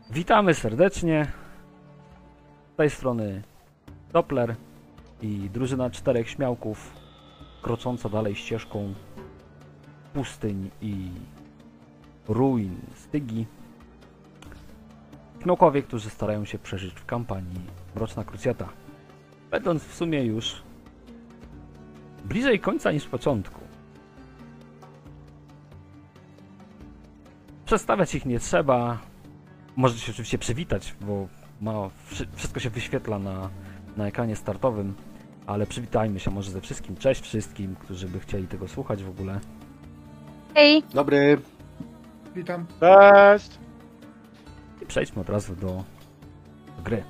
Witamy serdecznie. Z tej strony Doppler i drużyna 4 śmiałków krocząca dalej ścieżką pustyń i ruin Stygi. Śmiałkowie, którzy starają się przeżyć w kampanii Mroczna Krucjata, będąc w sumie już bliżej końca niż początku. Przedstawiać ich nie trzeba. Możecie się oczywiście przywitać, bo wszystko się wyświetla na ekranie startowym, ale przywitajmy się może ze wszystkim. Cześć wszystkim, którzy by chcieli tego słuchać w ogóle. Hej! Dobry. Witam. Cześć. I przejdźmy od razu do gry.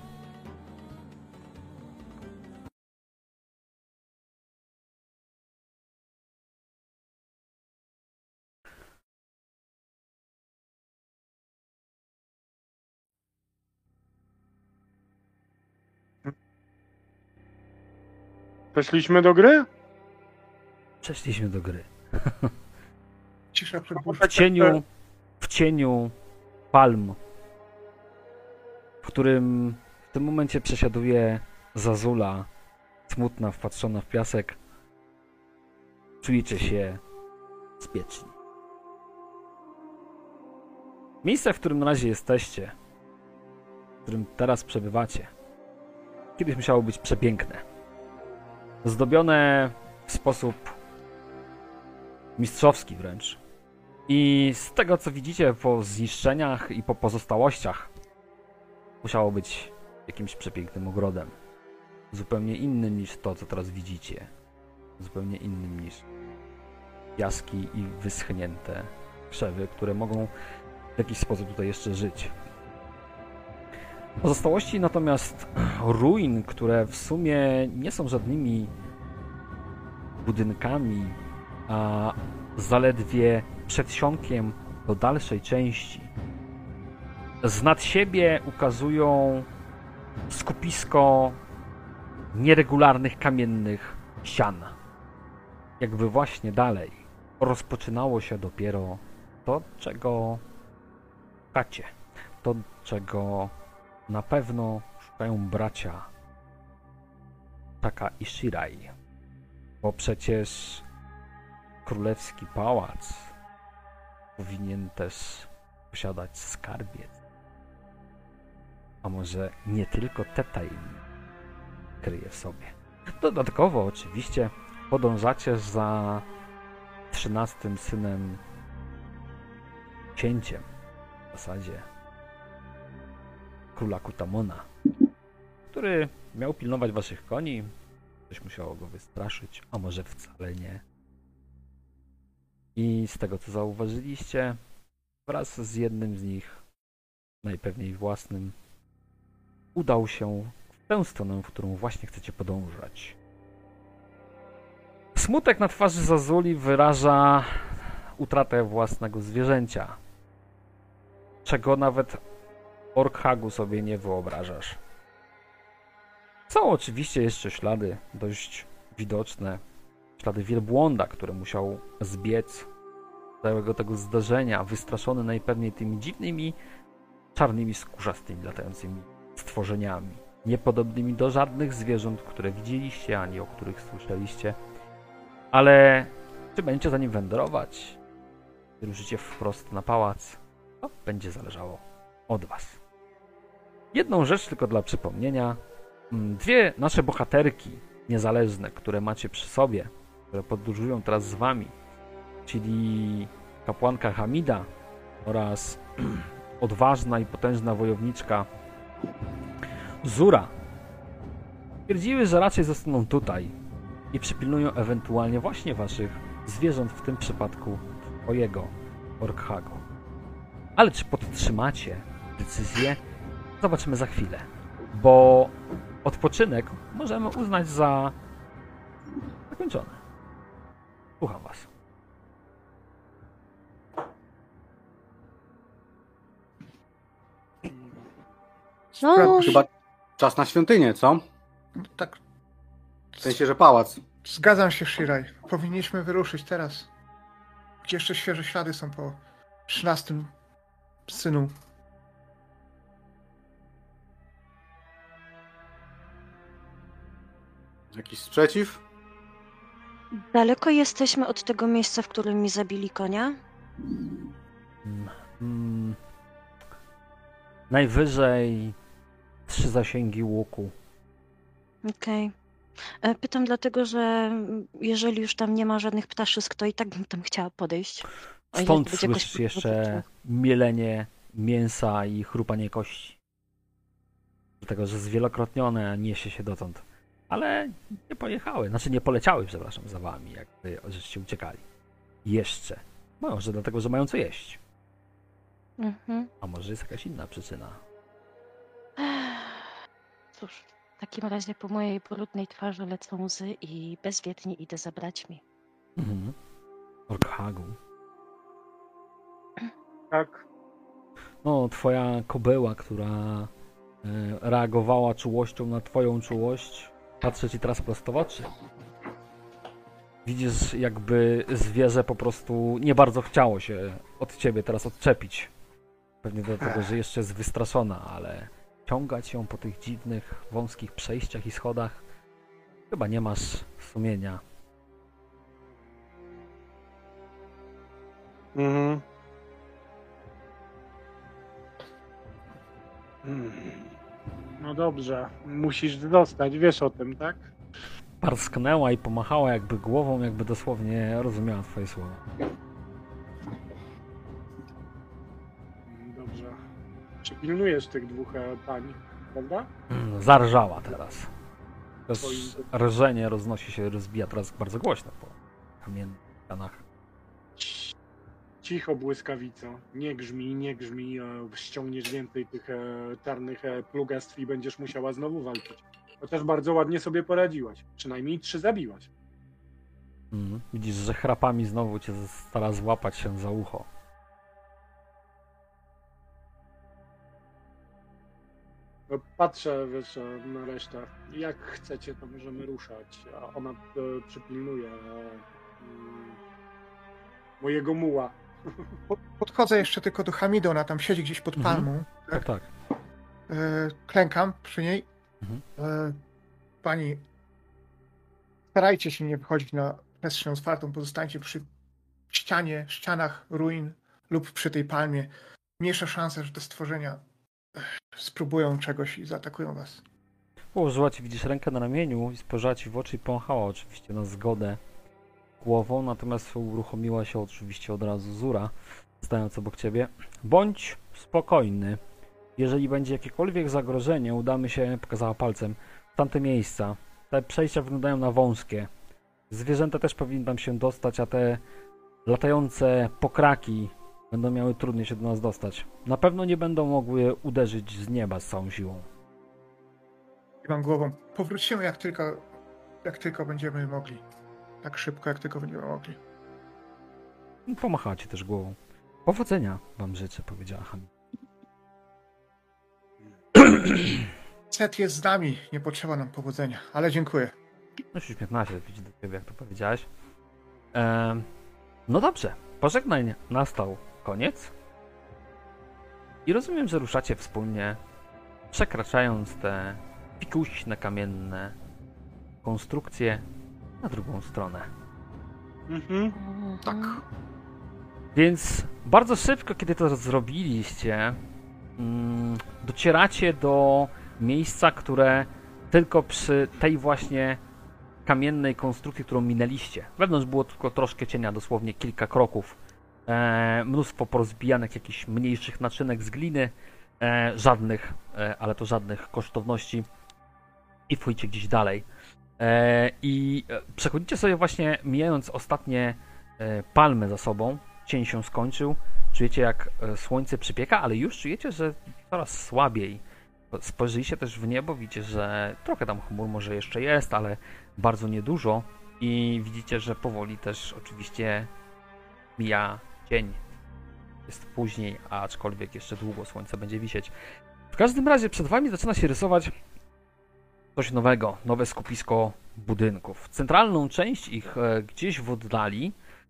Weszliśmy do gry? Przeszliśmy do gry. Cisza przed W cieniu palm, w którym w tym momencie przesiaduje Zazula, smutna, wpatrzona w piasek. Czujecie się bezpieczni. Miejsce, w którym na razie jesteście, w którym teraz przebywacie, kiedyś musiało być przepiękne. Zdobione w sposób mistrzowski wręcz. I z tego, co widzicie po zniszczeniach i po pozostałościach, musiało być jakimś przepięknym ogrodem. Zupełnie innym niż to, co teraz widzicie. Zupełnie innym niż piaski i wyschnięte krzewy, które mogą w jakiś sposób tutaj jeszcze żyć. Pozostałości natomiast ruin, które w sumie nie są żadnymi budynkami, a zaledwie przedsionkiem do dalszej części. Z nad siebie ukazują skupisko nieregularnych kamiennych ścian. Jakby właśnie dalej rozpoczynało się dopiero to, czego szukacie. To, czego na pewno szukają bracia Taka i Shirai. Bo przecież królewski pałac powinien też posiadać skarbiec. A może nie tylko te tajemnice kryje w sobie. Dodatkowo oczywiście podążacie za 13 synem, księciem w zasadzie króla Kutamona, który miał pilnować waszych koni. Coś musiało go wystraszyć, a może wcale nie. I z tego, co zauważyliście, wraz z jednym z nich, najpewniej własnym, udał się w tę stronę, w którą właśnie chcecie podążać. Smutek na twarzy Zazuli wyraża utratę własnego zwierzęcia, czego nawet Orkhagu sobie nie wyobrażasz. Są oczywiście jeszcze ślady dość widoczne, ślady wielbłąda, który musiał zbiec z całego tego zdarzenia, wystraszony najpewniej tymi dziwnymi, czarnymi, skórzastymi, latającymi stworzeniami, niepodobnymi do żadnych zwierząt, które widzieliście, ani o których słyszeliście. Ale czy będziecie za nim wędrować, czy ruszycie wprost na pałac, to będzie zależało od was. Jedną rzecz tylko dla przypomnienia. Dwie nasze bohaterki niezależne, które macie przy sobie, które podróżują teraz z wami, czyli kapłanka Hamida oraz odważna i potężna wojowniczka Zura, stwierdziły, że raczej zostaną tutaj i przypilnują ewentualnie właśnie waszych zwierząt, w tym przypadku twojego Orkhagu. Ale czy podtrzymacie decyzję? Zobaczymy za chwilę, bo odpoczynek możemy uznać za zakończony. Słucham was. No, Chyba czas na świątynię, co? Tak, W sensie, że pałac. zgadzam się, Shirai. Powinniśmy wyruszyć teraz. Gdzie jeszcze świeże ślady są po 13 synu. Jakiś sprzeciw? Daleko jesteśmy od tego miejsca, w którym mi zabili konia? Mm, najwyżej 3 zasięgi łuku. Okej. Pytam dlatego, że jeżeli już tam nie ma żadnych ptaszysk, to i tak bym tam chciała podejść. O ile Stąd to będzie jakoś słyszysz jeszcze mielenie mięsa i chrupanie kości. Dlatego, że zwielokrotnione niesie się dotąd. Ale nie pojechały, znaczy nie poleciały, przepraszam, za wami, jakby żeście uciekali. Jeszcze. Może dlatego, że mają co jeść. Mhm. A może jest jakaś inna przyczyna. Cóż, w takim razie po mojej brudnej twarzy lecą łzy i bezwiednie idę za braćmi. Mhm. Orkhagu. Tak. No, twoja kobyła, która reagowała czułością na twoją czułość, patrzy ci teraz prosto w oczy. Widzisz, jakby zwierzę po prostu nie bardzo chciało się od ciebie teraz odczepić. Pewnie dlatego, że jeszcze jest wystraszona, ale ciągać ją po tych dziwnych, wąskich przejściach i schodach chyba nie masz sumienia. Mhm. No dobrze, musisz dostać, wiesz o tym, tak? Parsknęła i pomachała jakby głową, jakby dosłownie rozumiała twoje słowa. Dobrze. Przypilnujesz tych dwóch pań, prawda? Zarżała teraz. To Twoim- rżenie roznosi się, rozbija teraz bardzo głośno po kamiennych ścianach. Cicho, błyskawico. Nie grzmi, nie grzmi. Ściągniesz więcej tych czarnych plugastw i będziesz musiała znowu walczyć. Chociaż bardzo ładnie sobie poradziłaś. Przynajmniej 3 zabiłaś. Widzisz, że chrapami znowu cię stara złapać się za ucho. No, patrzę, wiesz, na resztę. Jak chcecie, to możemy ruszać. A ona przypilnuje mojego muła. Podchodzę jeszcze tylko do Hamidy, ona tam siedzi gdzieś pod Mhm. palmą. Tak, tak. Klękam przy niej. Mhm. Pani, starajcie się nie wychodzić na przestrzeń otwartą, pozostańcie przy ścianach ruin lub przy tej palmie. Mniejsza szansa, że te stworzenia spróbują czegoś i zaatakują was. Położyła ci, widzisz, rękę na ramieniu i spojrzała ci w oczy i pomachała oczywiście na zgodę głową, natomiast uruchomiła się oczywiście od razu Zura, stając obok ciebie. Bądź spokojny. Jeżeli będzie jakiekolwiek zagrożenie, udamy się, pokazała palcem, w tamte miejsca. Te przejścia wyglądają na wąskie. Zwierzęta też powinny tam się dostać, a te latające pokraki będą miały trudniej się do nas dostać. Na pewno nie będą mogły uderzyć z nieba z całą siłą. Kiwam głową. Powrócimy jak tylko będziemy mogli. Tak szybko, jak tylko będziemy mogli. Pomachała ci też głową. Powodzenia wam życzę, powiedziała Hami. Set jest z nami, nie potrzeba nam powodzenia, ale dziękuję. No już 15 widzi do ciebie, jak to powiedziałeś. No dobrze, pożegnaj nastał koniec. I rozumiem, że ruszacie wspólnie, przekraczając te pikuśne, kamienne konstrukcje na drugą stronę. Mhm. Tak. Więc bardzo szybko, kiedy to zrobiliście, docieracie do miejsca, które tylko przy tej właśnie kamiennej konstrukcji, którą minęliście. Wewnątrz było tylko troszkę cienia, dosłownie kilka kroków. Mnóstwo porozbijanych jakichś mniejszych naczynek z gliny, żadnych, ale to żadnych kosztowności. I wchodzicie gdzieś dalej. I przechodzicie sobie właśnie, mijając ostatnie palmy za sobą. Cień się skończył. Czujecie, jak słońce przypieka, ale już czujecie, że coraz słabiej. Spojrzyjcie też w niebo, widzicie, że trochę tam chmur może jeszcze jest, ale bardzo niedużo. I widzicie, że powoli też oczywiście mija dzień. Jest później, aczkolwiek jeszcze długo słońce będzie wisieć. W każdym razie przed wami zaczyna się rysować coś nowego, nowe skupisko budynków. Centralną część ich gdzieś w oddali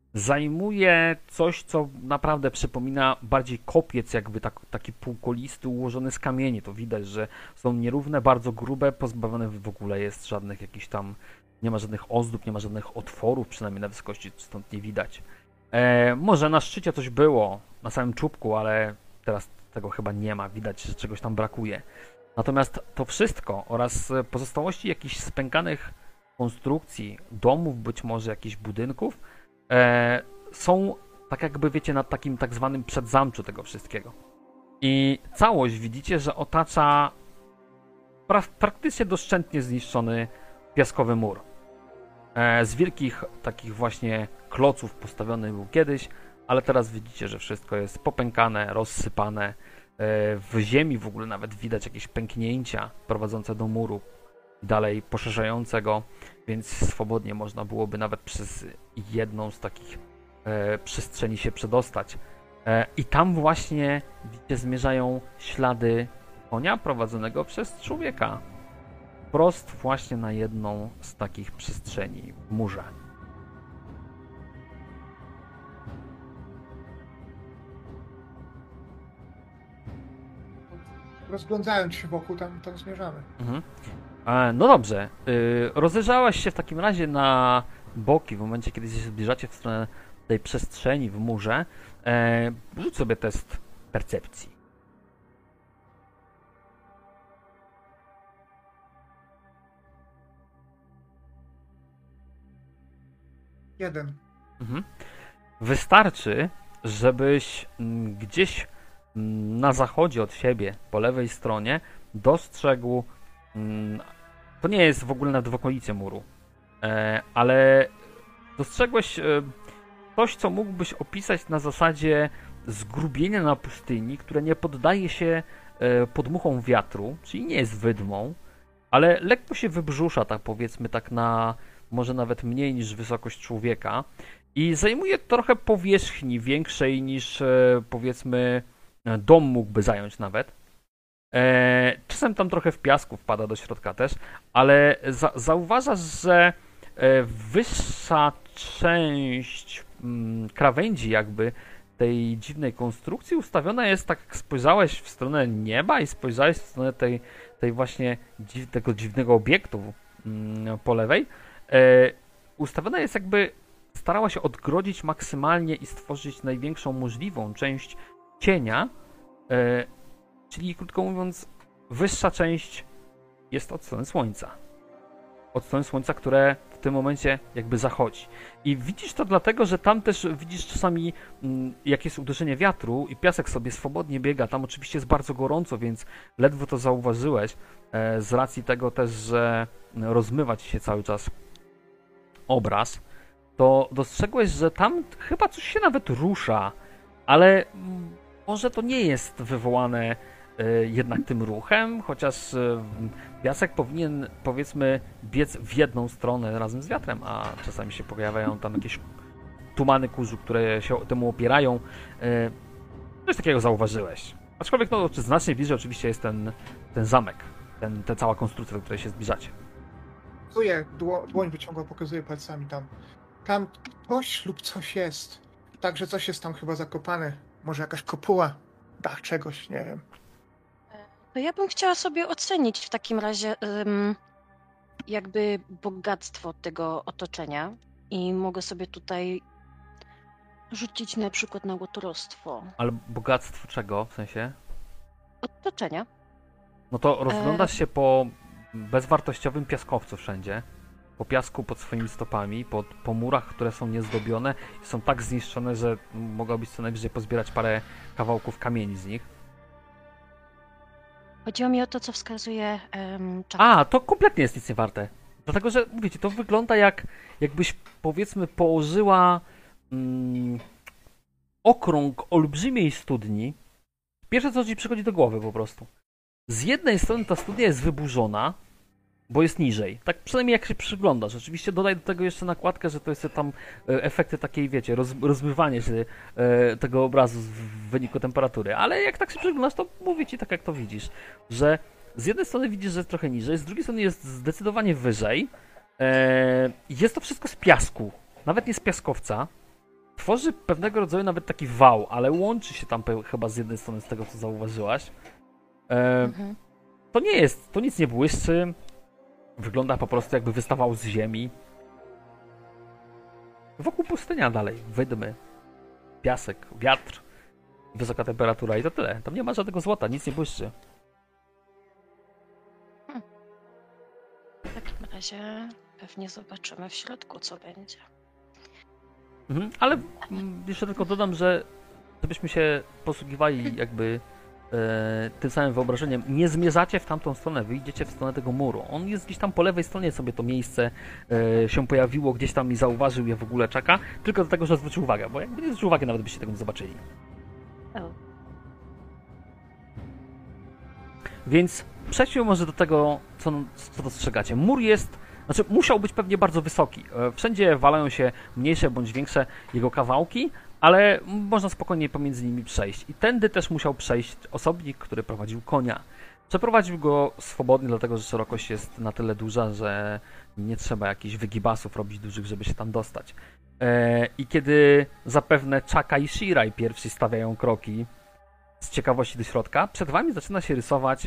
zajmuje coś, co naprawdę przypomina bardziej kopiec, jakby taki półkolisty, ułożony z kamieni. To widać, że są nierówne, bardzo grube, pozbawione w ogóle jest żadnych jakichś tam, nie ma żadnych ozdób, nie ma żadnych otworów, przynajmniej na wysokości stąd nie widać. Może na szczycie coś było, na samym czubku, ale teraz tego chyba nie ma, widać, że czegoś tam brakuje. Natomiast to wszystko oraz pozostałości jakichś spękanych konstrukcji, domów, być może jakichś budynków, są tak jakby, wiecie, na takim tak zwanym przedzamczu tego wszystkiego. I całość widzicie, że otacza praktycznie doszczętnie zniszczony piaskowy mur. Z wielkich takich właśnie kloców postawiony był kiedyś, ale teraz widzicie, że wszystko jest popękane, rozsypane. W ziemi w ogóle nawet widać jakieś pęknięcia prowadzące do muru, dalej poszerzającego, więc swobodnie można byłoby nawet przez jedną z takich przestrzeni się przedostać. I tam właśnie, widzicie, zmierzają ślady konia prowadzonego przez człowieka. Wprost właśnie na jedną z takich przestrzeni w murze. Rozglądając się wokół, tam zmierzamy. Mhm. No dobrze. Rozejrzałaś się w takim razie na boki w momencie, kiedy się zbliżacie w stronę tej przestrzeni w murze. Rzuć sobie test percepcji. Jeden. Mhm. Wystarczy, żebyś gdzieś na zachodzie od siebie, po lewej stronie, dostrzegł, to nie jest w ogóle nawet w okolicy muru, ale dostrzegłeś coś, co mógłbyś opisać na zasadzie zgrubienia na pustyni, które nie poddaje się podmuchom wiatru, czyli nie jest wydmą, ale lekko się wybrzusza, tak powiedzmy, tak na może nawet mniej niż wysokość człowieka i zajmuje trochę powierzchni większej niż powiedzmy dom mógłby zająć nawet. Czasem tam trochę w piasku wpada do środka też, ale zauważasz, że wyższa część krawędzi jakby tej dziwnej konstrukcji ustawiona jest, tak jak spojrzałeś w stronę nieba i spojrzałeś w stronę tej właśnie tego dziwnego obiektu po lewej, ustawiona jest jakby, starała się odgrodzić maksymalnie i stworzyć największą możliwą część cienia, czyli krótko mówiąc, wyższa część jest od strony słońca. Od strony słońca, które w tym momencie jakby zachodzi. I widzisz to dlatego, że tam też widzisz czasami, jak jest uderzenie wiatru i piasek sobie swobodnie biega. Tam oczywiście jest bardzo gorąco, więc ledwo to zauważyłeś. Z racji tego też, że rozmywa ci się cały czas obraz, to dostrzegłeś, że tam chyba coś się nawet rusza, ale może to nie jest wywołane jednak tym ruchem, chociaż piasek powinien, powiedzmy, biec w jedną stronę razem z wiatrem, a czasami się pojawiają tam jakieś tumany kurzu, które się temu opierają. Coś takiego zauważyłeś. Aczkolwiek no, znacznie bliżej oczywiście jest ten zamek, ta cała konstrukcja, do której się zbliżacie. Pokazuję, dłoń wyciągam, pokazuję palcami tam. Tam ktoś lub coś jest. Także coś jest tam chyba zakopane. Może jakaś kopuła, dach czegoś, nie wiem. To ja bym chciała sobie ocenić w takim razie jakby bogactwo tego otoczenia i mogę sobie tutaj rzucić na przykład na łotorostwo. Ale bogactwo czego, w sensie? Otoczenia. No to rozglądasz się po bezwartościowym piaskowcu wszędzie, po piasku pod swoimi stopami, po murach, które są niezdobione i są tak zniszczone, że mogłabyś co najwyżej pozbierać parę kawałków kamieni z nich. Chodziło mi o to, co wskazuje czas. A, to kompletnie jest nic nie warte. Dlatego, że mówicie, to wygląda jakbyś powiedzmy położyła okrąg olbrzymiej studni. Pierwsze, co ci przychodzi do głowy po prostu. Z jednej strony ta studnia jest wyburzona, bo jest niżej. Tak przynajmniej jak się przyglądasz. Oczywiście dodaj do tego jeszcze nakładkę, że to jest tam efekty takiej, wiecie, rozmywanie się tego obrazu w wyniku temperatury. Ale jak tak się przyglądasz, to mówię ci tak, jak to widzisz. Że z jednej strony widzisz, że jest trochę niżej, z drugiej strony jest zdecydowanie wyżej. Jest to wszystko z piasku. Nawet nie z piaskowca. tworzy pewnego rodzaju nawet taki wał, ale łączy się tam chyba z jednej strony z tego, co zauważyłaś. Mhm. To nic nie błyszczy. Wygląda po prostu jakby wystawał z ziemi. Wokół pustynia dalej, wydmy, piasek, wiatr, wysoka temperatura i to tyle. Tam nie ma żadnego złota, nic nie błyszczy. W takim razie pewnie zobaczymy w środku, co będzie. Ale jeszcze tylko dodam, że żebyśmy się posługiwali jakby tym samym wyobrażeniem, nie zmierzacie w tamtą stronę, wy idziecie w stronę tego muru. On jest gdzieś tam po lewej stronie, sobie to miejsce się pojawiło, gdzieś tam i zauważył je w ogóle czeka, tylko dlatego, że zwrócił uwagę, bo jakby nie zwrócił uwagi, nawet byście tego nie zobaczyli. O. Więc przejdźmy może do tego, co dostrzegacie. Mur jest, znaczy musiał być pewnie bardzo wysoki. Wszędzie walają się mniejsze bądź większe jego kawałki, ale można spokojnie pomiędzy nimi przejść. I tędy też musiał przejść osobnik, który prowadził konia. Przeprowadził go swobodnie, dlatego że szerokość jest na tyle duża, że nie trzeba jakichś wygibasów robić dużych, żeby się tam dostać. I kiedy zapewne Chaka i Shirai pierwsi stawiają kroki z ciekawości do środka, przed wami zaczyna się rysować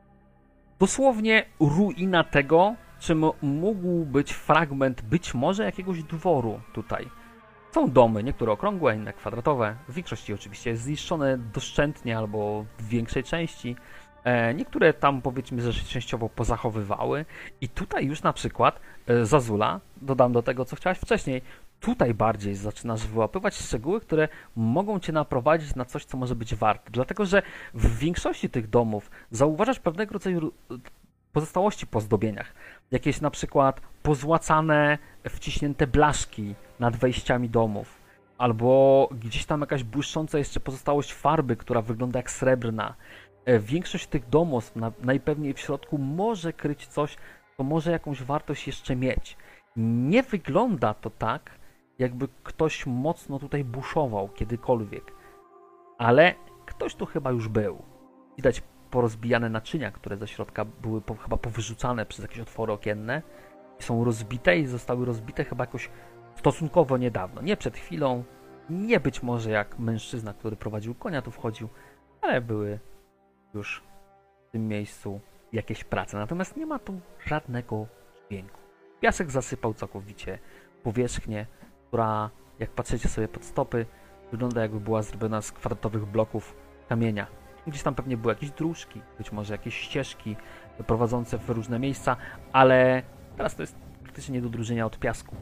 dosłownie ruina tego, czym mógł być fragment być może jakiegoś dworu tutaj. Są domy, niektóre okrągłe, inne kwadratowe. W większości oczywiście zniszczone doszczętnie albo w większej części. Niektóre tam powiedzmy, że się częściowo pozachowywały. I tutaj już na przykład Zazula, dodam do tego, co chciałaś wcześniej, tutaj bardziej zaczynasz wyłapywać szczegóły, które mogą cię naprowadzić na coś, co może być warte. Dlatego, że w większości tych domów zauważasz pewnego rodzaju pozostałości po zdobieniach. Jakieś na przykład pozłacane, wciśnięte blaszki nad wejściami domów. Albo gdzieś tam jakaś błyszcząca jeszcze pozostałość farby, która wygląda jak srebrna. Większość tych domostw najpewniej w środku może kryć coś, co może jakąś wartość jeszcze mieć. Nie wygląda to tak, jakby ktoś mocno tutaj buszował kiedykolwiek. Ale ktoś tu chyba już był. Widać porozbijane naczynia, które ze środka były chyba powyrzucane przez jakieś otwory okienne. Są rozbite i zostały rozbite chyba jakoś stosunkowo niedawno. Nie przed chwilą, nie być może jak mężczyzna, który prowadził konia tu wchodził, ale były już w tym miejscu jakieś prace. Natomiast nie ma tu żadnego dźwięku. Piasek zasypał całkowicie powierzchnię, która, jak patrzycie sobie pod stopy, wygląda jakby była zrobiona z kwadratowych bloków kamienia. Gdzieś tam pewnie były jakieś dróżki, być może jakieś ścieżki prowadzące w różne miejsca, ale teraz to jest praktycznie nie do odróżnienia od piasku.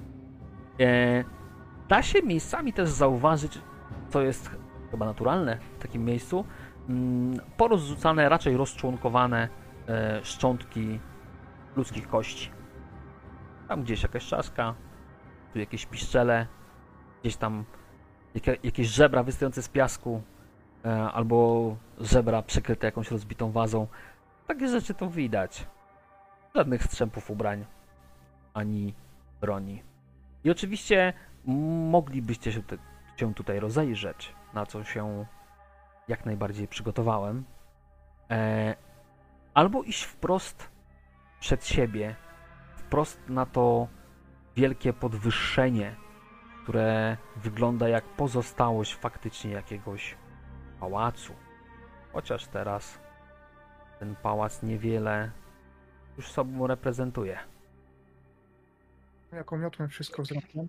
Da się miejscami też zauważyć, co jest chyba naturalne w takim miejscu, porozrzucane, raczej rozczłonkowane szczątki ludzkich kości. Tam gdzieś jakaś czaszka, tu jakieś piszczele, gdzieś tam jakieś żebra wystające z piasku, albo żebra przykryte jakąś rozbitą wazą. Takie rzeczy tu widać. Żadnych strzępów ubrań, ani broni. I oczywiście moglibyście się tutaj rozejrzeć, na co się jak najbardziej przygotowałem. Albo iść wprost przed siebie, wprost na to wielkie podwyższenie, które wygląda jak pozostałość faktycznie jakiegoś pałacu. Chociaż teraz ten pałac niewiele już sobą reprezentuje. Jaką miotłem wszystko wzrokiem.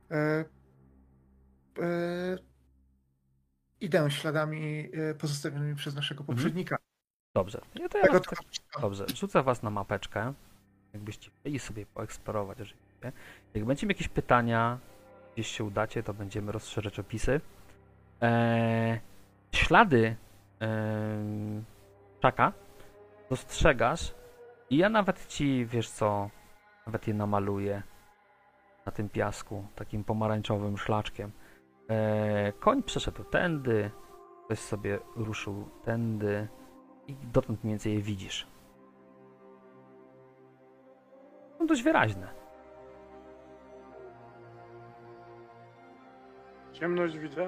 Idę śladami pozostawionymi przez naszego poprzednika. Dobrze. Ja to Tego Dobrze, rzucę was na mapeczkę. Jakbyście chcieli sobie poeksplorować oczywiście. Jak będziemy jakieś pytania, gdzieś się udacie, to będziemy rozszerzać opisy. Ślady Chaka dostrzegasz i ja nawet ci, wiesz co, nawet je namaluję na tym piasku, takim pomarańczowym szlaczkiem. Koń przeszedł tędy, ktoś sobie ruszył tędy i dotąd mniej więcej je widzisz. Są dość wyraźne. Ciemność widzę?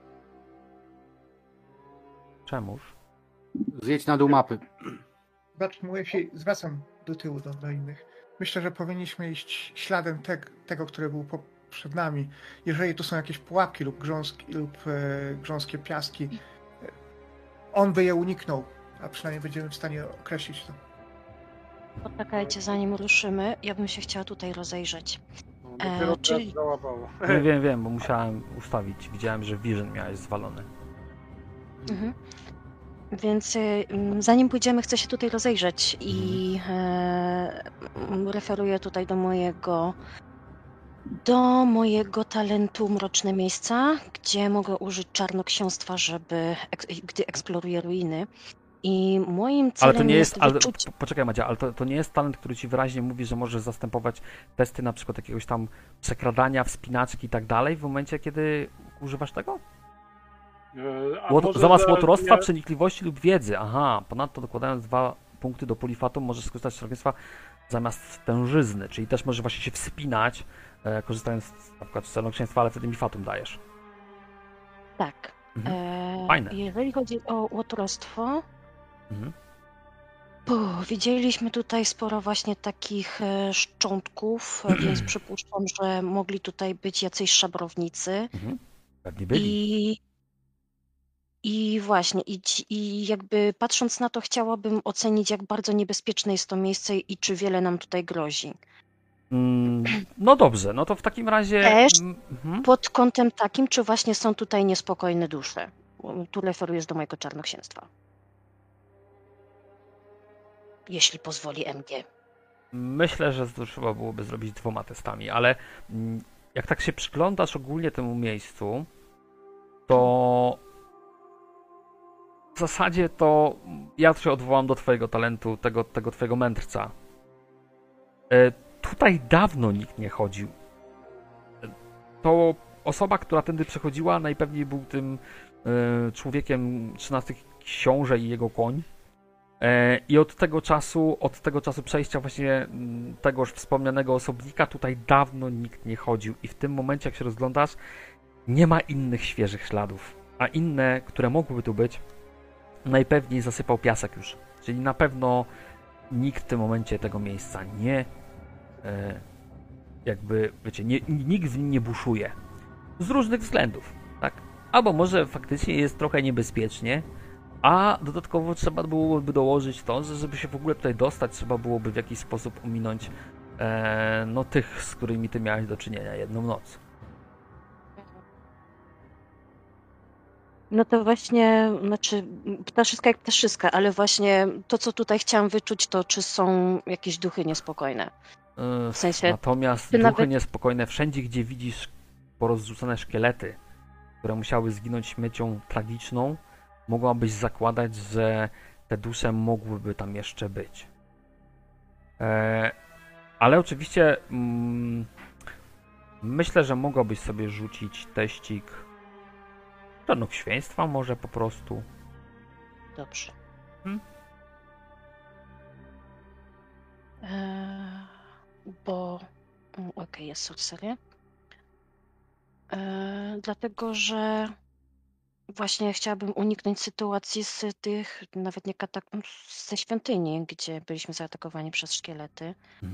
Czemuż? Zjedź na dół mapy. Zatrzymuję się i zwracam do tyłu do innych. Myślę, że powinniśmy iść śladem tego, który był przed nami. Jeżeli tu są jakieś pułapki lub grząskie piaski, on by je uniknął, a przynajmniej będziemy w stanie określić to. Poczekajcie, zanim ruszymy, ja bym się chciała tutaj rozejrzeć. No, dopiero czyli- teraz załapało. Wiem, bo musiałem ustawić. Widziałem, że Vision miałeś zwalony. Mhm. Więc zanim pójdziemy, chcę się tutaj rozejrzeć i referuję tutaj do mojego talentu Mroczne Miejsca, gdzie mogę użyć czarnoksięstwa, gdy eksploruję ruiny. I moim celem Ale to nie jest. wyczucie... Poczekaj, Madzia, ale to nie jest talent, który ci wyraźnie mówi, że możesz zastępować testy na przykład jakiegoś tam przekradania, wspinaczki i tak dalej w momencie, kiedy używasz tego? Zamiast łotrostwa, przenikliwości lub wiedzy. Aha, ponadto dokładając 2 punkty do polifatu możesz skorzystać z czarnoksięstwa zamiast tężyzny, czyli też możesz właśnie się wspinać, korzystając na przykład z czarnoksięstwa, ale wtedy mi fatum dajesz. Tak. Fajne. Jeżeli chodzi o łotrostwo, Mhm. widzieliśmy tutaj sporo właśnie takich szczątków, więc przypuszczam, że mogli tutaj być jacyś szabrownicy. Pewnie byli. I właśnie, i jakby patrząc na to, chciałabym ocenić, jak bardzo niebezpieczne jest to miejsce i czy wiele nam tutaj grozi. No dobrze, no to w takim razie. Też Mhm. pod kątem takim, czy właśnie są tutaj niespokojne dusze. Tu referujesz do mojego czarnoksięstwa. Jeśli pozwoli MG. Myślę, że to trzeba byłoby zrobić 2 testami, ale jak tak się przyglądasz ogólnie temu miejscu, to w zasadzie to ja się odwołam do twojego talentu, tego twojego mędrca. Tutaj dawno nikt nie chodził. To osoba, która tędy przechodziła, najpewniej był tym człowiekiem 13 książę i jego koń. I od tego czasu przejścia właśnie tegoż wspomnianego osobnika tutaj dawno nikt nie chodził i w tym momencie, jak się rozglądasz, nie ma innych świeżych śladów, a inne, które mogłyby tu być, najpewniej zasypał piasek już, czyli na pewno nikt w tym momencie tego miejsca nie jakby, wiecie, nikt w nim nie buszuje z różnych względów, tak? Albo może faktycznie jest trochę niebezpiecznie, a dodatkowo trzeba byłoby dołożyć to, że żeby się w ogóle tutaj dostać, trzeba byłoby w jakiś sposób ominąć no tych, z którymi ty miałeś do czynienia jedną noc. No to właśnie, znaczy ptaszyska jak ptaszyska, ale właśnie to, co tutaj chciałam wyczuć, to czy są jakieś duchy niespokojne. W sensie... Natomiast duchy niespokojne, wszędzie gdzie widzisz porozrzucone szkielety, które musiały zginąć śmiercią tragiczną, mogłabyś zakładać, że te dusze mogłyby tam jeszcze być. Ale oczywiście myślę, że mogłabyś sobie rzucić teścik czarnoksięstwa może po prostu. Dobrze. Bo... Okej, jest sorcery. Dlatego, że właśnie chciałabym uniknąć sytuacji z tych, nawet nie ze świątyni, gdzie byliśmy zaatakowani przez szkielety.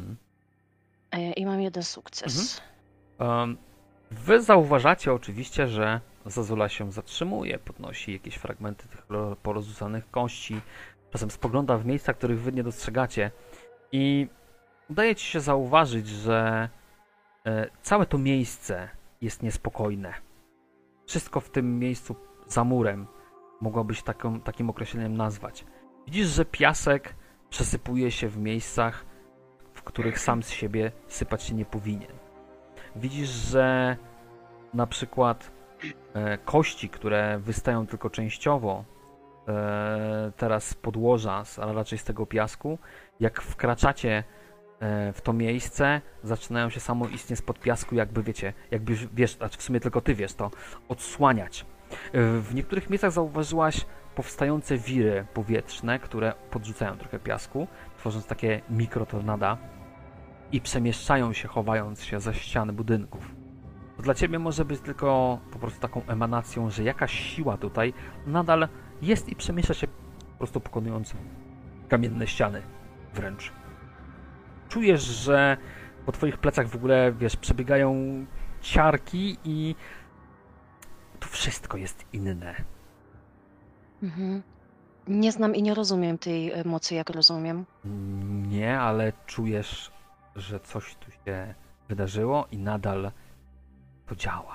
I mam 1 sukces. Wy zauważacie oczywiście, że Zazula się zatrzymuje, podnosi jakieś fragmenty tych porozrzucanych kości, czasem spogląda w miejsca, których wy nie dostrzegacie i udaje ci się zauważyć, że całe to miejsce jest niespokojne. Wszystko w tym miejscu za murem mogłabyś takim określeniem nazwać. Widzisz, że piasek przesypuje się w miejscach, w których sam z siebie sypać się nie powinien. Widzisz, że na przykład kości, które wystają tylko częściowo teraz z podłoża, ale raczej z tego piasku, jak wkraczacie w to miejsce, zaczynają się samoistnie spod piasku, jakby wiecie, jakby wiesz, w sumie tylko ty wiesz to, odsłaniać. W niektórych miejscach zauważyłaś powstające wiry powietrzne, które podrzucają trochę piasku, tworząc takie mikrotornada i przemieszczają się, chowając się za ściany budynków. To dla ciebie może być tylko po prostu taką emanacją, że jakaś siła tutaj nadal jest i przemieszcza się po prostu pokonując kamienne ściany wręcz. Czujesz, że po twoich plecach w ogóle, wiesz, przebiegają ciarki i to wszystko jest inne. Mhm. Nie znam i nie rozumiem tej mocy, jak rozumiem. Nie, ale czujesz, że coś tu się wydarzyło i nadal to działa.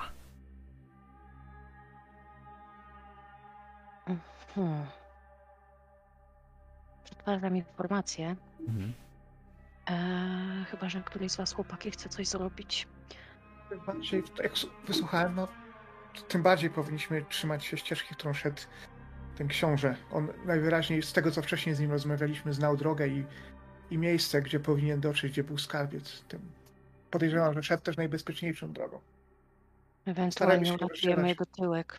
Hmm. Przetwarzam informacje. Mhm. Chyba, że któryś z was, chłopaki, chce coś zrobić. Tym bardziej, jak wysłuchałem, no tym bardziej powinniśmy trzymać się ścieżki, którą szedł ten książę. On najwyraźniej, z tego co wcześniej z nim rozmawialiśmy, znał drogę i miejsce, gdzie powinien dotrzeć, gdzie był skarbiec. Tym podejrzewam, że szedł też najbezpieczniejszą drogą. Starajmy Ewentualnie się uratujemy rozstrzelać. jego tyłek.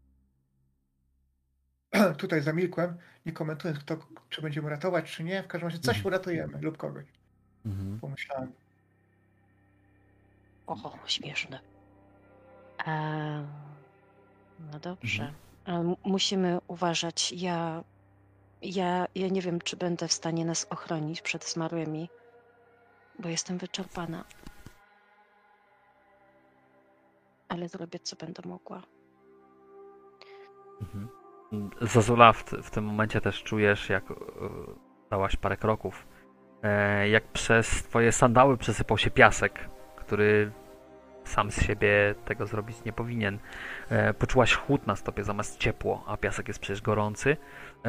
Tutaj zamilkłem, nie komentując, czy będziemy ratować, czy nie. W każdym razie coś uratujemy lub kogoś. Mhm. Pomyślałem. Oho, śmieszne. No dobrze. Musimy uważać. Ja nie wiem, czy będę w stanie nas ochronić przed zmarłymi, bo jestem wyczerpana. Ale zrobię, co będę mogła. Mhm. Zazula, w tym momencie też czujesz, jak dałaś parę kroków, jak przez twoje sandały przesypał się piasek, który sam z siebie tego zrobić nie powinien. Poczułaś chłód na stopie zamiast ciepło, a piasek jest przecież gorący.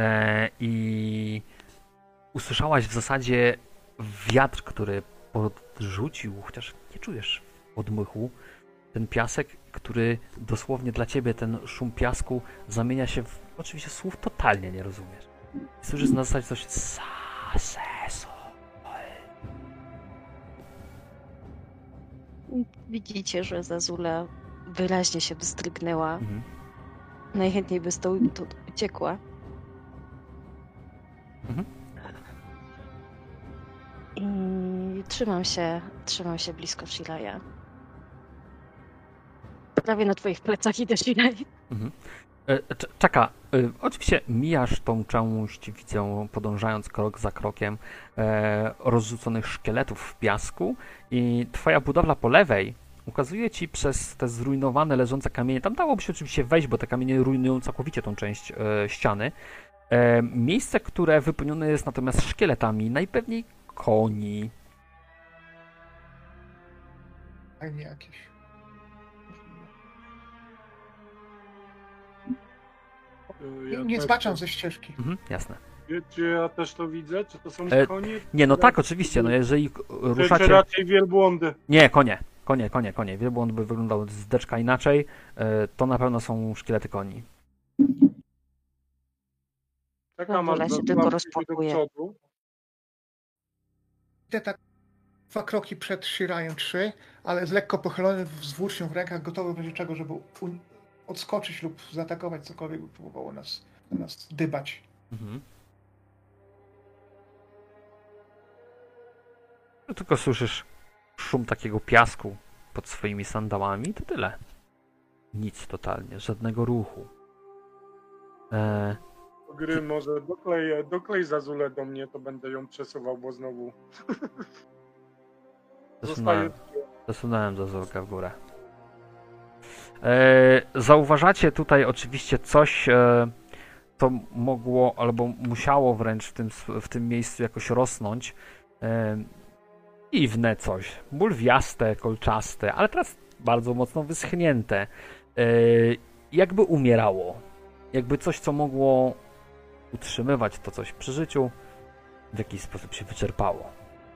I usłyszałaś w zasadzie wiatr, który podrzucił, chociaż nie czujesz odmychu, ten piasek, który dosłownie dla ciebie, ten szum piasku zamienia się w, oczywiście słów totalnie nie rozumiesz. Słyszysz na zasadzie coś saseso. Widzicie, że Zazula wyraźnie się wzdrygnęła. Mhm. Najchętniej by stąd uciekła. Mhm. I trzymam się blisko Shiraya. Prawie na twoich plecach idę, Shiraj. Mhm. Czeka, oczywiście mijasz tą część, widzę, podążając krok za krokiem, rozrzuconych szkieletów w piasku i twoja budowla po lewej ukazuje ci przez te zrujnowane, leżące kamienie, tam dałoby się oczywiście wejść, bo te kamienie rujnują całkowicie tą część ściany, miejsce, które wypełnione jest natomiast szkieletami, najpewniej koni. Fajnie jakieś. Nie też zbaczam to- ze ścieżki. Mhm, jasne. Czy ja też to widzę? Czy to są konie? Nie, no tak, oczywiście, no jeżeli Czy ruszacie... raczej wielbłądy? Nie, konie. Wielbłąd by wyglądał z deczka inaczej. To na pewno są szkielety koni. Taka Wolę masz się do tylko do rozpakuję. przodu. Idę tak 2 kroki przed Shirajem, 3, ale z lekko pochylonym z włócznią w rękach, gotowy w razie czego, żeby odskoczyć lub zaatakować cokolwiek by próbowało na nas dybać. Mhm. No, tylko słyszysz szum takiego piasku pod swoimi sandałami, to tyle. Nic totalnie, żadnego ruchu. Gry może doklej Zazulę do mnie, to będę ją przesuwał, bo znowu zostaje... Zasunąłem Zazulkę w górę. Zauważacie tutaj oczywiście coś, co mogło albo musiało wręcz w tym miejscu jakoś rosnąć. Dziwne coś. Bulwiaste, kolczaste, ale teraz bardzo mocno wyschnięte. Jakby umierało. Jakby coś, co mogło utrzymywać to coś przy życiu, w jakiś sposób się wyczerpało.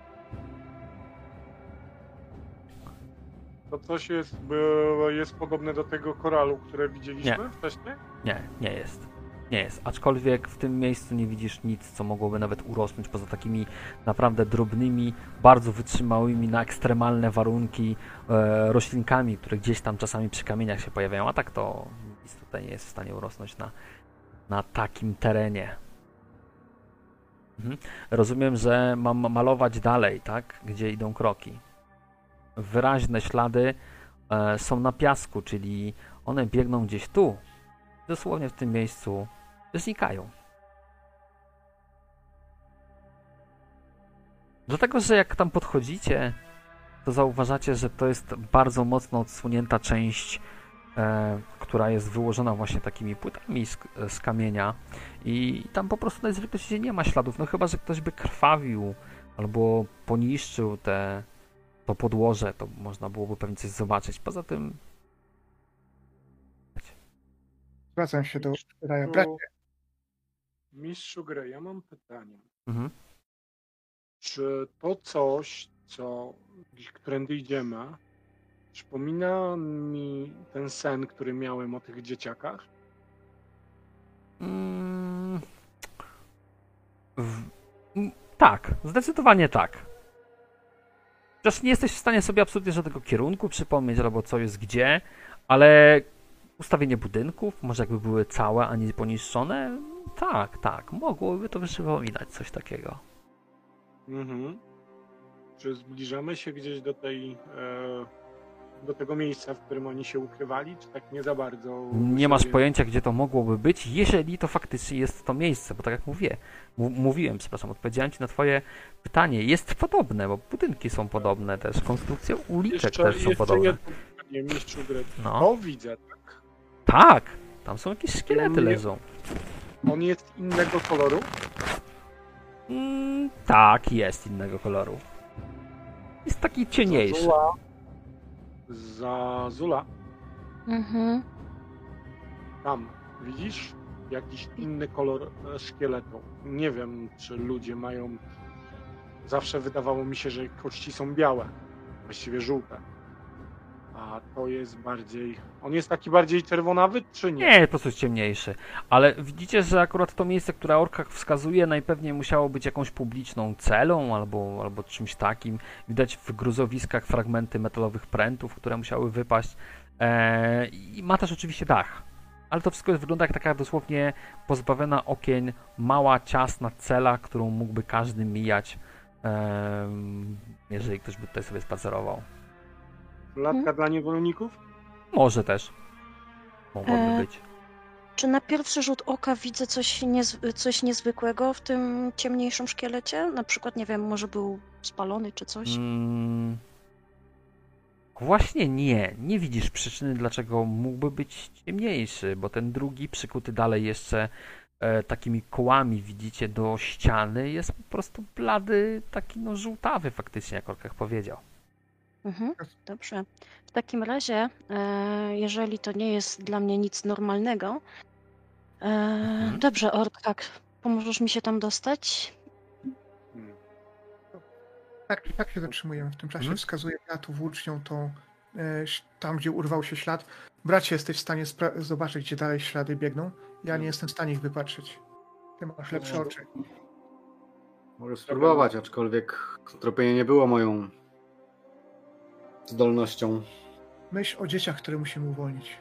To coś jest podobne do tego koralu, które widzieliśmy wcześniej? Nie jest. Nie jest. Aczkolwiek w tym miejscu nie widzisz nic, co mogłoby nawet urosnąć poza takimi naprawdę drobnymi, bardzo wytrzymałymi na ekstremalne warunki roślinkami, które gdzieś tam czasami przy kamieniach się pojawiają, a tak to nic tutaj nie jest w stanie urosnąć na takim terenie. Mhm. Rozumiem, że mam malować dalej, tak? Gdzie idą kroki. Wyraźne ślady są na piasku, czyli one biegną gdzieś tu. Dosłownie w tym miejscu znikają. Dlatego, że jak tam podchodzicie, to zauważacie, że to jest bardzo mocno odsunięta część, która jest wyłożona właśnie takimi płytami z kamienia i tam po prostu najzwykle się nie ma śladów, no chyba, że ktoś by krwawił albo poniszczył to podłoże, to można byłoby pewnie coś zobaczyć. Poza tym Zwracam się do Raja. Bracie, Mistrzu gry, ja mam pytanie. mhm. Czy to coś, którędy idziemy, przypomina mi ten sen, który miałem o tych dzieciakach? Mm, tak, zdecydowanie tak. Chociaż nie jesteś w stanie sobie absolutnie żadnego kierunku przypomnieć, albo co jest gdzie, ale ustawienie budynków, może jakby były całe, a nie poniszczone, tak, mogłoby to przypominać coś takiego. Mhm. Czy zbliżamy się gdzieś do tego miejsca, w którym oni się ukrywali, czy tak nie za bardzo? Nie masz sobie- pojęcia, gdzie to mogłoby być, jeżeli to faktycznie jest to miejsce, bo tak jak mówiłem, odpowiedziałem ci na twoje pytanie. Jest podobne, bo budynki są podobne też, konstrukcje uliczek też są podobne. jedno pytanie, mistrzu gry. No, O, widzę, tak. tak, tam są jakieś szkielety Nie- leżą. On jest innego koloru? Tak, jest innego koloru. Jest taki ciemniejszy. Zazula. Mhm. Tam, widzisz? Jakiś inny kolor szkieletu. Nie wiem, czy ludzie mają... Zawsze wydawało mi się, że kości są białe. Właściwie żółte. A to jest bardziej... On jest taki bardziej czerwonawy, czy nie? Nie, po prostu jest ciemniejszy. Ale widzicie, że akurat to miejsce, które Orkach wskazuje, najpewniej musiało być jakąś publiczną celą albo czymś takim. Widać w gruzowiskach fragmenty metalowych prętów, które musiały wypaść. I ma też oczywiście dach. Ale to wszystko wygląda jak taka dosłownie pozbawiona okien, mała, ciasna cela, którą mógłby każdy mijać, jeżeli ktoś by tutaj sobie spacerował. Latka dla niewolników? Może też. Mogłoby być. Czy na pierwszy rzut oka widzę coś niezwykłego w tym ciemniejszym szkielecie? Na przykład, nie wiem, może był spalony czy coś? Właśnie nie widzisz przyczyny, dlaczego mógłby być ciemniejszy, bo ten drugi przykuty dalej jeszcze takimi kołami, widzicie, do ściany, jest po prostu blady, taki no żółtawy faktycznie, jak Orkach powiedział. Mhm, dobrze. W takim razie, jeżeli to nie jest dla mnie nic normalnego, dobrze, Orkak, pomożesz mi się tam dostać? Hmm. tak się zatrzymujemy. W tym czasie Mhm. wskazuję bratu włócznią tam, gdzie urwał się ślad. Bracie, jesteś w stanie zobaczyć, gdzie dalej ślady biegną? Ja nie jestem w stanie ich wypatrzeć. Ty masz lepsze oczy. Mogę spróbować, aczkolwiek tropienie nie było moją zdolnością. Myśl o dzieciach, które musimy uwolnić.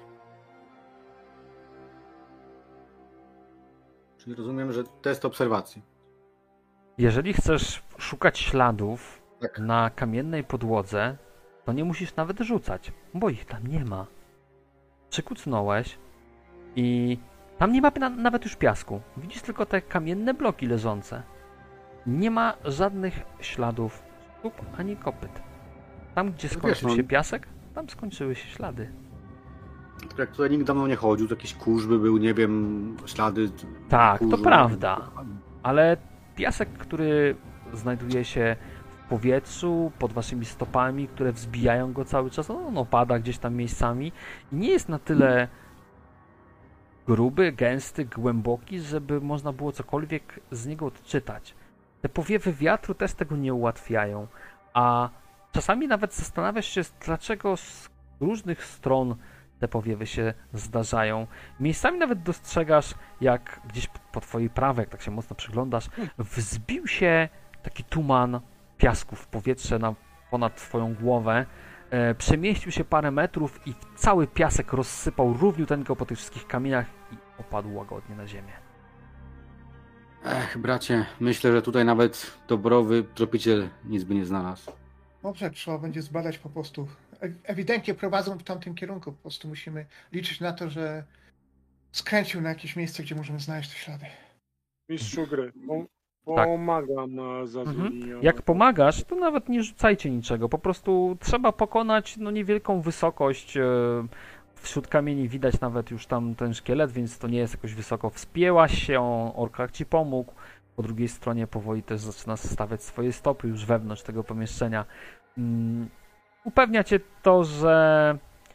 Czyli rozumiem, że test obserwacji. Jeżeli chcesz szukać śladów Tak. na kamiennej podłodze, to nie musisz nawet rzucać, bo ich tam nie ma. Przykucnąłeś i tam nie ma nawet już piasku. Widzisz tylko te kamienne bloki leżące. Nie ma żadnych śladów stóp ani kopyt. Tam, gdzie No skończył wiesz, się piasek, tam skończyły się ślady. Tak jak tutaj nikt dawno nie chodził, to jakiś kurz by był, nie wiem, ślady. Tak, to kurzu. prawda. Ale piasek, który znajduje się w powietrzu, pod waszymi stopami, które wzbijają go cały czas, on opada gdzieś tam miejscami i nie jest na tyle gruby, gęsty, głęboki, żeby można było cokolwiek z niego odczytać. Te powiewy wiatru też tego nie ułatwiają, a czasami nawet zastanawiasz się, dlaczego z różnych stron te powiewy się zdarzają. Miejscami nawet dostrzegasz, jak gdzieś po twojej prawej, jak tak się mocno przyglądasz, wzbił się taki tuman piasku w powietrze ponad twoją głowę. Przemieścił się parę metrów i cały piasek rozsypał równiuteńko po tych wszystkich kamieniach i opadł łagodnie na ziemię. Ech, bracie, myślę, że tutaj nawet dobrowy tropiciel nic by nie znalazł. Dobrze, trzeba będzie zbadać po prostu. Ewidentnie prowadzą w tamtym kierunku. Po prostu musimy liczyć na to, że skręcił na jakieś miejsce, gdzie możemy znaleźć te ślady. Mistrzu gry, Pomagam Zazuli. Jak pomagasz, to nawet nie rzucajcie niczego. Po prostu trzeba pokonać niewielką wysokość. Wśród kamieni widać nawet już tam ten szkielet, więc to nie jest jakoś wysoko. Wspięłaś się, orkach ci pomógł. Po drugiej stronie powoli też zaczyna stawiać swoje stopy już wewnątrz tego pomieszczenia. Upewnia cię to, że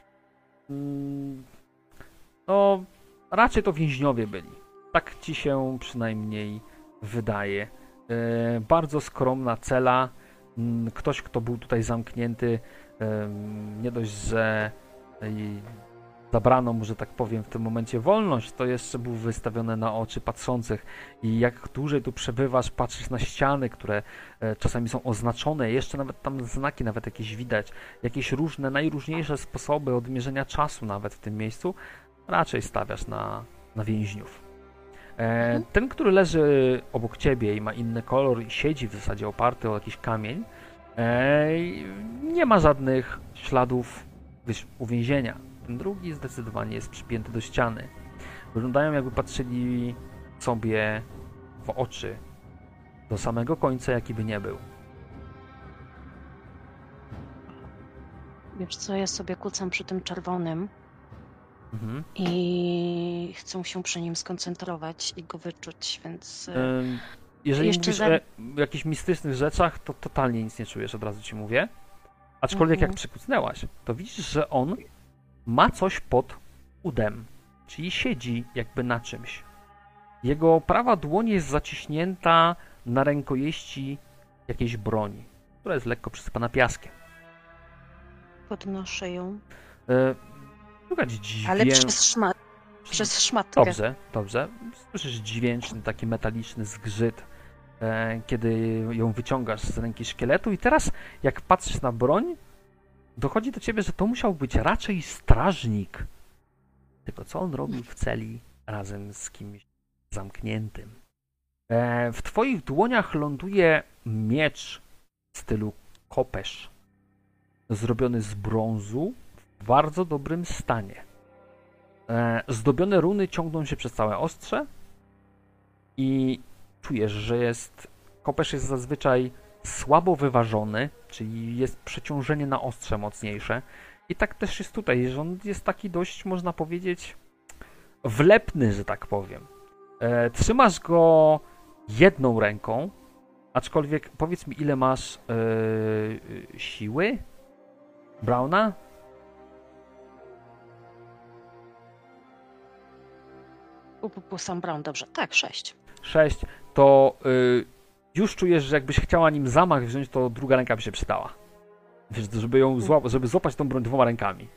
no raczej to więźniowie byli. Tak ci się przynajmniej wydaje. Bardzo skromna cela. Ktoś, kto był tutaj zamknięty, nie dość, że zabrano mu, że tak powiem, w tym momencie wolność, to jeszcze był wystawiony na oczy patrzących i jak dłużej tu przebywasz, patrzysz na ściany, które czasami są oznaczone, jeszcze nawet tam znaki nawet jakieś widać, jakieś różne, najróżniejsze sposoby odmierzenia czasu nawet w tym miejscu, raczej stawiasz na więźniów. Ten, który leży obok ciebie i ma inny kolor i siedzi w zasadzie oparty o jakiś kamień, nie ma żadnych śladów uwięzienia. Ten drugi zdecydowanie jest przypięty do ściany. Wyglądają, jakby patrzyli sobie w oczy do samego końca, jaki by nie był. Wiesz co, ja sobie kucam przy tym czerwonym i chcę się przy nim skoncentrować i go wyczuć, więc... Jeżeli jeszcze mówisz o jakichś mistycznych rzeczach, to totalnie nic nie czujesz, od razu ci mówię. Aczkolwiek jak przykucnęłaś, to widzisz, że on ma coś pod udem, czyli siedzi jakby na czymś. Jego prawa dłoń jest zaciśnięta na rękojeści jakiejś broni, która jest lekko przysypana piaskiem. Podnoszę ją. Słychać dźwięk. Ale przez szmatkę. Dobrze. Słyszysz dźwięczny, taki metaliczny zgrzyt, kiedy ją wyciągasz z ręki szkieletu i teraz jak patrzysz na broń, dochodzi do ciebie, że to musiał być raczej strażnik. Tylko co on robił w celi razem z kimś zamkniętym? W twoich dłoniach ląduje miecz w stylu kopesz, zrobiony z brązu w bardzo dobrym stanie. Zdobione runy ciągną się przez całe ostrze i czujesz, że kopesz jest zazwyczaj słabo wyważony, czyli jest przeciążenie na ostrze mocniejsze. I tak też jest tutaj, że on jest taki dość, można powiedzieć, wlepny, że tak powiem. Trzymasz go jedną ręką, aczkolwiek powiedz mi, ile masz siły? Browna? Sam Brown, dobrze. Tak, 6. 6. To już czujesz, że jakbyś chciała nim zamach wziąć, to druga ręka by się przydała. Wiesz, żeby złapać tą broń dwoma rękami.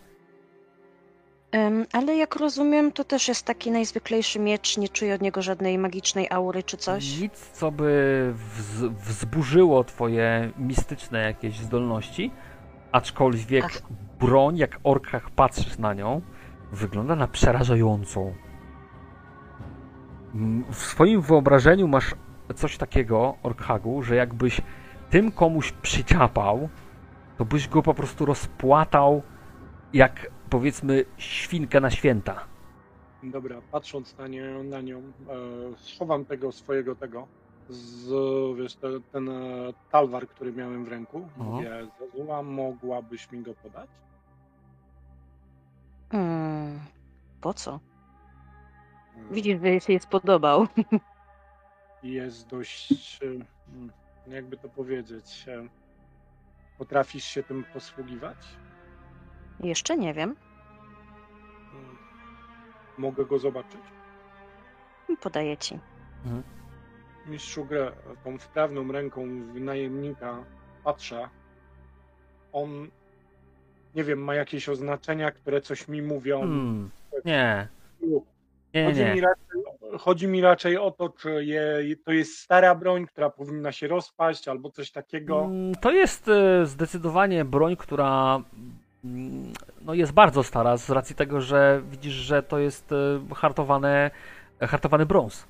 Ale jak rozumiem, to też jest taki najzwyklejszy miecz, nie czuję od niego żadnej magicznej aury czy coś. Nic, co by wzburzyło twoje mistyczne jakieś zdolności, aczkolwiek broń, jak orkach patrzysz na nią, wygląda na przerażającą. W swoim wyobrażeniu masz coś takiego, Orkhagu, że jakbyś tym komuś przyciapał, to byś go po prostu rozpłatał jak, powiedzmy, świnkę na święta. Dobra, patrząc na nią, schowam ten talwar, który miałem w ręku. Mówię, Zazula, mogłabyś mi go podać? Po co? Widzisz, że jej się spodobał. Jest dość, jakby to powiedzieć, potrafisz się tym posługiwać? Jeszcze nie wiem. Mogę go zobaczyć? Podaję ci. Mistrzu grę, tą wprawną ręką najemnika patrzę. On, nie wiem, ma jakieś oznaczenia, które coś mi mówią. Nie. Chodzi mi raczej o to, czy to jest stara broń, która powinna się rozpaść, albo coś takiego. To jest zdecydowanie broń, która jest bardzo stara, z racji tego, że widzisz, że to jest hartowany brąz.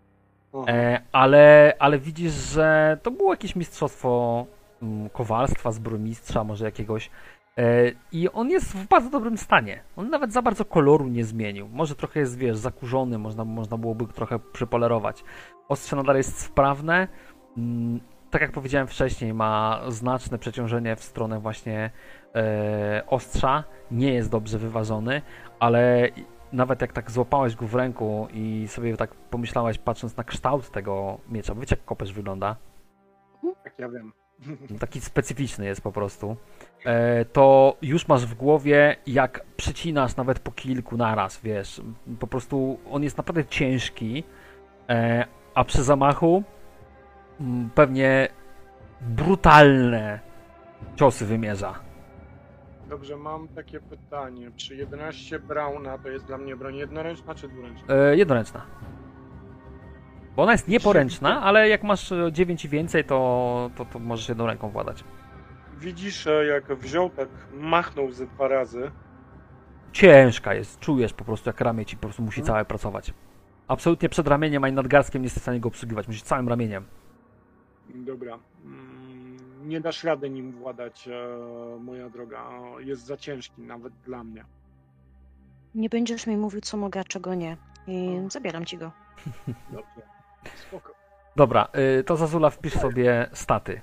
Ale widzisz, że to było jakieś mistrzostwo kowalstwa, zbrojmistrza, może jakiegoś. I on jest w bardzo dobrym stanie. On nawet za bardzo koloru nie zmienił. Może trochę jest, wiesz, zakurzony, można byłoby trochę przypolerować. Ostrze nadal jest sprawne. Tak jak powiedziałem wcześniej, ma znaczne przeciążenie w stronę właśnie ostrza. Nie jest dobrze wyważony, ale nawet jak tak złapałeś go w ręku i sobie tak pomyślałeś, patrząc na kształt tego miecza, bo wiecie jak kopesz wygląda? Tak, ja wiem. Taki specyficzny jest po prostu, to już masz w głowie, jak przycinasz nawet po kilku naraz, wiesz, po prostu on jest naprawdę ciężki, a przy zamachu pewnie brutalne ciosy wymierza. Dobrze, mam takie pytanie. Czy 11 Brauna to jest dla mnie broń jednoręczna czy dwuręczna? Jednoręczna. Bo ona jest nieporęczna, ale jak masz 9 i więcej, to możesz jedną ręką władać. Widzisz, jak wziął, tak machnął ze 2 razy. Ciężka jest, czujesz po prostu, jak ramię ci po prostu musi całe pracować. Absolutnie przed ramieniem ani nadgarstkiem nie jesteś w stanie go obsługiwać, musisz całym ramieniem. Dobra. Nie dasz rady nim władać, moja droga. Jest za ciężki, nawet dla mnie. Nie będziesz mi mówił, co mogę, a czego nie. I zabieram ci go. Dobrze. Spoko. Dobra, to Zazula wpisz sobie staty.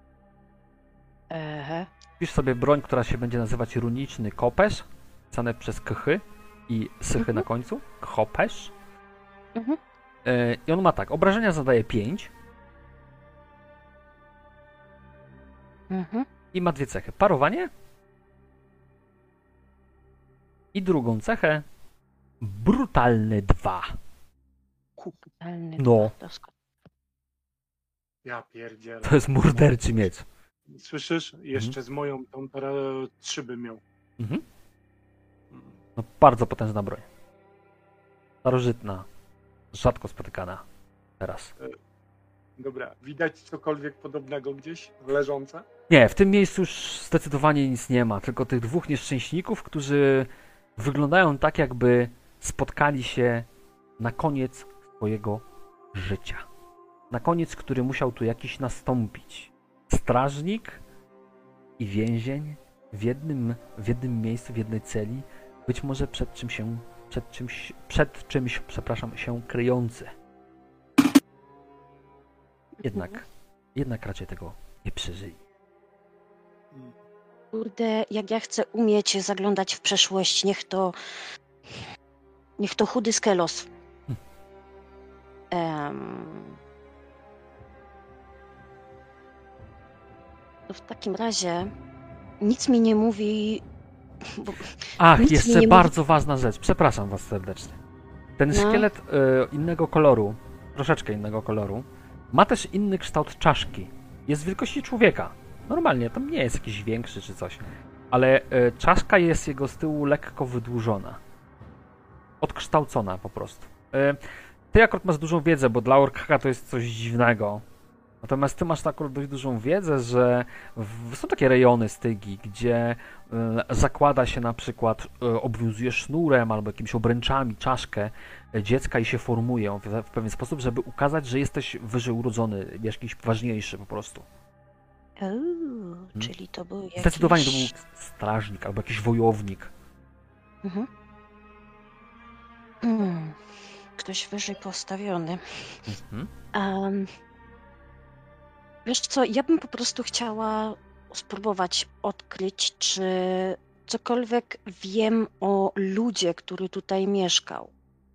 Wpisz sobie broń, która się będzie nazywać runiczny kopesz, pisane przez kchy i sychy na końcu. Kopesz. I on ma tak, obrażenia zadaje 5 i ma 2 cechy. Parowanie i drugą cechę brutalny 2. Brutalny. No, Ja pierdzielę. to jest morderczy miecz. Słyszysz? Jeszcze z moją tą teraz 3 bym miał. No, bardzo potężna broń. Starożytna. Rzadko spotykana teraz. Dobra, widać cokolwiek podobnego gdzieś leżące? Nie, w tym miejscu już zdecydowanie nic nie ma, tylko tych 2 nieszczęśników, którzy wyglądają tak, jakby spotkali się na koniec swojego życia. Na koniec, który musiał tu jakiś nastąpić. Strażnik i więzień w jednym miejscu, w jednej celi, być może przed czymś, przepraszam, się kryjący. Jednak raczej tego nie przeżyli. Kurde, jak ja chcę umieć zaglądać w przeszłość, niech to chudy Skelos. To w takim razie nic mi nie mówi. Ach, nic mi jeszcze nie bardzo ważna rzecz. Przepraszam was serdecznie. Ten szkielet innego koloru, troszeczkę innego koloru, ma też inny kształt czaszki. Jest wielkości człowieka. Normalnie, tam nie jest jakiś większy czy coś. Ale czaszka jest jego z tyłu lekko wydłużona. Odkształcona po prostu. Ty akurat masz dużą wiedzę, bo dla Orkhaka to jest coś dziwnego. Natomiast ty masz taką dość dużą wiedzę, że są takie rejony stygi, gdzie zakłada się na przykład, obwiązuje sznurem albo jakimiś obręczami czaszkę dziecka i się formuje ją w pewien sposób, żeby ukazać, że jesteś wyżej urodzony, jakiś ważniejszy po prostu. Czyli to był jakiś... Zdecydowanie to był strażnik albo jakiś wojownik. Ktoś wyżej postawiony. Wiesz co, ja bym po prostu chciała spróbować odkryć, czy cokolwiek wiem o ludzie, który tutaj mieszkał.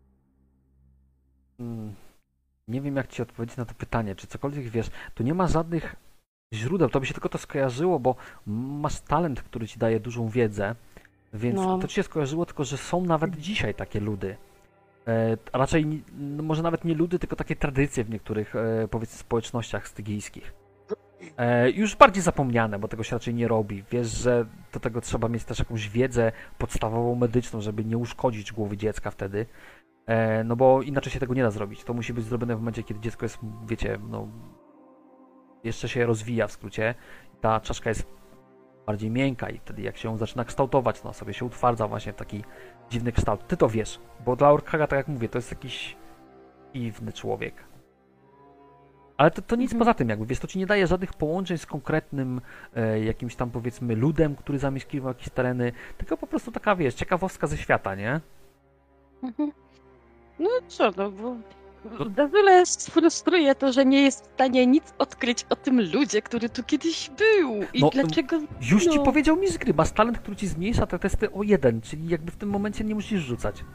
Nie wiem, jak ci odpowiedzieć na to pytanie, czy cokolwiek wiesz. Tu nie ma żadnych źródeł, to by się tylko to skojarzyło, bo masz talent, który ci daje dużą wiedzę, więc to ci się skojarzyło, tylko że są nawet dzisiaj takie ludy. Raczej, może nawet nie ludy, tylko takie tradycje w niektórych, powiedzmy, społecznościach stygijskich. Już bardziej zapomniane, bo tego się raczej nie robi. Wiesz, że do tego trzeba mieć też jakąś wiedzę podstawową medyczną, żeby nie uszkodzić głowy dziecka wtedy. No bo inaczej się tego nie da zrobić. To musi być zrobione w momencie, kiedy dziecko jest, wiecie, no jeszcze się rozwija w skrócie. Ta czaszka jest bardziej miękka i wtedy jak się ją zaczyna kształtować, to ona sobie się utwardza właśnie w taki dziwny kształt. Ty to wiesz, bo dla Orkhaka, tak jak mówię, to jest jakiś dziwny człowiek. Ale to nic poza tym jakby, wiesz, to ci nie daje żadnych połączeń z konkretnym jakimś tam powiedzmy ludem, który zamieszkiwał jakieś tereny, tylko po prostu taka, wiesz, ciekawostka ze świata, nie? Mhm. No co, no bo na tyle frustruje to, że nie jest w stanie nic odkryć o tym ludzie, który tu kiedyś był i No, dlaczego... Już ci no. powiedział mi z gry, masz talent, który ci zmniejsza te testy o 1, czyli jakby w tym momencie nie musisz rzucać.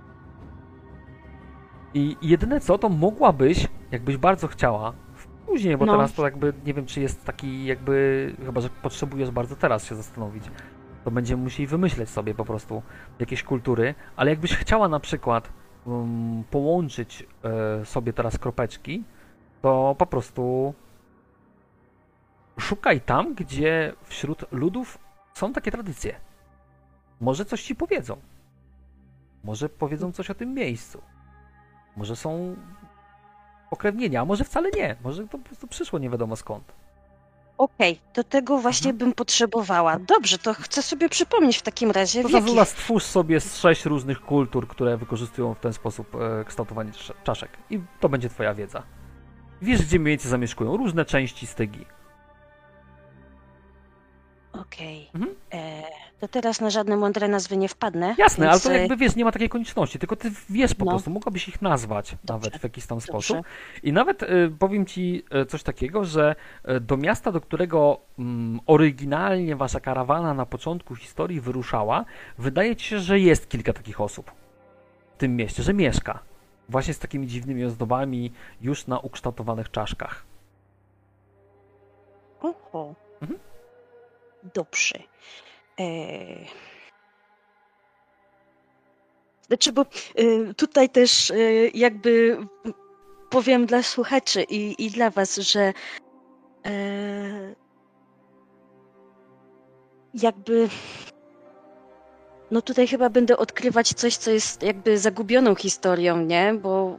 I jedyne co, to mogłabyś, jakbyś bardzo chciała, później, bo No. teraz to jakby nie wiem, czy jest taki jakby, chyba że potrzebujesz bardzo teraz się zastanowić, to będziemy musieli wymyśleć sobie po prostu jakieś kultury, ale jakbyś chciała na przykład połączyć sobie teraz kropeczki, to po prostu szukaj tam, gdzie wśród ludów są takie tradycje. Może coś ci powiedzą. Może powiedzą coś o tym miejscu. Może są pokrewnienia, a może wcale nie. Może to po prostu przyszło nie wiadomo skąd. Okej, do tego właśnie bym potrzebowała. Dobrze, to chcę sobie przypomnieć w takim razie, To w za jakich... Zula stwórz sobie z 6 różnych kultur, które wykorzystują w ten sposób kształtowanie czaszek. I to będzie twoja wiedza. Wiesz, gdzie mniej więcej zamieszkują różne części stygi. Okej. Mhm. To teraz na żadne mądre nazwy nie wpadnę. Jasne, więc, ale to jakby wiesz, nie ma takiej konieczności, tylko ty wiesz po No. prostu, mogłabyś ich nazwać Dobrze, nawet w jakiś tam dobrze. sposób. I nawet powiem ci coś takiego, że do miasta, do którego oryginalnie wasza karawana na początku historii wyruszała, wydaje ci się, że jest kilka takich osób w tym mieście, że mieszka. Właśnie z takimi dziwnymi ozdobami już na ukształtowanych czaszkach. Oho. Mhm. Dobrze. Znaczy, bo tutaj też jakby powiem dla słuchaczy i dla was, że jakby no tutaj chyba będę odkrywać coś, co jest jakby zagubioną historią, nie? Bo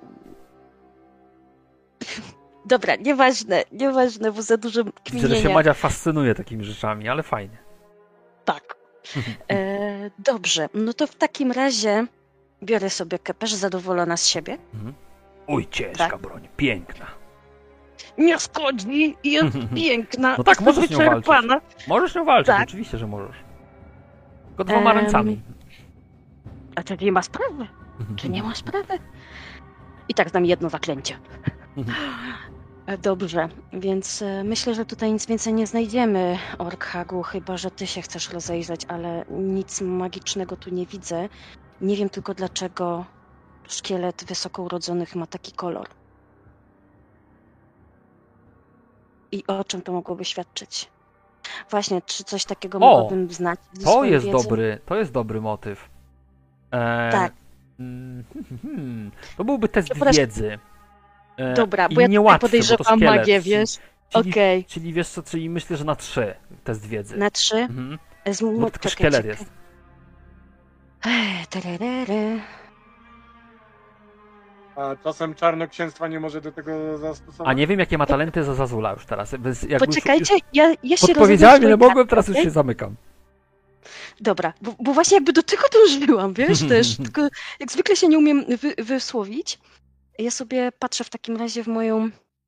dobra, nieważne, bo za dużo Widzę, że kminienia. się Madzia fascynuje takimi rzeczami, ale fajnie. Tak. Dobrze, no to w takim razie biorę sobie kepesz, zadowolona z siebie. Uj, ciężka Tak. broń, piękna. Nie szkodzi, jest piękna. No tak, jestem możesz nią walczyć. wyczerpana. Możesz nią walczyć, Tak. oczywiście, że możesz. Tylko 2 ręcami. A to nie ma sprawy. Czy nie ma sprawy? I tak znam jedno zaklęcie. Dobrze, więc myślę, że tutaj nic więcej nie znajdziemy, Orkhagu, chyba że ty się chcesz rozejrzeć, ale nic magicznego tu nie widzę. Nie wiem tylko dlaczego szkielet wysoko urodzonych ma taki kolor. I o czym to mogłoby świadczyć? Właśnie, czy coś takiego mogłabym znać? ze To swojej jest wiedzy? dobry motyw. Tak. To byłby test Przepraszam. wiedzy. Dobra, I bo ja tutaj niełatwy, bo to podejrzewam szkielet. magię, wiesz? Okej. Czyli wiesz co, czyli myślę, że na 3 test wiedzy. Na 3? Mhm. Bo tylko szkielet jest. Tererere. A czasem czarnoksięstwa nie może do tego zastosować. A nie wiem, jakie ma talenty za Zazula już teraz. Więc jakby Poczekajcie, ja się podpowiedziałem, ile rozejrzę mogłem, teraz już okej? się zamykam. Dobra, bo właśnie jakby do tego dążyłam, wiesz, też, tylko jak zwykle się nie umiem wysłowić. Ja sobie patrzę w takim razie w moją...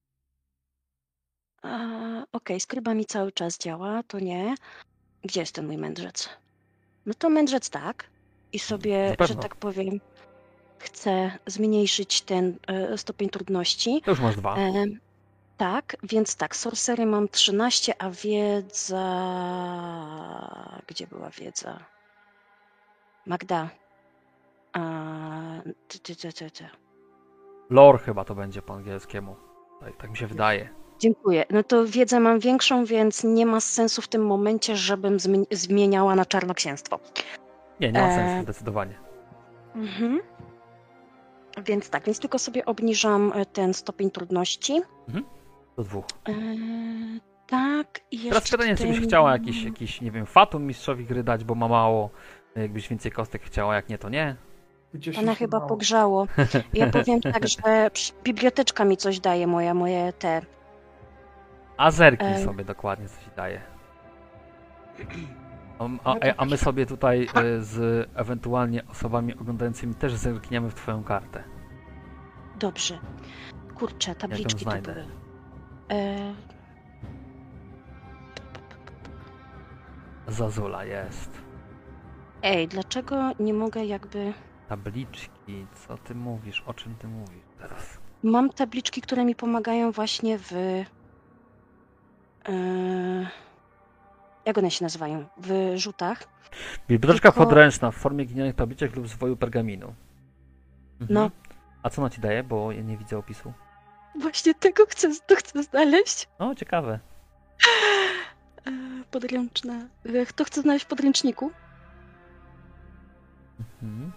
Okej, skryba mi cały czas działa, to nie. Gdzie jest ten mój mędrzec? No to mędrzec tak. I sobie, Na że pewno. tak powiem, chcę zmniejszyć ten stopień trudności. To już masz 2. Tak, więc tak, sorcery mam 13, a wiedza... Gdzie była wiedza? Magda. Ty. Lore chyba to będzie po angielskiemu. Tak mi się wydaje. Dziękuję. No to wiedzę mam większą, więc nie ma sensu w tym momencie, żebym zmieniała na czarnoksięstwo. Nie ma sensu zdecydowanie. Mhm. Więc tak, więc tylko sobie obniżam ten stopień trudności. Do 2. Tak, i jeszcze Teraz pytanie, czy byś tutaj- chciała jakiś, nie wiem, fatum mistrzowi gry dać, bo ma mało. Jakbyś więcej kostek chciała, jak nie, to nie. Gdzieś Ona się chyba mało. pogrzało. Ja powiem tak, że biblioteczka mi coś daje, moje te... A zerknij sobie dokładnie, co ci daje. A my sobie tutaj z ewentualnie osobami oglądającymi też zerkniemy w twoją kartę. Dobrze. Kurczę, tabliczki to znajdę? były. E, Zazula jest. Ej, dlaczego nie mogę jakby... Tabliczki, co ty mówisz? O czym ty mówisz teraz? Mam tabliczki, które mi pomagają właśnie w... jak one się nazywają? W rzutach. Biblioteczka Tylko- podręczna w formie ginionych tabliczek lub zwoju pergaminu. Mhm. No. A co ona ci daje? Bo ja nie widzę opisu. Właśnie to chcę znaleźć. O, ciekawe. Podręczne. To chcę znaleźć w podręczniku. Mhm.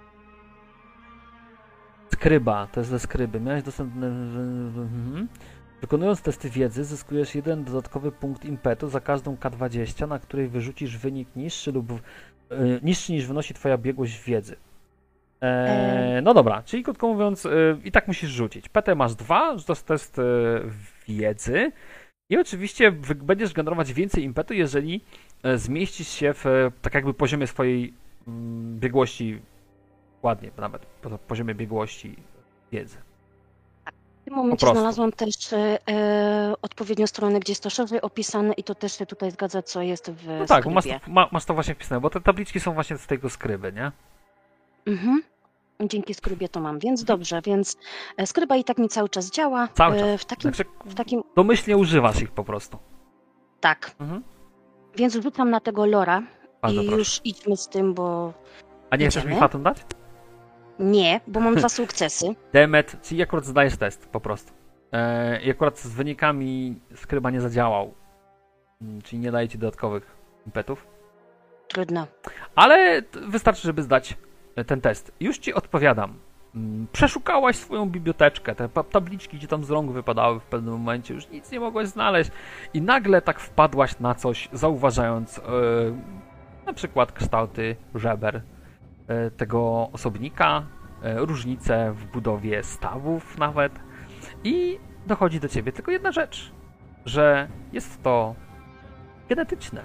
Skryba, to jest ze skryby. Miałeś dostępny... Mhm. Wykonując testy wiedzy, zyskujesz jeden dodatkowy punkt impetu za każdą K20, na której wyrzucisz wynik niższy niższy niż wynosi twoja biegłość wiedzy. No dobra, czyli krótko mówiąc, i tak musisz rzucić. PT masz 2, że to jest test wiedzy i oczywiście będziesz generować więcej impetu, jeżeli zmieścisz się w tak jakby poziomie swojej biegłości, ładnie nawet, poziomie biegłości wiedzy. W tym momencie prostu. znalazłam też odpowiednią stronę, gdzie jest to szerzej opisane i to też się tutaj zgadza, co jest w No tak, bo skrybie. masz to właśnie wpisane, bo te tabliczki są właśnie z tego skryby, nie? Mhm. Dzięki skrybie to mam, więc dobrze, więc skryba i tak mi cały czas działa. Cały czas. W takim, Domyślnie używasz ich po prostu. tak. Mhm. Więc rzucam na tego lora Bardzo i proszę. już idźmy z tym, bo A nie chcesz mi Idziemy? fatum dać? nie, bo mam 2 sukcesy. Demet, czyli akurat zdajesz test po prostu. I akurat z wynikami skryba nie zadziałał. Czyli nie daje ci dodatkowych impetów. Trudno. Ale wystarczy, żeby zdać ten test. Już ci odpowiadam. Przeszukałaś swoją biblioteczkę, te tabliczki, gdzie tam z rąk wypadały w pewnym momencie, już nic nie mogłaś znaleźć i nagle tak wpadłaś na coś, zauważając na przykład kształty żeber tego osobnika, różnice w budowie stawów nawet i dochodzi do ciebie tylko jedna rzecz, że jest to genetyczne.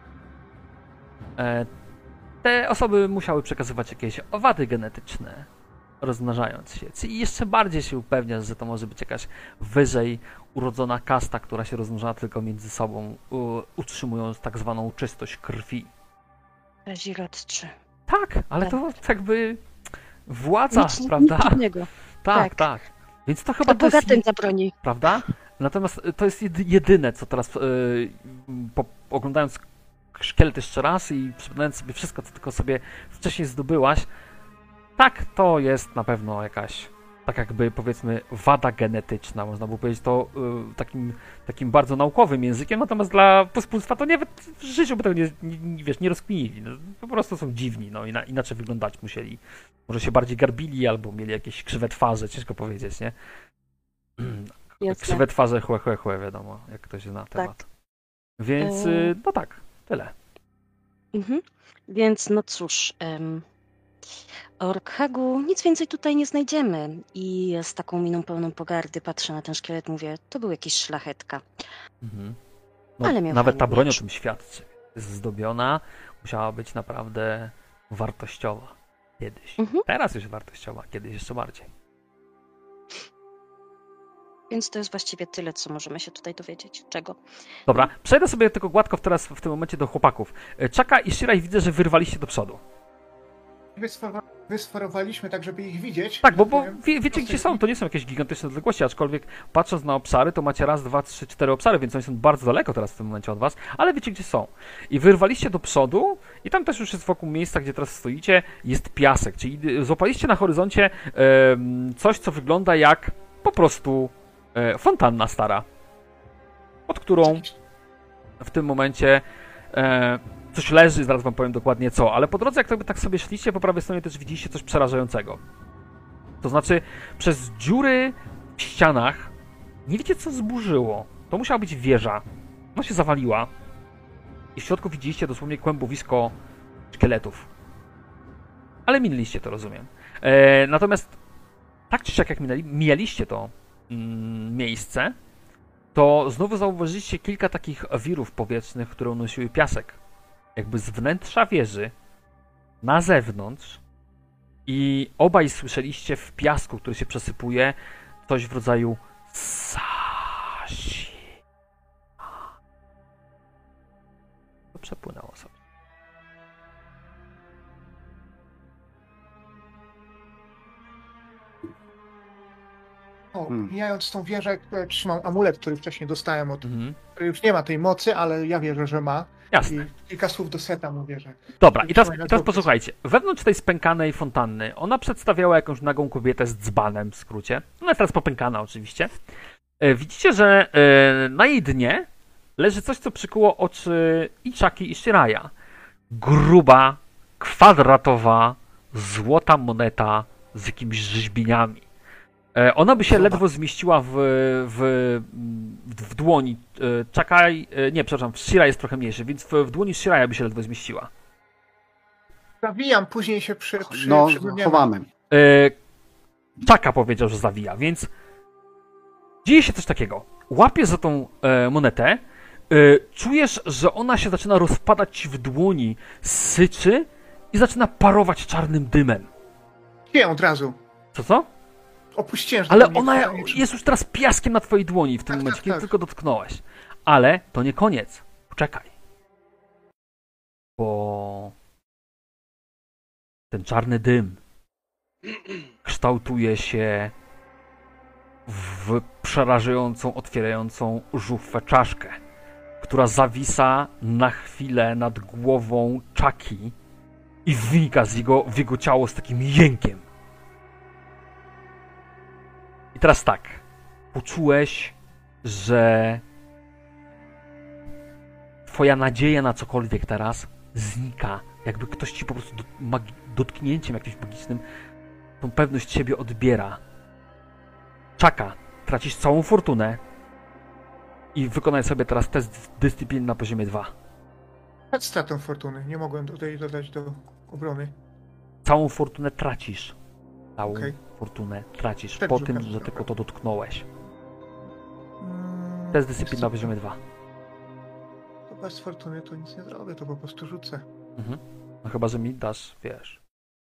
Te osoby musiały przekazywać jakieś owady genetyczne, rozmnażając się. I jeszcze bardziej się upewniasz, że to może być jakaś wyżej urodzona kasta, która się rozmnaża tylko między sobą, utrzymując tak zwaną czystość krwi. Razirodczy. Tak, ale Tak. to jakby władza, Nic prawda? dziwnego. Tak, tak. tak. Więc to chyba To to jest, bogatym zabroni. prawda? Natomiast to jest jedyne, co teraz oglądając szkielet jeszcze raz i przypominając sobie wszystko, co tylko sobie wcześniej zdobyłaś, tak, to jest na pewno jakaś, tak jakby powiedzmy, wada genetyczna, można by powiedzieć to takim bardzo naukowym językiem, natomiast dla pospólstwa to nawet w życiu by tego nie rozkminili. No, po prostu są dziwni, no inaczej wyglądać musieli. Może się bardziej garbili, albo mieli jakieś krzywe twarze, ciężko powiedzieć, nie? Jasne. Krzywe twarze, wiadomo, jak ktoś zna temat. Więc, no tak, tyle. Mhm. Więc no cóż, o Orkhagu nic więcej tutaj nie znajdziemy i z taką miną pełną pogardy patrzę na ten szkielet, mówię, to był jakiś szlachetka. Mhm. Ale miał Nawet fajny ta broń o miecz. tym świadczy. Jest zdobiona, musiała być naprawdę wartościowa kiedyś. Mhm. Teraz już wartościowa, kiedyś jeszcze bardziej. Więc to jest właściwie tyle, co możemy się tutaj dowiedzieć. Czego? Dobra, przejdę sobie tylko gładko teraz w tym momencie do chłopaków. Chaka i Shiraj widzę, że wyrwaliście do przodu. Wysforowaliśmy tak, żeby ich widzieć. Tak, bo powiem. wiecie gdzie są, to nie są jakieś gigantyczne odległości, aczkolwiek patrząc na obszary, to macie raz, dwa, trzy, 4 obszary, więc oni są bardzo daleko teraz w tym momencie od was, ale wiecie gdzie są. I wyrwaliście do przodu i tam też już jest wokół miejsca, gdzie teraz stoicie, jest piasek, czyli złapaliście na horyzoncie coś, co wygląda jak po prostu fontanna stara, pod którą w tym momencie coś leży, zaraz wam powiem dokładnie co, ale po drodze jak tak sobie szliście, po prawej stronie też widzieliście coś przerażającego. To znaczy, przez dziury w ścianach nie wiecie co zburzyło. To musiała być wieża. Ona się zawaliła i w środku widzieliście dosłownie kłębowisko szkieletów. Ale minęliście to, rozumiem. Natomiast tak czy siak jak mijaliście to miejsce, to znowu zauważyliście kilka takich wirów powietrznych, które unosiły piasek. Jakby z wnętrza wieży, na zewnątrz i obaj słyszeliście w piasku, który się przesypuje, coś w rodzaju Ashi. To przepłynęło sobie. Mijając tą wieżę, trzymam amulet, który wcześniej dostałem od... Mhm. Który już nie ma tej mocy, ale ja wierzę, że ma. Jasne. I kilka słów do Seta mówię, że... Dobra, i teraz posłuchajcie. Wewnątrz tej spękanej fontanny, ona przedstawiała jakąś nagą kobietę z dzbanem, w skrócie. Ona jest teraz popękana oczywiście. Widzicie, że na jej dnie leży coś, co przykuło oczy i Chucky, i Shiraya. Gruba, kwadratowa, złota moneta z jakimiś rzeźbieniami. Ona by się ledwo zmieściła w dłoni. Shiraya jest trochę mniejszy, więc w dłoni Shiraya by się ledwo zmieściła. Zawijam, później się No, przybrniemy. chowamy. Chucka powiedział, że zawija, więc dzieje się coś takiego. Łapiesz za tą monetę, czujesz, że ona się zaczyna rozpadać ci w dłoni, syczy i zaczyna parować czarnym dymem. Nie, od razu. Co? Opuściłem, że Ale to nie ona pytanie, czy- jest już teraz piaskiem na twojej dłoni w tym Tak, momencie, tak, kiedy tak. tylko dotknąłeś. Ale to nie koniec. Poczekaj. Bo ten czarny dym kształtuje się w przerażającą, otwierającą żuchwę czaszkę, która zawisa na chwilę nad głową Chucky i wnika w jego ciało z takim jękiem. I teraz tak. Poczułeś, że twoja nadzieja na cokolwiek teraz znika. Jakby ktoś ci po prostu dotknięciem jakimś magicznym tą pewność siebie odbiera. Czaka. Tracisz całą fortunę i wykonaj sobie teraz test dyscypliny na poziomie 2. Przed stratą fortuny. Nie mogłem tutaj dodać do obrony. Całą fortunę tracisz. Całą Okej. fortunę tracisz Przed po tym, rzutem, że dobra. tylko to dotknąłeś. Mm, Test dyscypliny na poziomie 2. To bez fortuny to nic nie zrobię, to po prostu rzucę. No chyba, że mi dasz, wiesz.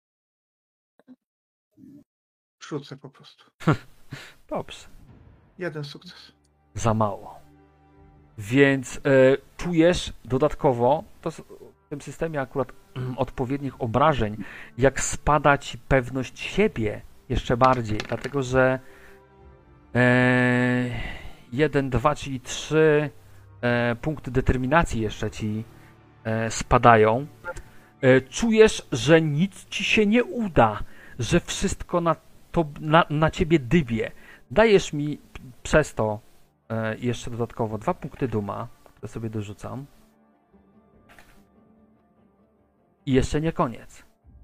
Rzucę po prostu. Dobrze. Jeden sukces. Za mało. Więc czujesz dodatkowo, to w tym systemie akurat odpowiednich obrażeń, jak spada ci pewność siebie jeszcze bardziej, dlatego że 1, 2, czyli 3 punkty determinacji jeszcze ci spadają. Czujesz, że nic ci się nie uda, że wszystko na ciebie dybie. Dajesz mi przez to jeszcze dodatkowo 2 punkty duma, które sobie dorzucam. I jeszcze nie koniec.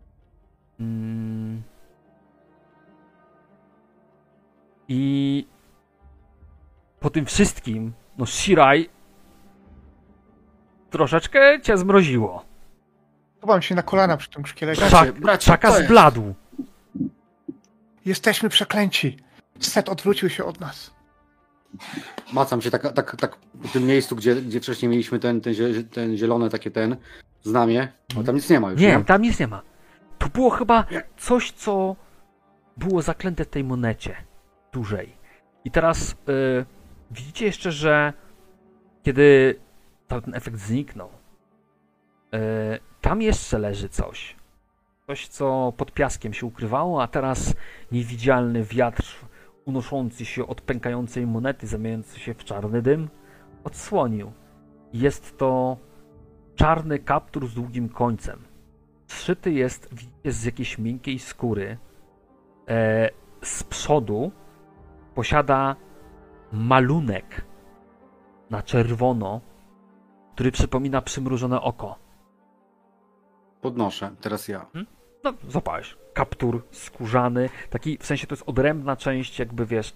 I po tym wszystkim, no Shiraj troszeczkę cię zmroziło. Chowam się na kolana przy tym szkielecie. Bracie, Czaka co jest? zbladł. Jesteśmy przeklęci. Set odwrócił się od nas. Macam się tak w tym miejscu, gdzie wcześniej mieliśmy ten zielone takie znamie. No tam nic nie ma już, Nie, tam nic nie ma. To było chyba coś, co było zaklęte w tej monecie dużej. I teraz widzicie jeszcze, że kiedy ten efekt zniknął, tam jeszcze leży coś. Coś, co pod piaskiem się ukrywało, a teraz niewidzialny wiatr unoszący się od pękającej monety, zamieniający się w czarny dym, odsłonił. Jest to czarny kaptur z długim końcem. Zszyty jest, widzicie, z jakiejś miękkiej skóry. Z przodu posiada malunek na czerwono, który przypomina przymrużone oko. Podnoszę, teraz ja. No, złapałeś. Kaptur skórzany, taki, w sensie to jest odrębna część, jakby wiesz,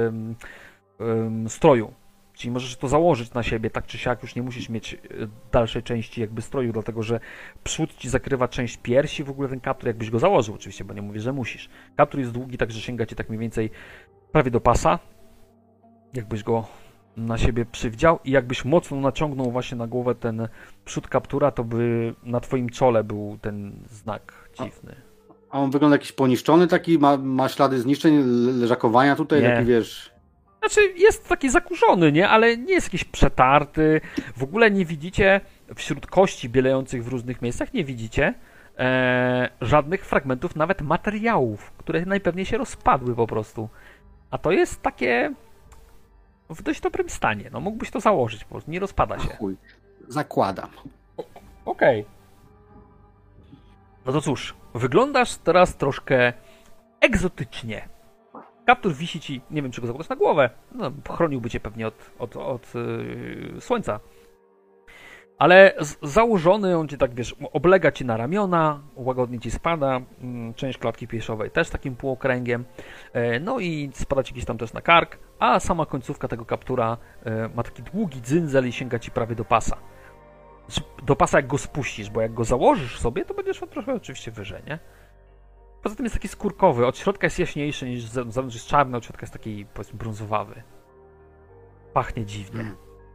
stroju. Czyli możesz to założyć na siebie, tak czy siak, już nie musisz mieć dalszej części jakby stroju, dlatego że przód ci zakrywa część piersi, w ogóle ten kaptur, jakbyś go założył oczywiście, bo nie mówię, że musisz. Kaptur jest długi, także sięga ci tak mniej więcej prawie do pasa, jakbyś go na siebie przywdział i jakbyś mocno naciągnął właśnie na głowę ten przód kaptura, to by na twoim czole był ten znak dziwny. A on wygląda jakiś poniszczony taki? Ma ślady zniszczeń, leżakowania tutaj? Nie. Taki wiesz... Znaczy, jest taki zakurzony, nie? Ale nie jest jakiś przetarty. W ogóle nie widzicie wśród kości bielejących w różnych miejscach, nie widzicie żadnych fragmentów, nawet materiałów, które najpewniej się rozpadły po prostu. A to jest takie w dość dobrym stanie. No mógłbyś to założyć, po prostu nie rozpada się. Chuj. Zakładam. Okej. No to cóż, wyglądasz teraz troszkę egzotycznie. Kaptur wisi ci, nie wiem czy go zakładasz na głowę, no, chroniłby cię pewnie od słońca. Ale założony, on cię tak, wiesz, oblega ci na ramiona, łagodnie ci spada, część klatki piersiowej też takim półokręgiem, no i spada ci gdzieś tam też na kark, a sama końcówka tego kaptura ma taki długi dzynzel i sięga ci prawie do pasa. Do pasa jak go spuścisz, bo jak go założysz sobie, to będziesz trochę oczywiście wyżej, nie? Poza tym jest taki skórkowy, od środka jest jaśniejszy niż z zewnątrz jest czarny, od środka jest taki, powiedzmy, brązowawy. Pachnie dziwnie.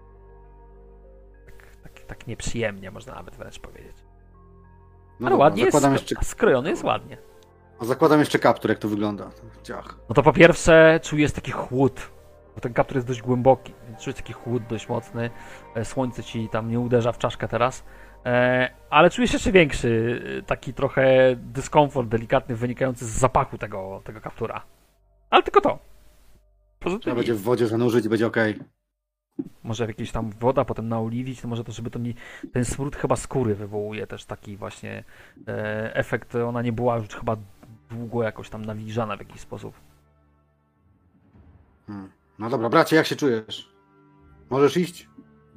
Tak nieprzyjemnie, można nawet wręcz powiedzieć. No Ale dobra, ładnie jest, jeszcze... skrojony jest ładnie. A zakładam jeszcze kaptur, jak to wygląda. Ciach. No to po pierwsze czujesz taki chłód, bo ten kaptur jest dość głęboki, więc czujesz taki chłód dość mocny. Słońce ci tam nie uderza w czaszkę teraz. Ale czujesz jeszcze większy, taki trochę dyskomfort delikatny wynikający z zapachu tego kaptura. Ale tylko to. Poza tym Trzeba będzie w wodzie zanurzyć i będzie okej. może jakieś tam woda, potem naoliwić, to może to, żeby to nie... Ten smród chyba skóry wywołuje też taki właśnie efekt. Ona nie była już chyba długo jakoś tam nawilżana w jakiś sposób. No dobra, bracie, jak się czujesz? Możesz iść?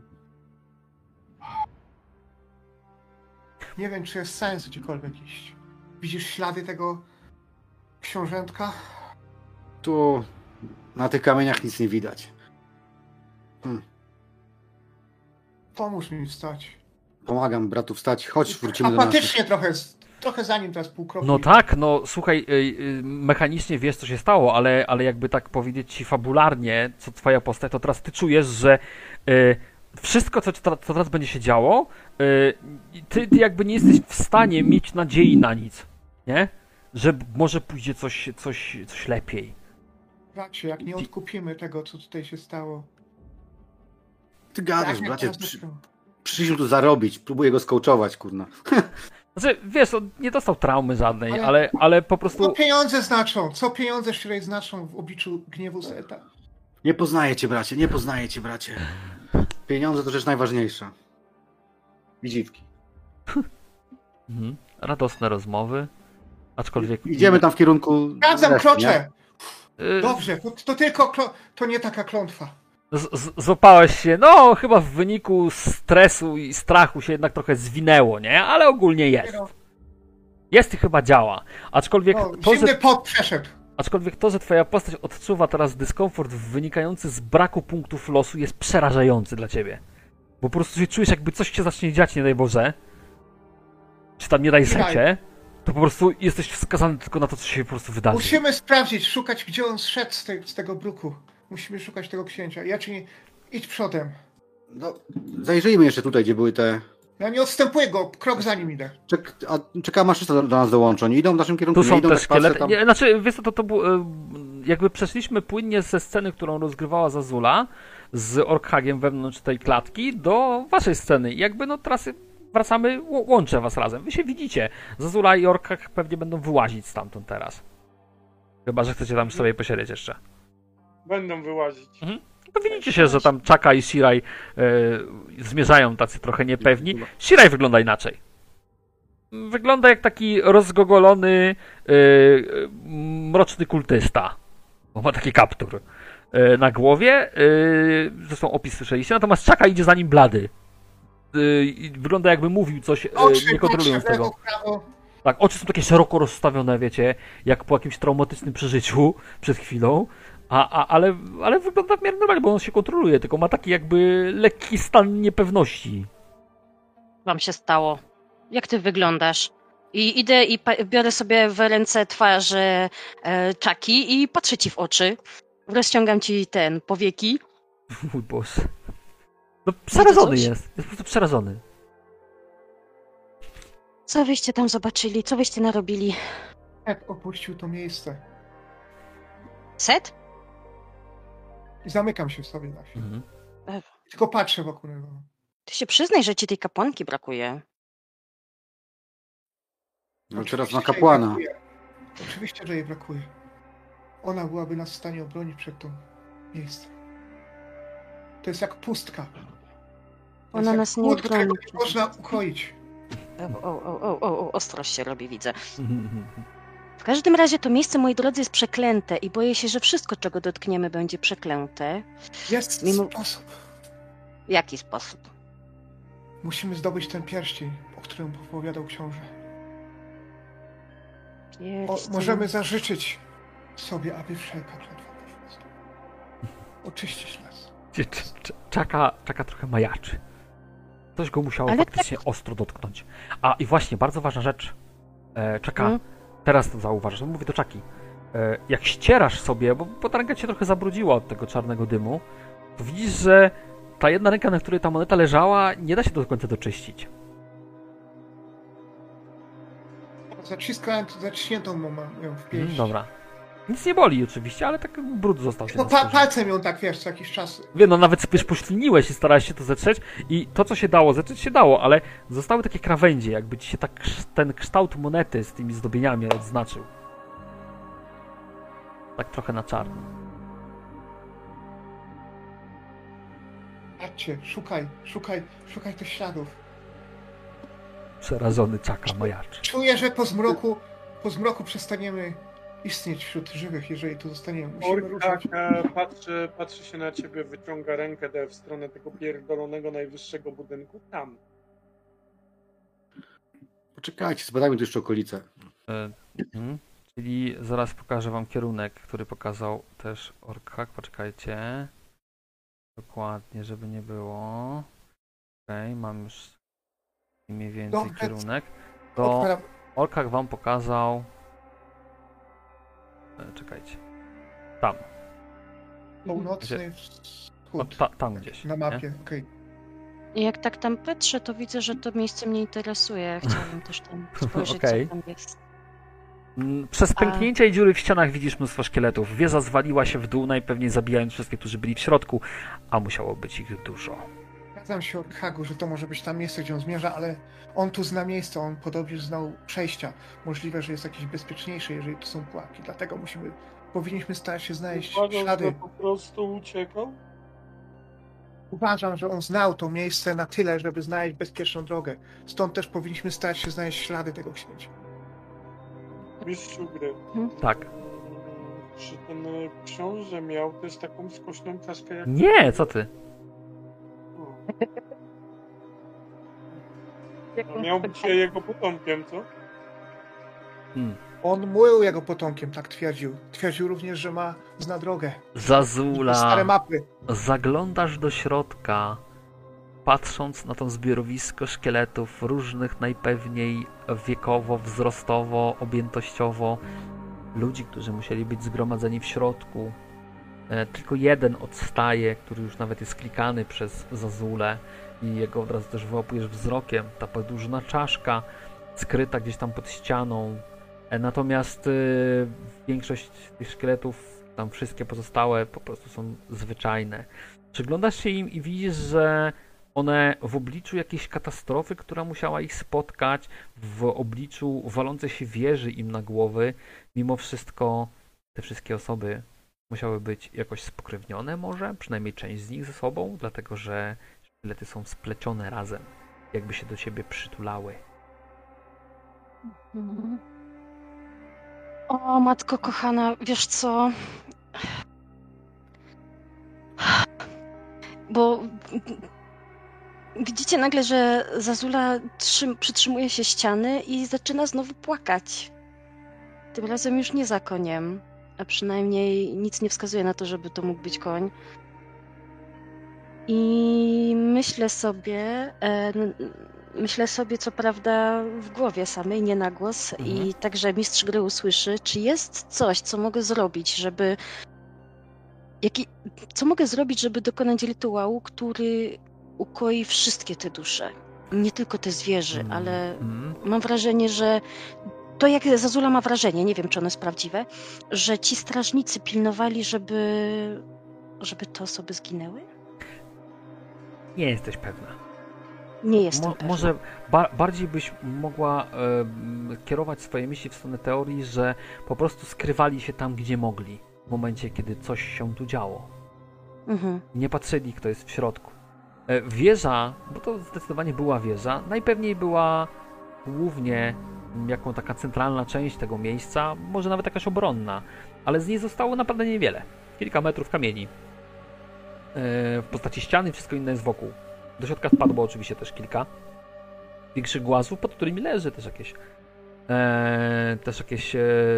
Nie wiem, czy jest sens gdziekolwiek iść. Widzisz ślady tego książętka? Tu na tych kamieniach nic nie widać. Pomóż mi wstać. Pomagam bratu wstać. Chodź, wrócimy do naszych. Apatycznie trochę za nim teraz pół kroku. No tak, no słuchaj, mechanicznie wiesz co się stało, ale jakby tak powiedzieć ci fabularnie, co twoja postać, to teraz ty czujesz, że wszystko co teraz będzie się działo, ty jakby nie jesteś w stanie mieć nadziei na nic, nie? Że może pójdzie coś lepiej. Bracie, jak nie odkupimy tego, co tutaj się stało. Ty gadasz, jak bracie. nas wyszło? Przyszliśmy tu zarobić. Próbuję go skołczować, kurna. Znaczy, wiesz, on nie dostał traumy żadnej, Ale- ale po prostu... Co pieniądze znaczą? Co pieniądze szczerej znaczą w obliczu gniewu Seta? Nie poznaję cię, bracie. Nie poznaję cię, bracie. Pieniądze to rzecz najważniejsza. Widziwki. Radosne rozmowy, aczkolwiek... Idziemy tam w kierunku... Sprawdzam reszty, nie? krocze! y, Dobrze, to tylko to nie taka klątwa. Złapałeś się, no chyba w wyniku stresu i strachu się jednak trochę zwinęło, nie? Ale ogólnie jest. Jest i chyba działa. Aczkolwiek No, to, zimny że, pot przeszedł. twoja postać odczuwa teraz dyskomfort wynikający z braku punktów losu jest przerażający dla ciebie. Bo po prostu się czujesz, jakby coś się zacznie dziać, nie daj Boże. Czy tam nie daj Secie, to po prostu jesteś wskazany tylko na to, co się po prostu wydarzy. Musimy sprawdzić, szukać, gdzie on szedł z tego bruku. Musimy szukać tego księcia. Ja ci nie... Idź przodem. No, zajrzyjmy jeszcze tutaj, gdzie były te... Ja nie odstępuję go, krok za nim idę. Czeka maszysta do nas dołączy. Oni idą w naszym kierunku. Tu nie są idą, te tak patrzę szkielety. tam. Nie, znaczy, wiesz co, to było... Jakby przeszliśmy płynnie ze sceny, którą rozgrywała Zazula z Orkhagiem wewnątrz tej klatki do waszej sceny. I jakby no teraz wracamy, łączę was razem. Wy się widzicie. Zazula i Orkhag pewnie będą wyłazić stamtąd teraz. Chyba, że chcecie tam sobie posiedzieć jeszcze. Będą wyłazić. To widzicie się, że tam Chaka i Shirai zmierzają tacy trochę niepewni. Shirai wygląda inaczej. Wygląda jak taki rozgogolony, mroczny kultysta. Bo ma taki kaptur na głowie. Zresztą opis słyszeliście. Natomiast Chaka idzie za nim blady. I wygląda jakby mówił coś, nie kontrolując patrzę w tego. lewo, w prawo. Tak, oczy są takie szeroko rozstawione, wiecie, jak po jakimś traumatycznym przeżyciu przed chwilą. Ale wygląda w miarę normalnie, bo on się kontroluje, tylko ma taki jakby lekki stan niepewności. Wam się stało? Jak ty wyglądasz? I idę i biorę sobie w ręce twarz Chucky i patrzę ci w oczy. Rozciągam ci powieki. Mój Boże. No przerażony coś? jest po prostu przerażony. Co wyście tam zobaczyli? Co wyście narobili? Ed opuścił to miejsce. Set? I zamykam się w sobie na chwilę. Mhm. Tylko patrzę wokół niego. Ty się przyznaj, że ci tej kapłanki brakuje. No teraz Oczywiście, ma że jej kapłana. brakuje. Oczywiście, że jej brakuje. Ona byłaby nas w stanie obronić przed tym miejscem. To jest jak pustka. To Ona jest jak nas nie płód, którego obroni. nie można ukoić. Ostrość się robi, widzę. W każdym razie to miejsce, moi drodzy, jest przeklęte i boję się, że wszystko, czego dotkniemy, będzie przeklęte. Jest Mimo- sposób. W jaki sposób? Musimy zdobyć ten pierścień, o którym opowiadał książę. Możemy zażyczyć sobie, aby wszelka klątwa poszła. Oczyścić nas. Czaka trochę majaczy. Coś go musiało Ale faktycznie ostro dotknąć. A i właśnie, bardzo ważna rzecz. Czaka, Mhm. teraz to zauważasz, mówię do Czaki. Jak ścierasz sobie, bo ta ręka cię trochę zabrudziła od tego czarnego dymu, to widzisz, że ta jedna ręka, na której ta moneta leżała, nie da się do końca doczyścić. Zaciskałem zaciśniętą ją w pięść. Dobra. Nic nie boli oczywiście, ale tak brud został się No na skórze. palcem ją tak, wiesz, co jakiś czas. Wiem, no nawet sobie pośliniłeś i starałeś się to zetrzeć i to, co się dało zetrzeć, się dało, ale zostały takie krawędzie, jakby ci się tak ten kształt monety z tymi zdobieniami odznaczył. Tak trochę na czarno. Patrzcie, szukaj tych śladów. Przerażony Czaka majaczy. Czuję, że po zmroku przestaniemy istnieć wśród żywych, jeżeli tu zostaniemy. Musimy Orkak ruszyć. patrzy się na ciebie, wyciąga rękę w stronę tego pierdolonego najwyższego budynku. Tam. Poczekajcie, zbadajmy tu jeszcze okolice. Czyli zaraz pokażę wam kierunek, który pokazał też Orkhak. Poczekajcie. Dokładnie, żeby nie było. Okej, mam już mniej więcej Dobrze. kierunek. To Odpra- Orkhak wam pokazał... Czekajcie. Tam. Północny O, wschód. tam gdzieś. Na nie? mapie, okej. I jak tak tam patrzę, to widzę, że to miejsce mnie interesuje. Chciałabym też tam spojrzeć, Okej. co tam jest. Przez pęknięcia i dziury w ścianach widzisz mnóstwo szkieletów. Wieża zwaliła się w dół, najpewniej zabijając wszystkich, którzy byli w środku, a musiało być ich dużo. Zgadzam się Orkhagu, że to może być tam miejsce, gdzie on zmierza, ale on tu zna miejsce, on podobnie znał przejścia. Możliwe, że jest jakieś bezpieczniejsze, jeżeli to są pułapki. Dlatego powinniśmy starać się znaleźć Uważam, ślady. że po prostu uciekał? Uważam, że on znał to miejsce na tyle, żeby znaleźć bezpieczną drogę. Stąd też powinniśmy starać się znaleźć ślady tego księcia. Mistrzu gry. Tak. Czy ten książę miał też taką skośną czaszkę jak... Nie, co ty? No, miał być jego potomkiem, co? On był jego potomkiem, tak twierdził. Twierdził również, że zna drogę. Stare Zazula, mapy. zaglądasz do środka, patrząc na to zbiorowisko szkieletów różnych, najpewniej wiekowo, wzrostowo, objętościowo. Ludzi, którzy musieli być zgromadzeni w środku. Tylko jeden odstaje, który już nawet jest klikany przez Zazulę i jego od razu też wyłapujesz wzrokiem. Ta podłużna czaszka skryta gdzieś tam pod ścianą. Natomiast większość tych szkieletów, tam wszystkie pozostałe, po prostu są zwyczajne. Przyglądasz się im i widzisz, że one w obliczu jakiejś katastrofy, która musiała ich spotkać, w obliczu walącej się wieży im na głowy, mimo wszystko te wszystkie osoby musiały być jakoś spokrewnione może, przynajmniej część z nich ze sobą, dlatego że szkielety są splecione razem, jakby się do siebie przytulały. Mhm. O, matko kochana, wiesz co? Bo widzicie nagle, że Zazula przytrzymuje się ściany i zaczyna znowu płakać. Tym razem już nie za koniem, a przynajmniej nic nie wskazuje na to, żeby to mógł być koń. I myślę sobie co prawda w głowie samej, nie na głos, i także mistrz gry usłyszy, czy jest coś, co mogę zrobić, żeby dokonać rytuału, który ukoi wszystkie te dusze. Nie tylko te zwierzy, ale mam wrażenie, że to jak Zazula ma wrażenie, nie wiem czy ono jest prawdziwe, że ci strażnicy pilnowali, żeby żeby te osoby zginęły? Nie jesteś pewna. Nie jestem pewna. Może bardziej byś mogła kierować swoje myśli w stronę teorii, że po prostu skrywali się tam, gdzie mogli, w momencie, kiedy coś się tu działo. Mhm. Nie patrzyli, kto jest w środku. Wieża, bo to zdecydowanie była wieża, najpewniej była głównie jako taka centralna część tego miejsca, może nawet jakaś obronna, ale z niej zostało naprawdę niewiele. Kilka metrów kamieni. W postaci ściany, wszystko inne jest wokół. Do środka spadło oczywiście też kilka większych głazów, pod którymi leży też jakieś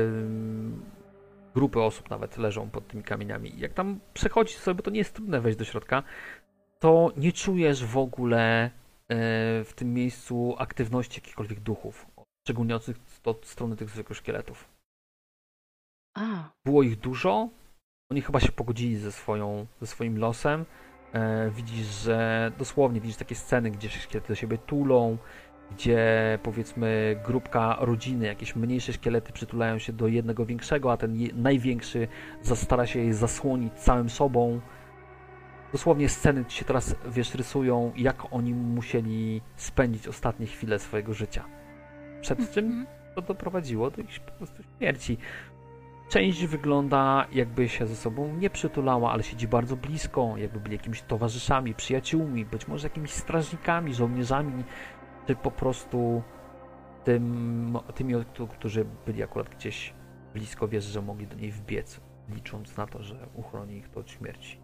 grupy osób nawet leżą pod tymi kamieniami. Jak tam przechodzisz sobie, bo to nie jest trudne wejść do środka, to nie czujesz w ogóle w tym miejscu aktywności jakichkolwiek duchów, szczególnie od strony tych zwykłych szkieletów. A, Było ich dużo, oni chyba się pogodzili ze swoim losem. Widzisz, że dosłownie widzisz takie sceny, gdzie szkielety do siebie tulą, gdzie powiedzmy grupka rodziny, jakieś mniejsze szkielety przytulają się do jednego większego, a ten największy stara się je zasłonić całym sobą. Dosłownie sceny ci się teraz, rysują, jak oni musieli spędzić ostatnie chwile swojego życia. Przed czym to doprowadziło do ich po prostu śmierci. Część wygląda, jakby się ze sobą nie przytulała, ale siedzi bardzo blisko, jakby byli jakimiś towarzyszami, przyjaciółmi, być może jakimiś strażnikami, żołnierzami, czy po prostu tymi, którzy byli akurat gdzieś blisko wieży, że mogli do niej wbiec, licząc na to, że uchroni ich to od śmierci.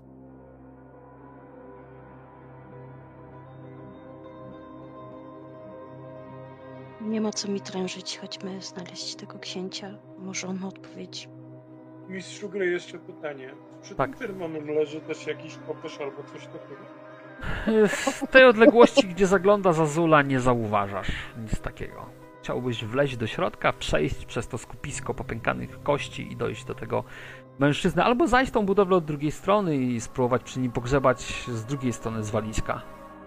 nie ma co mi trężyć, chodźmy znaleźć tego księcia. Może on odpowiedzi. Mistrzu gry, jeszcze pytanie. Przy Tak. tym Tyrmonem leży też jakiś kokosz albo coś takiego? Z tej odległości, gdzie zagląda Zazula, nie zauważasz nic takiego. Chciałbyś wleźć do środka, przejść przez to skupisko popękanych kości i dojść do tego mężczyzny, albo zajść tą budowlę od drugiej strony i spróbować przy nim pogrzebać z drugiej strony zwaliska.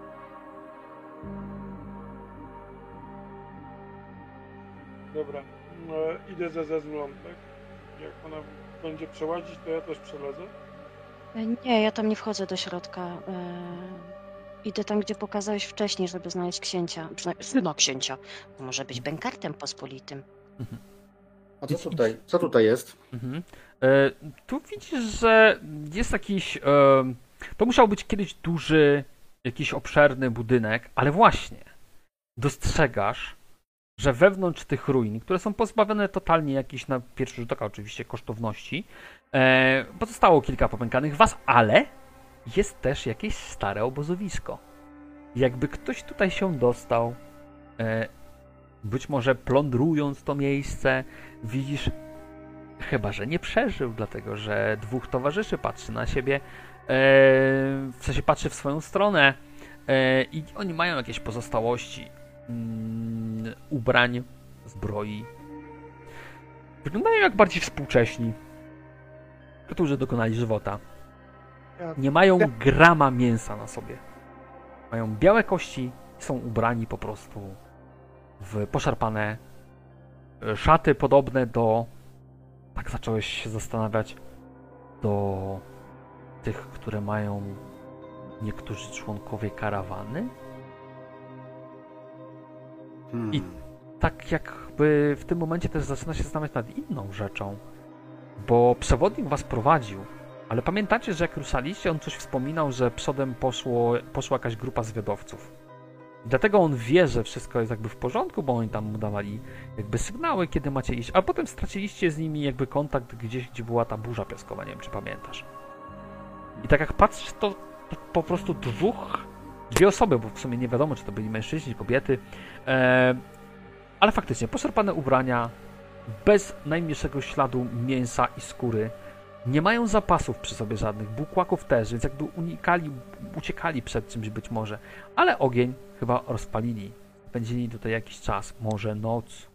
Dobra, idę za Zazulą, tak? Jak ona będzie przełazić, to ja też przelezę? Nie, ja tam nie wchodzę do środka. Idę tam, gdzie pokazałeś wcześniej, żeby znaleźć księcia. Przynajmniej syna księcia. Może być bękartem pospolitym. A co tutaj jest? Mhm. Tu widzisz, że jest jakiś... to musiał być kiedyś duży, jakiś obszerny budynek, ale właśnie dostrzegasz, że wewnątrz tych ruin, które są pozbawione totalnie jakichś na pierwszy rzut oka oczywiście kosztowności, pozostało kilka popękanych was, ale jest też jakieś stare obozowisko. Jakby ktoś tutaj się dostał, być może plądrując to miejsce, widzisz, chyba że nie przeżył, dlatego że dwóch towarzyszy patrzy na siebie, w sensie patrzy w swoją stronę i oni mają jakieś pozostałości ubrań, zbroi. Wyglądają jak bardziej współcześni, którzy dokonali żywota. Nie mają grama mięsa na sobie. Mają białe kości, są ubrani po prostu w poszarpane szaty podobne do... Tak zacząłeś się zastanawiać, do tych, które mają niektórzy członkowie karawany. I tak jakby w tym momencie też zaczyna się zastanawiać nad inną rzeczą, bo przewodnik was prowadził, ale pamiętacie, że jak ruszaliście, on coś wspominał, że przodem poszła jakaś grupa zwiadowców. Dlatego on wie, że wszystko jest jakby w porządku, bo oni tam mu dawali jakby sygnały, kiedy macie iść, a potem straciliście z nimi jakby kontakt gdzieś, gdzie była ta burza piaskowa, nie wiem, czy pamiętasz. I tak jak patrzysz, to po prostu dwie osoby, bo w sumie nie wiadomo, czy to byli mężczyźni, kobiety, ale faktycznie poszarpane ubrania, bez najmniejszego śladu mięsa i skóry, nie mają zapasów przy sobie żadnych, bukłaków też, więc jakby uciekali przed czymś być może, ale ogień chyba rozpalili, spędzili tutaj jakiś czas, może noc.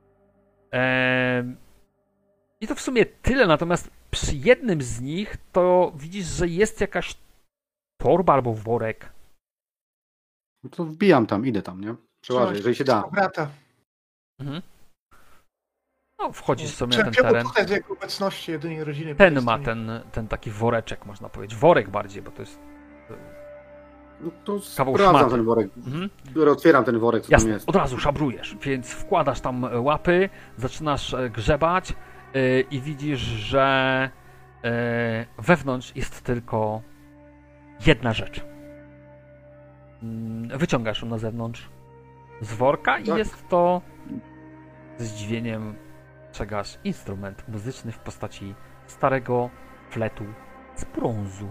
I to w sumie tyle, natomiast przy jednym z nich to widzisz, że jest jakaś torba albo worek. No to wbijam tam, idę tam, nie? Przełażę, jeżeli się da. Brata. Mhm. No, wchodzisz sobie na ten Czemu teren. tutaj z jego obecności jedynej rodziny? po Ten tej ma stronie? ten taki woreczek, można powiedzieć. Worek bardziej, bo to jest... No to Kawał sprawdzam szmaty. ten worek. Mhm. Otwieram ten worek, co tam Jasne, jest. od razu szabrujesz, więc wkładasz tam łapy, zaczynasz grzebać i widzisz, że wewnątrz jest tylko jedna rzecz. Wyciągasz ją na zewnątrz z worka i Tak. jest to ze zdziwieniem przegasz instrument muzyczny w postaci starego fletu z brązu.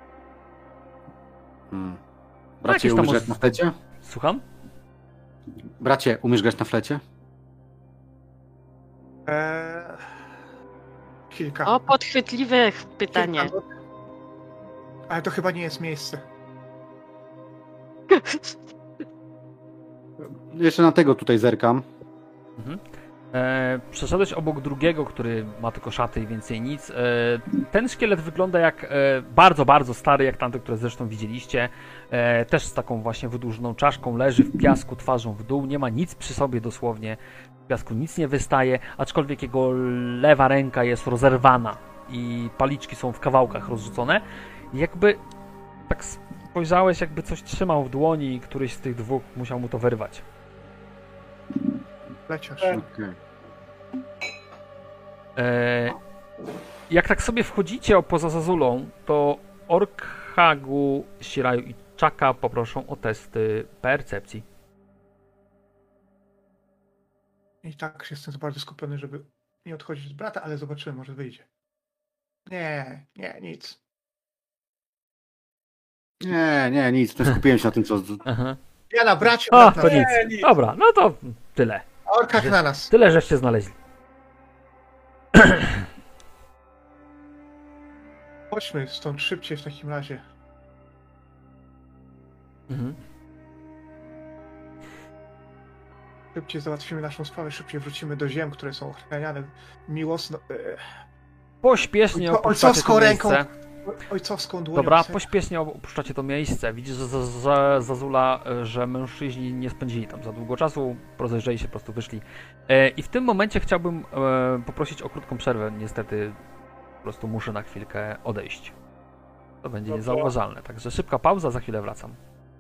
Bracie, jakieś tam umiesz grać na flecie? Słucham? Bracie, umiesz grać na flecie? Kilka. O, podchwytliwe pytanie. Kilka. Ale to chyba nie jest miejsce. Jeszcze na tego tutaj zerkam. Przeszedłeś obok drugiego, który ma tylko szaty i więcej nic. Ten szkielet wygląda jak bardzo, bardzo stary, jak tamte, które zresztą widzieliście. Też z taką właśnie wydłużoną czaszką, leży w piasku twarzą w dół, nie ma nic przy sobie dosłownie. W piasku nic nie wystaje, aczkolwiek jego lewa ręka jest rozerwana i paliczki są w kawałkach rozrzucone. Jakby tak spojrzałeś, jakby coś trzymał w dłoni i któryś z tych dwóch musiał mu to wyrwać. Leciasz. Okej. Jak tak sobie wchodzicie poza Zazulą, to Orkhagu, Shiraju i Chaka poproszą o testy percepcji. I tak jestem za bardzo skupiony, żeby nie odchodzić od brata, ale zobaczymy, może wyjdzie. Nie, nic. Nie, nic. Nie skupiłem się na tym, co... Aha. Ja na bracie, O, brat na to mnie. nic. Dobra, no to tyle. A orkach na nas. Tyle, żeście znaleźli. Chodźmy stąd szybciej w takim razie. Mhm. Szybciej załatwimy naszą sprawę, szybciej wrócimy do ziem, które są ochraniane miłosno... Pośpiesznie Ojco- opuszczacie to ojcowską ręką. miejsce. ojcowską dłonią. Dobra, chcę- pośpiesznie opuszczacie to miejsce. Widzisz, że Zazula, że mężczyźni nie spędzili tam za długo czasu, rozejrzeli się, po prostu wyszli. I w tym momencie chciałbym poprosić o krótką przerwę. Niestety po prostu muszę na chwilkę odejść. To będzie Dobra. niezauważalne, także szybka pauza, za chwilę wracam.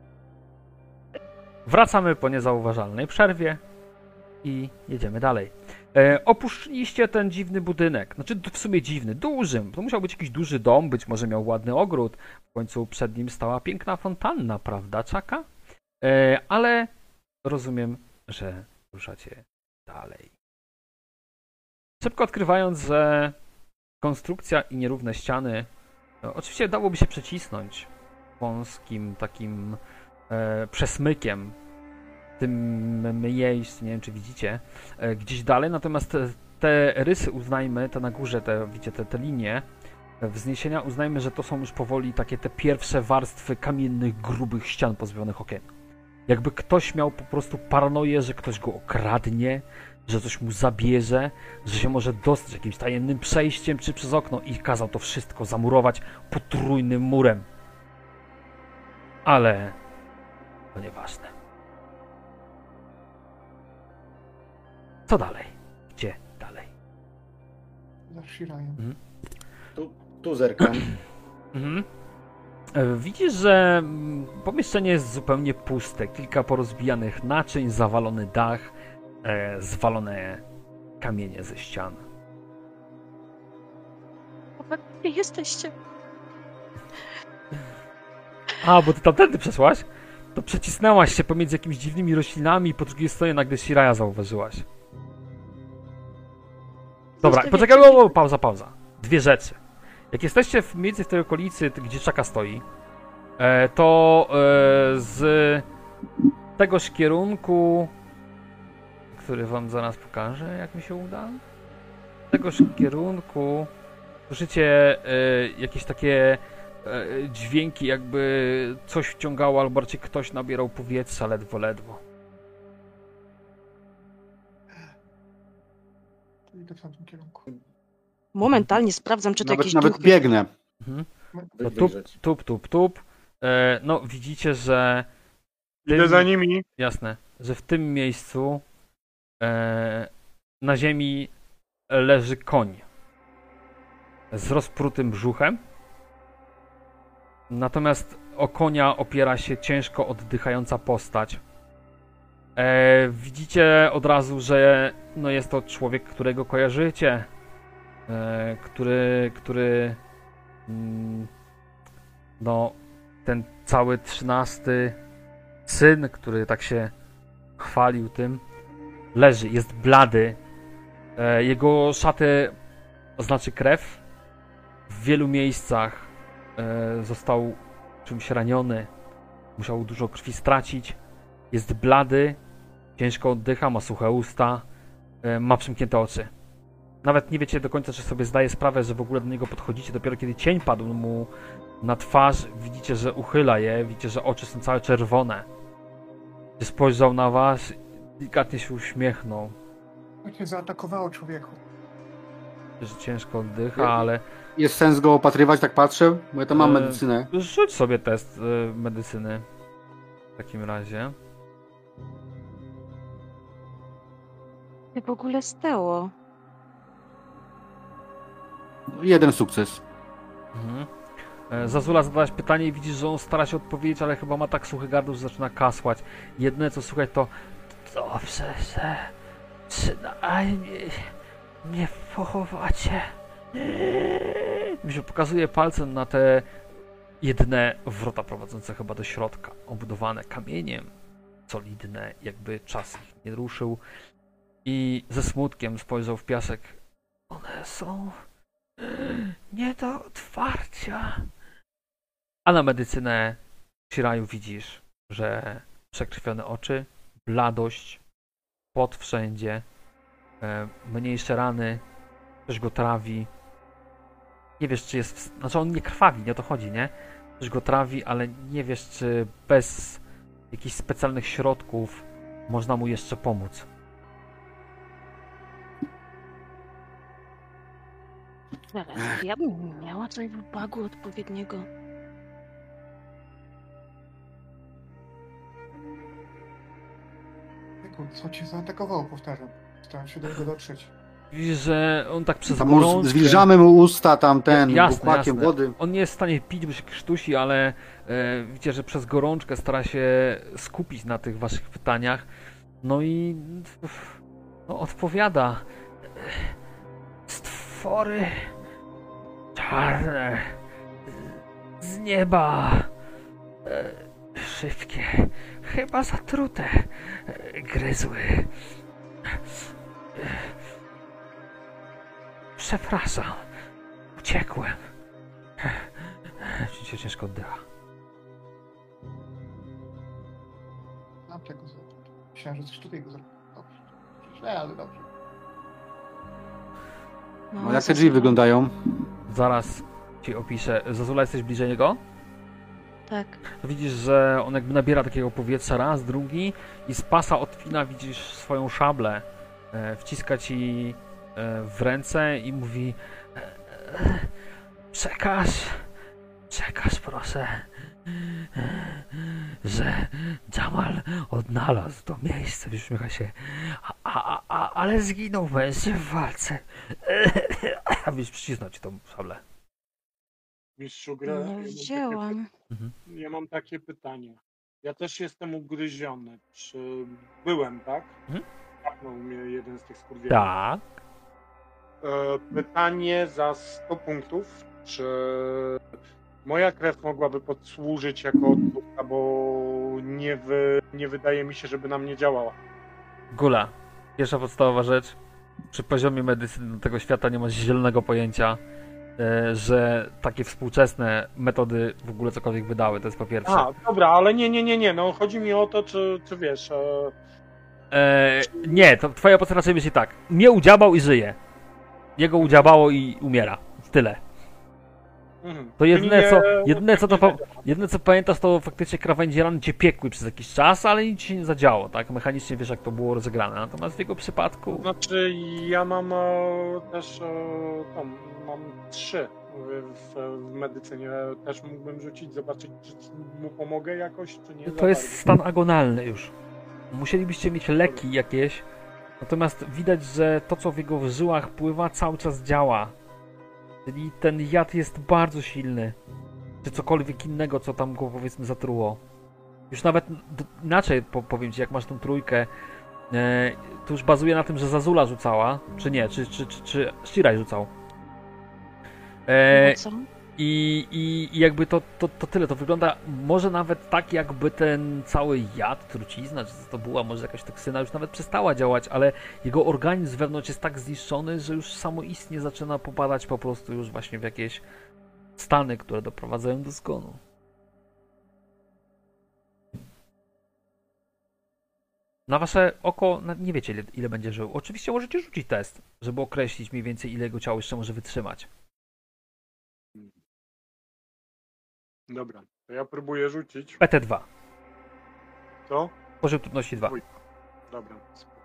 Wracamy po niezauważalnej przerwie i jedziemy dalej. Opuszczyliście ten dziwny budynek, znaczy w sumie dziwny, duży. To musiał być jakiś duży dom, być może miał ładny ogród. W końcu przed nim stała piękna fontanna, prawda, Chaka? Ale rozumiem, że ruszacie dalej. Szybko odkrywając, że konstrukcja i nierówne ściany, oczywiście dałoby się przecisnąć wąskim takim przesmykiem w tym miejscu, nie wiem czy widzicie, gdzieś dalej, natomiast te rysy uznajmy, te na górze, widzicie, te linie wzniesienia, uznajmy, że to są już powoli takie te pierwsze warstwy kamiennych, grubych ścian pozbawionych okien. Jakby ktoś miał po prostu paranoję, że ktoś go okradnie, że coś mu zabierze, że się może dostać jakimś tajemnym przejściem czy przez okno i kazał to wszystko zamurować potrójnym murem. Ale to nieważne. Co dalej? Gdzie dalej? Za Shirajem. Tu zerkam. Mhm. Widzisz, że pomieszczenie jest zupełnie puste. Kilka porozbijanych naczyń, zawalony dach, zwalone kamienie ze ścian. Gdzie jesteście? A, bo ty tamtędy przeszłaś? To przecisnęłaś się pomiędzy jakimiś dziwnymi roślinami i po drugiej stronie nagle Shiraya zauważyłaś. Dobra, Zostawiacie poczekaj, mnie. pauza. Dwie rzeczy. Jak jesteście mniej więcej w tej okolicy, gdzie Chaka stoi, to z tegoż kierunku, który wam zaraz pokażę, jak mi się uda, z tegoż kierunku słyszycie jakieś takie dźwięki, jakby coś wciągało, albo raczej ktoś nabierał powietrza ledwo. Idę w tamtym kierunku. Momentalnie sprawdzam, czy to jakiś Nawet duch. biegnę. Mhm. Wy- To wyjrzeć. tup. No, widzicie, że Idę za nimi. jasne, że w tym miejscu na ziemi leży koń z rozprutym brzuchem. Natomiast o konia opiera się ciężko oddychająca postać. Widzicie od razu, że no jest to człowiek, którego kojarzycie. Który no ten cały 13 syn, który tak się chwalił tym, leży, jest blady. Jego szaty oznaczy krew. W wielu miejscach został czymś raniony. Musiał dużo krwi stracić. Jest blady, ciężko oddycha, ma suche usta, ma przymknięte oczy. Nawet nie wiecie do końca, czy sobie zdaje sprawę, że w ogóle do niego podchodzicie. Dopiero kiedy cień padł mu na twarz, widzicie, że uchyla je, widzicie, że oczy są całe czerwone. Spojrzał na was, delikatnie się uśmiechnął. To cię zaatakowało, człowieku. Że ciężko oddycha, ale Jest sens go opatrywać, tak patrzę? Bo ja to mam medycynę. rzuć sobie test medycyny w takim razie. Co w ogóle stało? Jeden sukces. Mhm. Zazula zadałeś pytanie i widzisz, że on stara się odpowiedzieć, ale chyba ma tak suchy gardło, że zaczyna kasłać. Jedyne co słychać to dobrze, że przynajmniej mnie pochowacie. Mi pokazuje palcem na te jedyne wrota prowadzące chyba do środka, obudowane kamieniem, solidne, jakby czas ich nie ruszył. I ze smutkiem spojrzał w piasek. One są nie do otwarcia. A na medycynę Shiraju widzisz, że przekrwione oczy, bladość, pot wszędzie, mniejsze rany, coś go trawi. Nie wiesz, czy jest... Znaczy on nie krwawi, nie o to chodzi, nie? Coś go trawi, ale nie wiesz, czy bez jakichś specjalnych środków można mu jeszcze pomóc. Zaraz, ja bym miała coś w bagu odpowiedniego. Człowieku, co cię zaatakowało, powtarzam. Staram się do niego dotrzeć. Widzisz, że on tak przez Tam mu gorączkę... zwilżamy mu usta tam Jasne, bukłakiem jasne. wody. On nie jest w stanie pić, bo się krztusi, ale widzicie, że przez gorączkę stara się skupić na tych waszych pytaniach. No i no, odpowiada. Stwory czarne z nieba, szybkie, chyba zatrute, gryzły. Przepraszam, uciekłem. Ciężko oddycha. Znam tego. Myślałem, że coś tutaj go zrobił. Dobrze. Źle, ale dobrze. No, jak te drzwi wyglądają? Zaraz ci opiszę. Zazula, jesteś bliżej niego? Tak. Widzisz, że on jakby nabiera takiego powietrza raz, drugi i z pasa odpina, widzisz swoją szablę. Wciska ci w ręce i mówi: przekaż proszę, że Jamal odnalazł to miejsce. Uśmiecha się. Ale zginął mężczyzn w walce. A wiesz, przycisnął ci tą szablę. Mistrzu Gra, Nie wzięłam. ja mam takie pytanie. Ja też jestem ugryziony. Czy byłem, tak? Kapnął mnie jeden z tych skurwieli. Tak. Pytanie za 100 punktów. Czy moja krew mogłaby posłużyć jako odpływka, bo nie wydaje mi się, żeby na mnie działała. Gula. Pierwsza podstawowa rzecz. Przy poziomie medycyny tego świata nie masz zielonego pojęcia, że takie współczesne metody w ogóle cokolwiek wydały. To jest po pierwsze. A, dobra, ale nie. No chodzi mi o to, czy wiesz... Nie, to twoja postać raczej myśli tak. Mnie udziabał i żyje. Jego udziabało i umiera. Tyle. To jedyne co pamiętasz, to faktycznie krawędzie ran cię piekły przez jakiś czas, ale nic się nie zadziało, tak? Mechanicznie wiesz, jak to było rozegrane. Natomiast w jego przypadku... Znaczy, ja mam też mam 3 w medycynie. Też mógłbym rzucić, zobaczyć, czy mu pomogę jakoś, czy nie. To jest stan agonalny już. Musielibyście mieć leki jakieś, Natomiast widać, że to, co w jego żyłach pływa, cały czas działa. Czyli ten jad jest bardzo silny. Czy cokolwiek innego, co tam go, powiedzmy, zatruło. Już nawet inaczej powiem ci, jak masz tą trójkę, to już bazuje na tym, że Zazula rzucała, czy nie, czy Shiraj rzucał. No co? I jakby to tyle. To wygląda może nawet tak, jakby ten cały jad, trucizna, czy co to była, może jakaś toksyna już nawet przestała działać, ale jego organizm z wewnątrz jest tak zniszczony, że już samoistnie zaczyna popadać po prostu już właśnie w jakieś stany, które doprowadzają do zgonu. Na wasze oko nie wiecie, ile będzie żył. Oczywiście możecie rzucić test, żeby określić mniej więcej, ile jego ciało jeszcze może wytrzymać. Dobra, to ja próbuję rzucić. PT2. Co? Poziom trudności 2. Oj. Dobra, spoko.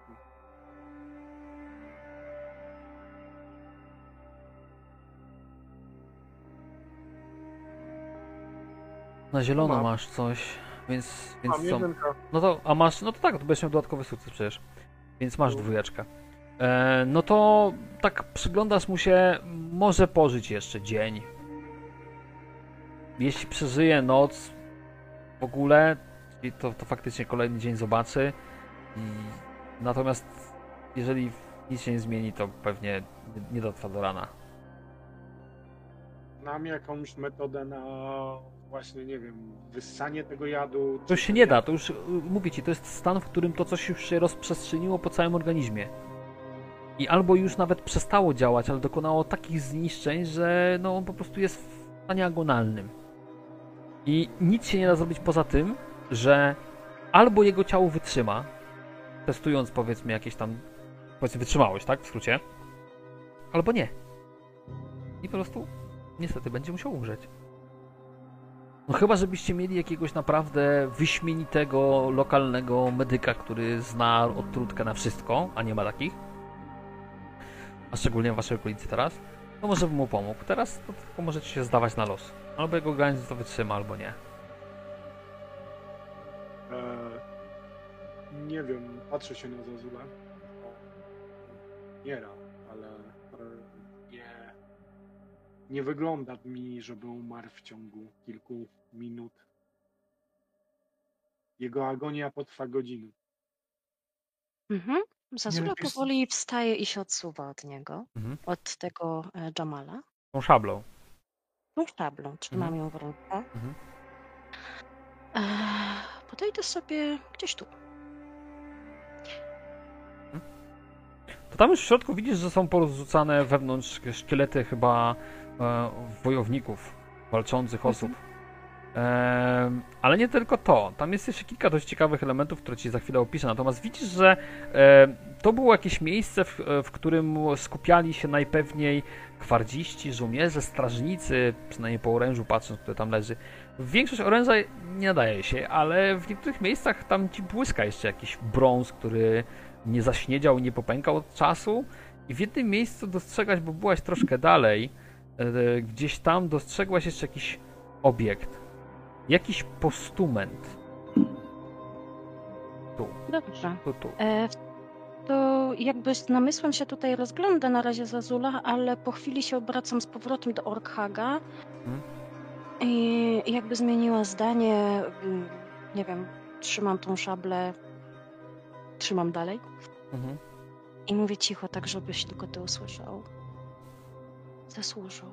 Na zielono Mam. masz coś, więc Mam co? jedynka. No to, a masz, no to tak, to będziesz miał dodatkowy sukces przecież. Więc masz No. dwójeczkę. No to tak przyglądasz mu się, może pożyć jeszcze dzień. Jeśli przeżyje noc w ogóle, to faktycznie kolejny dzień zobaczy. Natomiast jeżeli nic się nie zmieni, to pewnie nie dotrwa do rana. Znam jakąś metodę na właśnie, nie wiem, wyssanie tego jadu. To już się nie da, to już mówię ci, to jest stan, w którym to coś już się rozprzestrzeniło po całym organizmie. I albo już nawet przestało działać, ale dokonało takich zniszczeń, że no on po prostu jest w stanie agonalnym. I nic się nie da zrobić poza tym, że albo jego ciało wytrzyma, testując powiedzmy jakieś tam, powiedzmy wytrzymałość, tak, w skrócie, albo nie. I po prostu niestety będzie musiał umrzeć. No chyba, żebyście mieli jakiegoś naprawdę wyśmienitego, lokalnego medyka, który zna odtrutkę na wszystko, a nie ma takich, a szczególnie w waszej okolicy teraz, to może bym mu pomógł. Teraz to tylko możecie się zdawać na los. Albo jego organizm to wytrzyma, albo nie. Nie wiem, patrzę się na Zazulę. Miera, ale nie wygląda mi, żeby umarł w ciągu kilku minut. Jego agonia potrwa godziny. Mhm. Zazula lepiej s- powoli wstaje i się odsuwa od niego, Mhm. od tego Jamala. Tą szablą. Tą szablą, trzymam Mhm. ją w ręku. Mhm. Podejdę sobie gdzieś tu. To tam już w środku widzisz, że są porozrzucane wewnątrz szkielety chyba wojowników, walczących osób. Ale nie tylko to. Tam jest jeszcze kilka dość ciekawych elementów, które ci za chwilę opiszę. Natomiast widzisz, że to było jakieś miejsce, w którym skupiali się najpewniej gwardziści, żołnierze, strażnicy, przynajmniej po orężu patrząc, które tam leży. Większość oręża nie nadaje się, ale w niektórych miejscach tam ci błyska jeszcze jakiś brąz, który nie zaśniedział, nie popękał od czasu. I w jednym miejscu dostrzegasz, bo byłaś troszkę dalej, gdzieś tam dostrzegłaś jeszcze jakiś obiekt. Jakiś postument. Dobrze. Tu. To jakby z namysłem się tutaj rozgląda na razie Zazula, ale po chwili się obracam z powrotem do Orkhaga i jakby zmieniła zdanie, nie wiem, trzymam tą szablę, trzymam dalej Mhm. i mówię cicho, tak żebyś tylko ty usłyszał. Zasłużył.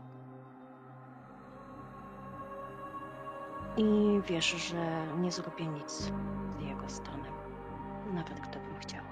I wiesz, że nie zrobię nic z jego stanem, nawet gdybym chciała.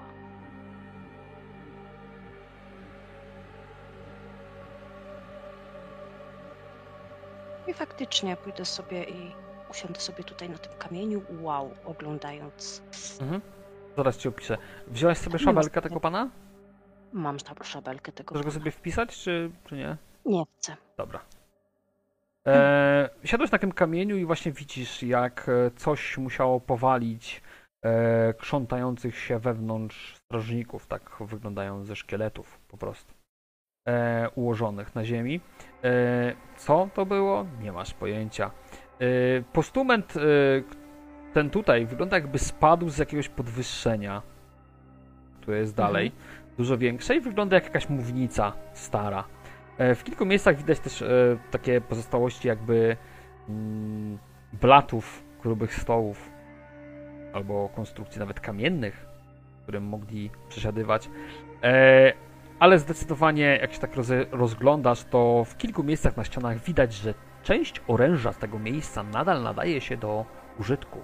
I faktycznie pójdę sobie i usiądę sobie tutaj na tym kamieniu, wow, oglądając. Mhm. Zaraz ci opiszę. Wziąłeś sobie szabelkę tego pana? Mam szabelkę tego Chcesz go pana. sobie wpisać, czy nie? Nie chcę. Dobra. Siadłeś na tym kamieniu i właśnie widzisz, jak coś musiało powalić krzątających się wewnątrz strażników, tak wyglądają ze szkieletów po prostu, ułożonych na ziemi. Co to było? Nie masz pojęcia. Postument ten tutaj wygląda, jakby spadł z jakiegoś podwyższenia, które jest dalej, dużo większe i wygląda jak jakaś mównica stara. W kilku miejscach widać też takie pozostałości jakby blatów grubych stołów albo konstrukcji nawet kamiennych, w którym mogli przesiadywać. Ale zdecydowanie, jak się tak rozglądasz, to w kilku miejscach na ścianach widać, że część oręża z tego miejsca nadal nadaje się do użytku.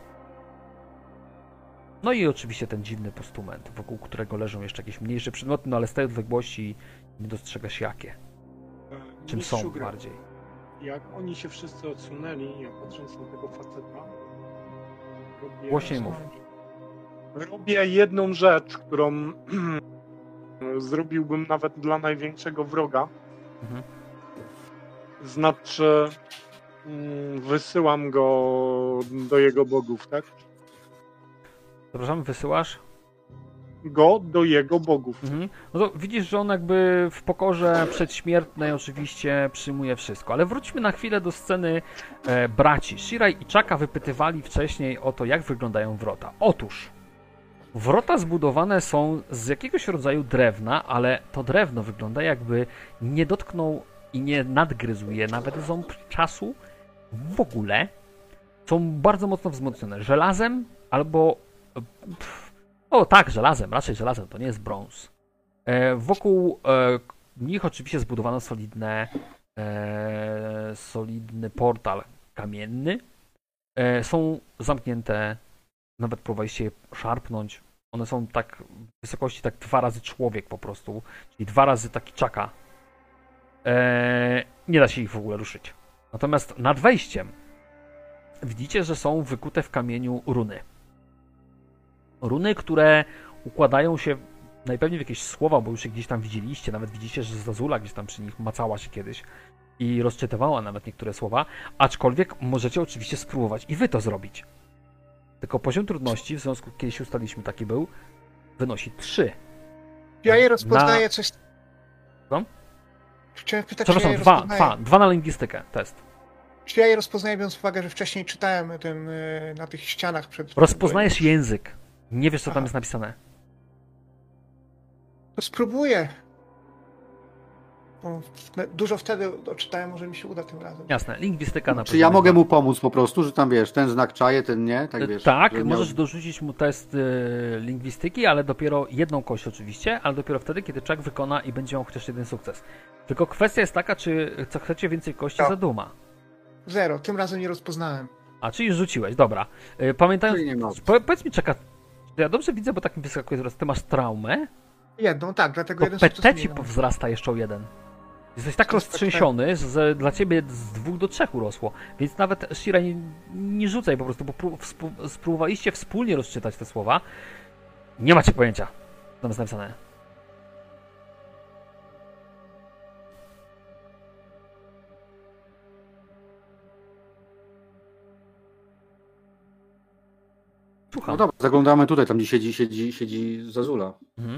No i oczywiście ten dziwny postument, wokół którego leżą jeszcze jakieś mniejsze przedmioty, no ale z tej odległości nie dostrzegasz jakie. Czym Mistrzu są gry, bardziej. Jak oni się wszyscy odsunęli, ja patrząc na tego faceta, Głośniej mów. robię jedną rzecz, którą zrobiłbym nawet dla największego wroga. Mhm. Znaczy, wysyłam go do jego bogów, tak? Przepraszam, wysyłasz? Go do jego bogów. Mhm. No to widzisz, że on jakby w pokorze przedśmiertnej oczywiście przyjmuje wszystko. Ale wróćmy na chwilę do sceny braci. Shirai i Chaka wypytywali wcześniej o to, jak wyglądają wrota. Otóż wrota zbudowane są z jakiegoś rodzaju drewna, ale to drewno wygląda jakby nie dotknął i nie nadgryzł je nawet ząb czasu w ogóle. Są bardzo mocno wzmocnione żelazem albo... O tak, żelazem, raczej żelazem, to nie jest brąz. Wokół nich oczywiście zbudowano solidny portal kamienny. Są zamknięte, nawet próbowaliście je szarpnąć. One są tak w wysokości tak 2 razy człowiek po prostu, czyli 2 razy taki czaka. Nie da się ich w ogóle ruszyć. Natomiast nad wejściem widzicie, że są wykute w kamieniu runy. Runy, które układają się najpewniej w jakieś słowa, bo już je gdzieś tam widzieliście, nawet widzicie, że Zazula gdzieś tam przy nich macała się kiedyś i rozczytywała nawet niektóre słowa, aczkolwiek możecie oczywiście spróbować i wy to zrobić. Tylko poziom trudności, w związku kiedyś ustaliliśmy taki był, wynosi 3. Ja je rozpoznaję coś... Co? Chciałem pytać, czy ja Przepraszam, je 2 rozpoznaję... 2 na lingwistykę, test. Czy ja je rozpoznaję, biorąc uwagę, że wcześniej czytałem ten na tych ścianach przed... Rozpoznajesz język. Nie wiesz, co tam Aha. jest napisane. To spróbuję. Bo dużo wtedy doczytałem, może mi się uda tym razem. Jasne, lingwistyka na Czy ja poziomie mogę 2. mu pomóc po prostu, że tam wiesz, ten znak czaje, ten nie? Tak wiesz. Tak, żeby miał- możesz dorzucić mu test lingwistyki, ale dopiero jedną kość oczywiście, ale dopiero wtedy, kiedy Chuck wykona i będzie miał chociaż jeden sukces. Tylko kwestia jest taka, czy co chcecie więcej kości No. za duma. 0. Tym razem nie rozpoznałem. A, czyli już rzuciłeś, dobra. Pamiętając, Czyli nie ma. powiedz mi Chucka, czy ja dobrze widzę, bo tak mi wyskakuje teraz, ty masz traumę, Jedną, tak, dlatego to jeden PT sukces ci nie mam. wzrasta jeszcze o 1. Jesteś tak To jest tak, roztrzęsiony, że dla ciebie z 2 do 3 urosło. Więc nawet Shira nie rzucaj po prostu, bo spróbowaliście wspólnie rozczytać te słowa. Nie macie pojęcia, co tam jest napisane. No Słucham. dobra, zaglądamy tutaj, tam gdzie siedzi Zazula. Mhm.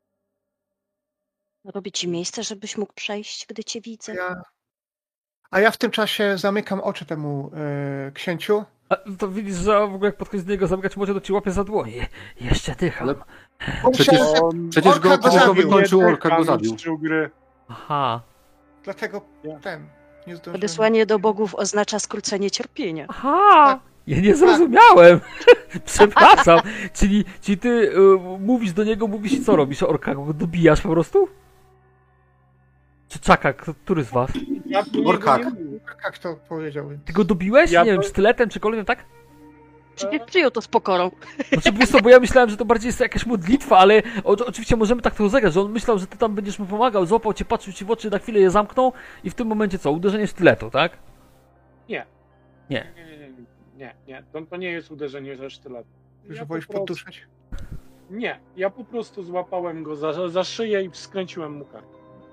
Robię ci miejsce, żebyś mógł przejść, gdy cię widzę. A ja w tym czasie zamykam oczy temu księciu. A, to widzisz, że w ogóle jak podchodzisz do niego zamykać może, to ci łapie za dłonie. Jeszcze dycham. Ale- Bo Przecież- myślałem, że- Przecież Orka go, go przecież go zabił. wykończył, Orka go zabił. Mistrzu gry. Aha, Dlatego Ja. nie zdążyłem. Odesłanie do bogów oznacza skrócenie cierpienia. aha! Ja nie zrozumiałem. Przepraszam. Czyli ty mówisz do niego, mówisz i co robisz? Orka go dobijasz po prostu? Czy Czaka, który z was? Ja do niego Orkak. nie mówię. Jak to powiedział? Ty go dobiłeś? Ja nie wiem, to- sztyletem, czykolwiek, tak? Przecież przyjął to z pokorą. Znaczy, wiesz co, bo ja myślałem, że to bardziej jest jakaś modlitwa, ale oczywiście możemy tak to rozegrać, że on myślał, że ty tam będziesz mu pomagał, złapał cię, patrzył ci w oczy, na chwilę je zamknął i w tym momencie co? Uderzenie sztyletu, tak? Nie. Nie. Nie. To nie jest uderzenie ze sztyletu. Że Ja wolisz po prostu- podduszać? Nie, ja po prostu złapałem go za szyję i skręciłem mu kark.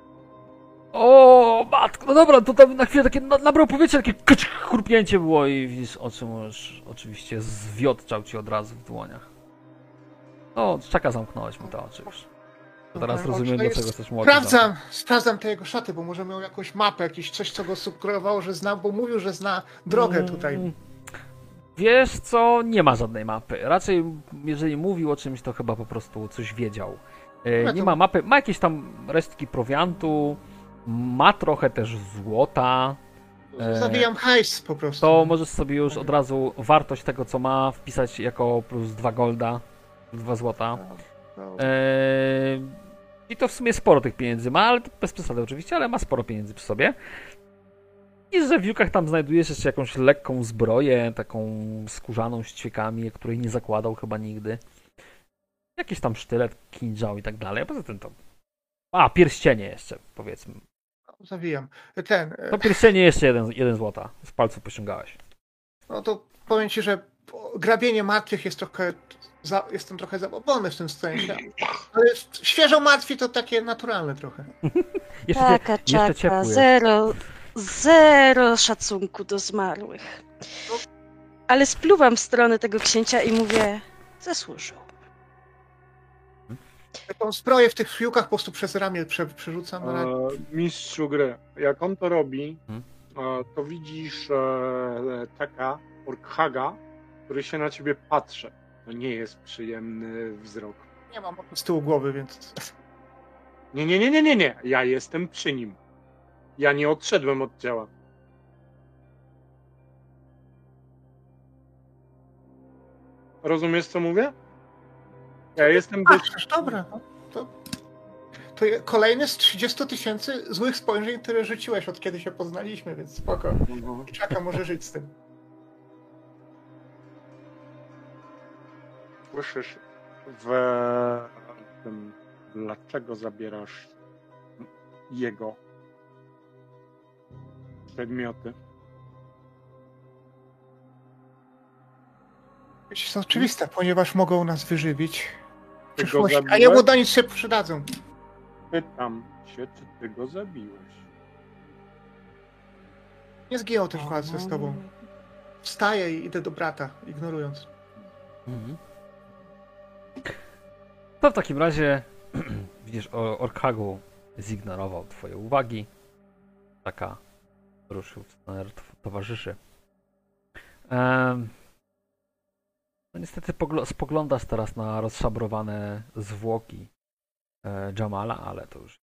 O, matko, no dobra, to tam na chwilę takie nabrał powietrze, takie chrupnięcie było i widzisz, oczy możesz oczywiście zwiotczał ci od razu w dłoniach. No, Czaka zamknąłeś mu te oczy już. To teraz Dobra, rozumiem, to jest- dlaczego jesteś młody. Sprawdzam te jego szaty, bo może miał jakąś mapę, jakieś coś, co go sugerowało, że zna, bo mówił, że zna drogę tutaj. Wiesz co, nie ma żadnej mapy. Raczej, jeżeli mówił o czymś, to chyba po prostu coś wiedział. No Nie to- ma mapy, ma jakieś tam resztki prowiantu, ma trochę też złota. Zawijam hajs po prostu. To możesz sobie już od razu wartość tego, co ma, wpisać jako plus 2 golda, 2 złota. To- I to w sumie sporo tych pieniędzy ma, ale to bez przesady oczywiście, ale ma sporo pieniędzy przy sobie. I że w Jukach tam znajdujesz jeszcze jakąś lekką zbroję, taką skórzaną z ćwiekami, której nie zakładał chyba nigdy. Jakiś tam sztylet, kinżał i tak dalej, a poza tym to... A, pierścienie jeszcze, powiedzmy. Zawijam. To pierścienie jeszcze jeden złota z palców pościągałeś. No to powiem ci, że grabienie martwych jest trochę. Jestem trochę zabobony w tym sensie. Ale świeżo martwi to takie naturalne trochę. Jeszcze, Czaka, jeszcze czaka, ciepły jest. zero szacunku do zmarłych. Ale spluwam w stronę tego księcia i mówię, zasłużył. Tą zbroję w tych fiłkach po prostu przez ramię przerzucam. Mistrzu gry, jak on to robi, Hmm? to widzisz taka Orkhaga, który się na ciebie patrzy. To nie jest przyjemny wzrok. Nie mam z tyłu głowy, więc. Nie. Ja jestem przy nim. Ja nie odszedłem od ciała. Rozumiesz, co mówię? Ja jestem A, dość... przecież dobra. No, to kolejny z 30 000 złych spojrzeń, które rzuciłeś od kiedy się poznaliśmy, więc spoko. Czaka może żyć z tym. Słyszysz w tym, dlaczego zabierasz jego przedmioty? Jest oczywiste, ponieważ mogą nas wyżywić w Ty go przyszłości, a zabiłeś? jemu do nic się przydadzą. Pytam się, czy ty go zabiłeś? Nie zginął też w walce z tobą. Wstaję i idę do brata, ignorując. Mhm. To w takim razie widzisz, Orkhagu zignorował twoje uwagi. Taka ruszył w stronę towarzyszy. No niestety spoglądasz teraz na rozszabrowane zwłoki Jamala, ale to już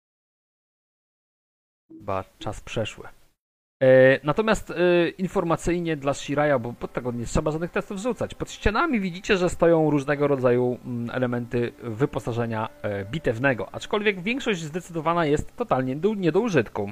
chyba czas przeszły. Natomiast informacyjnie dla Shiraya, bo pod tego nie trzeba żadnych testów rzucać. Pod ścianami widzicie, że stoją różnego rodzaju elementy wyposażenia bitewnego, aczkolwiek większość zdecydowana jest totalnie nie do użytku.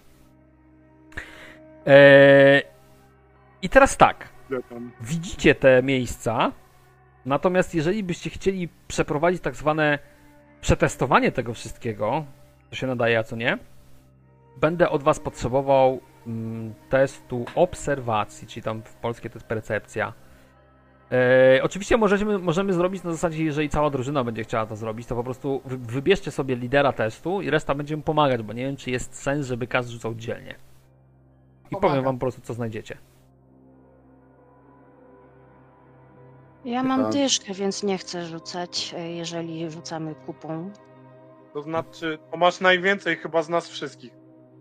I teraz tak, widzicie te miejsca, natomiast jeżeli byście chcieli przeprowadzić tak zwane przetestowanie tego wszystkiego, co się nadaje, a co nie, będę od was potrzebował testu obserwacji, czyli tam w polskie to jest percepcja. Oczywiście możemy zrobić na zasadzie, jeżeli cała drużyna będzie chciała to zrobić, to po prostu wybierzcie sobie lidera testu i reszta będzie mu pomagać, bo nie wiem, czy jest sens, żeby każdy rzucał oddzielnie. I powiem wam po prostu, co znajdziecie. Ja mam Tak. dyszkę, więc nie chcę rzucać, jeżeli rzucamy kupą. To znaczy, to masz najwięcej chyba z nas wszystkich.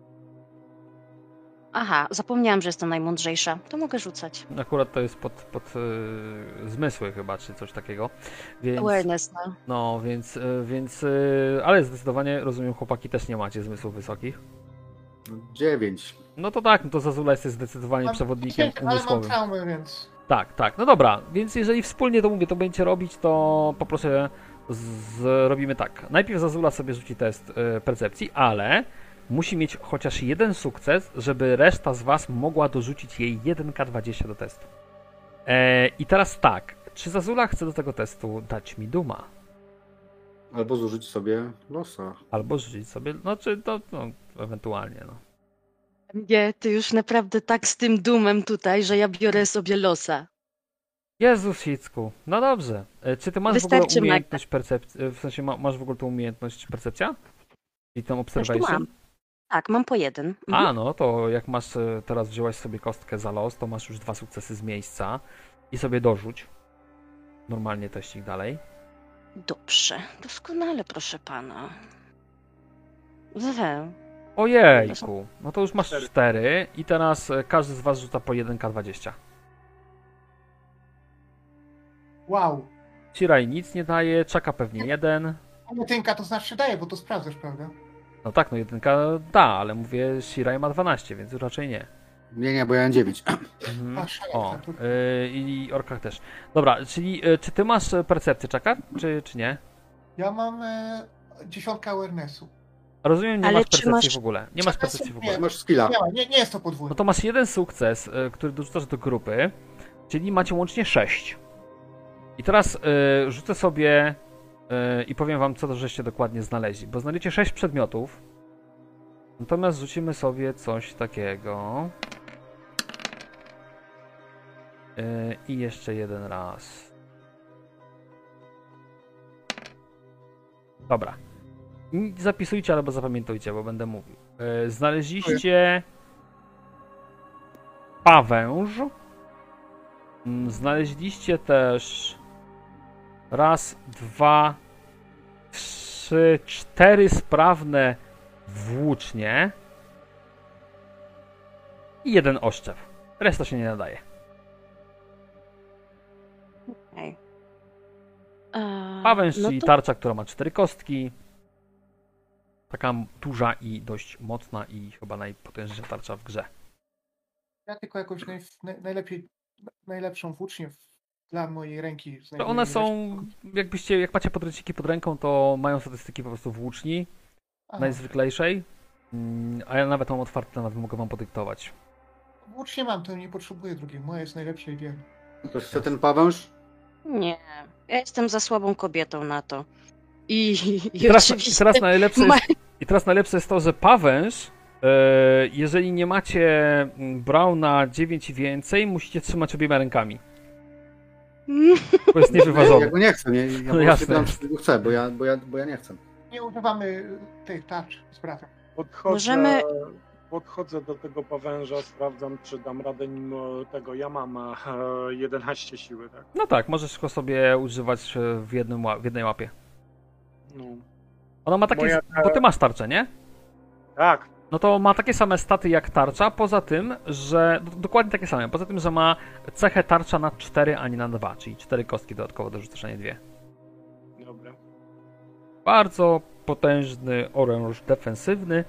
Aha, zapomniałam, że jestem najmądrzejsza. To mogę rzucać. Akurat to jest pod zmysły chyba, czy coś takiego. Więc, Awareness, no. no, więc ale zdecydowanie, rozumiem, chłopaki też nie macie zmysłów wysokich. 9. No to tak, no to Zazula jest zdecydowanie przewodnikiem Ale mam umysłowym. traumę, więc. Tak, no dobra, więc jeżeli wspólnie to mówię, to będziecie robić, to poproszę, zrobimy tak. Najpierw Zazula sobie rzuci test percepcji, ale musi mieć chociaż jeden sukces, żeby reszta z was mogła dorzucić jej 1K20 do testu. I teraz tak, czy Zazula chce do tego testu dać mi duma? Albo zużyć sobie losa. Albo rzucić sobie, no czy to, no, ewentualnie, no. Nie, ty już naprawdę tak z tym dumem tutaj, że ja biorę sobie losa. Jezus Hicku, no dobrze. Czy ty masz w Wystarczy ogóle umiejętność percepcji, w sensie masz w ogóle tą umiejętność percepcja? I tą observation? mam. Tak, mam po jeden. Mhm. A, no to jak masz, teraz wzięłaś sobie kostkę za los, to masz już 2 sukcesy z miejsca i sobie dorzuć. Normalnie teścik dalej. Dobrze, doskonale, proszę pana. Zwe. Ojejku, no to już masz 4 i teraz każdy z was rzuca po 1K20. Wow. Shiraj nic nie daje, Chaka pewnie 1. A jedynka to znaczy daje, bo to sprawdzasz, prawda? No tak, no 1 da, ale mówię, Shiraj ma 12, więc raczej nie. Nie, bo ja mam 9. Mhm. A, szalek, O, tak. i Orkach też. Dobra, czyli czy ty masz percepcję, Chaka, czy nie? Ja mam 10 awarenessu. Rozumiem, nie Ale masz czy percepcji masz- w ogóle. Nie masz percepcji w ogóle. Nie. Masz skilla. Nie jest to podwójne. No to masz jeden sukces, który dorzucasz do grupy, czyli macie łącznie 6. I teraz rzucę sobie i powiem wam, co to żeście dokładnie znaleźli. Bo znajdziecie 6 przedmiotów. Natomiast rzucimy sobie coś takiego. I jeszcze jeden raz. Dobra. Zapisujcie albo zapamiętujcie, bo będę mówił. Znaleźliście pawęż. Znaleźliście też raz, dwa, trzy, 4 sprawne włócznie i 1 oszczep. Reszta się nie nadaje. Okej. Pawęż, No czyli to tarcza, która ma 4 kostki. Taka duża i dość mocna i chyba najpotężniejsza tarcza w grze. Ja tylko jakąś najlepszą włócznię dla mojej ręki To znajduję. one są, jak macie podręczniki pod ręką, to mają statystyki po prostu włóczni, Aha. najzwyklejszej. A ja nawet mam otwarte, nawet mogę wam podyktować. Włócznie mam, to nie potrzebuję drugiej. Moja jest najlepsza i wierna. Ktoś chce ten pawęż? nie. Ja jestem za słabą kobietą na to. I Teraz najlepsze jest to, że pawęż, jeżeli nie macie Brauna 9 i więcej, musicie trzymać obiema rękami. Bo jest Ja niewyważony. go nie chcę, nie? Ja No po jasne. prostu pytam, czy tego chcę, bo ja nie chcę. Nie używamy tych tarcz z bratem. Podchodzę do tego pawęża, sprawdzam, czy dam radę nim tego. Ja mam 11 siły, tak? No tak, możesz go sobie używać w jednej łapie. No. Ona ma takie, bo ty masz tarczę, nie? Tak, No to ma takie same staty jak tarcza, poza tym, że... Dokładnie takie same, poza tym, że ma cechę tarcza na 4, a nie na 2, czyli 4 kostki dodatkowo dorzucasz, a nie 2. dobra. Bardzo potężny oręż defensywny.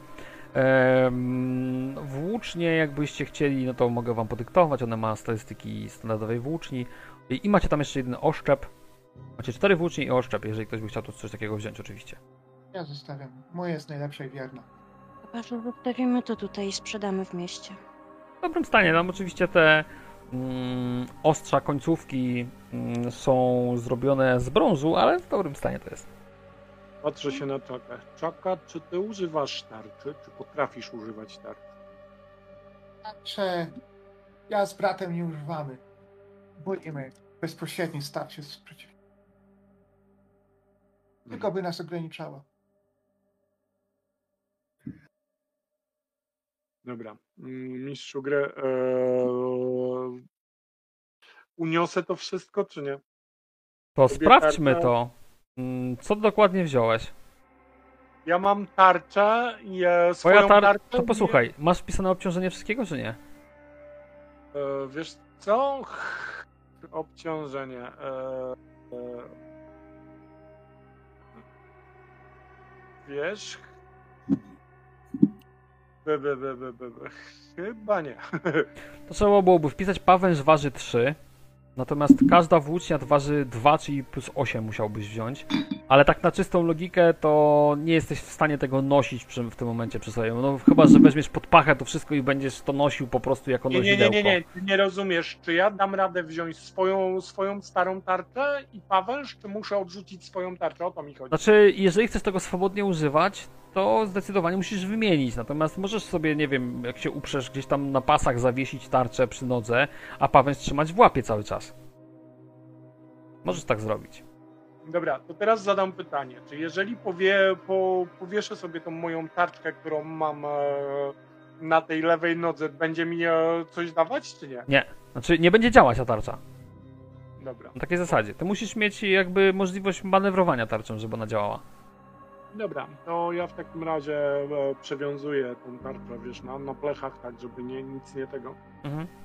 Włócznie, jakbyście chcieli, no to mogę wam podyktować, ona ma statystyki standardowej włóczni. I macie tam jeszcze jeden oszczep. Macie 4 włócznie i oszczep, jeżeli ktoś by chciał tu coś takiego wziąć oczywiście. Ja zostawiam. Moja jest najlepsza i wierna. Chyba, że zostawimy to tutaj i sprzedamy w mieście. W dobrym stanie, tam oczywiście te ostrza, końcówki są zrobione z brązu, ale w dobrym stanie to jest. Patrzę się na Czakę. Czaka, czy ty używasz tarczy? Czy potrafisz używać tarczy? Tarcze ja z bratem nie używamy. Boimy bezpośredni starcie z przeciwnikiem. Tylko by nas ograniczała. Dobra. Mistrzu gry. Uniosę to wszystko, czy nie? To Sobie sprawdźmy tarczę. to. Co dokładnie wziąłeś? Ja mam tarczę i swoją Twoja tarczę. To posłuchaj, masz wpisane obciążenie wszystkiego, czy nie? Wiesz co? Obciążenie. Wiesz? Chyba nie. To trzeba byłoby wpisać, pawęż waży 3, natomiast każda włócznia waży 2, czyli plus 8 musiałbyś wziąć. Ale tak na czystą logikę to nie jesteś w stanie tego nosić w tym momencie przy sobie. No chyba, że weźmiesz pod pachę to wszystko i będziesz to nosił po prostu jako nozidełko. Nie. Ty nie rozumiesz, czy ja dam radę wziąć swoją starą tarczę i pawęż, czy muszę odrzucić swoją tarczę? O to mi chodzi. Znaczy, jeżeli chcesz tego swobodnie używać, to zdecydowanie musisz wymienić. Natomiast możesz sobie, nie wiem, jak się uprzesz gdzieś tam na pasach zawiesić tarczę przy nodze, a pawęż trzymać w łapie cały czas. Możesz tak zrobić. Dobra, to teraz zadam pytanie. Czy jeżeli powieszę sobie tą moją tarczkę, którą mam na tej lewej nodze, będzie mi coś dawać, czy nie? Nie. Znaczy, nie będzie działać ta tarcza. Dobra. Na takiej zasadzie. Ty musisz mieć jakby możliwość manewrowania tarczą, żeby ona działała. Dobra, to ja w takim razie przewiązuję tą tarczę, wiesz, na plechach, tak, żeby nic nie tego. Mhm.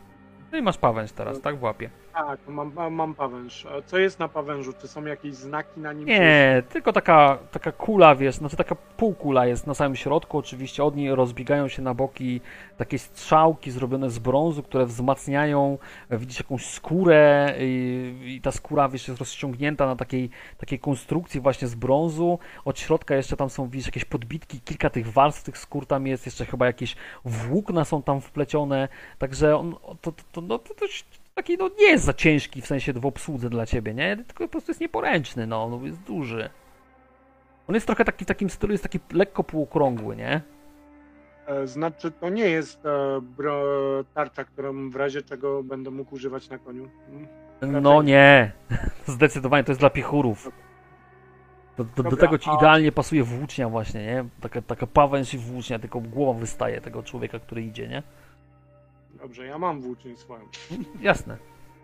No i masz pawęż teraz, tak? W łapie. Tak, mam pawęż. A co jest na pawężu? Czy są jakieś znaki na nim? Nie, tylko taka kula, wiesz, znaczy taka półkula jest na samym środku, oczywiście od niej rozbiegają się na boki takie strzałki zrobione z brązu, które wzmacniają, widzisz jakąś skórę i ta skóra, wiesz, jest rozciągnięta na takiej konstrukcji właśnie z brązu, od środka jeszcze tam są, widzisz, jakieś podbitki, kilka tych warstw tych skór tam jest, jeszcze chyba jakieś włókna są tam wplecione, także to taki, no nie jest za ciężki w sensie w obsłudze dla ciebie, nie? Tylko po prostu jest nieporęczny, no jest duży. On jest trochę taki w takim stylu, jest taki lekko półokrągły, nie? Znaczy, to nie jest tarcza, którą w razie czego będę mógł używać na koniu. No nie, zdecydowanie to jest dla piechurów. Do Dobra, tego ci a- idealnie pasuje włócznia właśnie, nie? Taka pawęż i włócznia, tylko głowa wystaje tego człowieka, który idzie, nie? Dobrze, ja mam włócznię swoją. Jasne.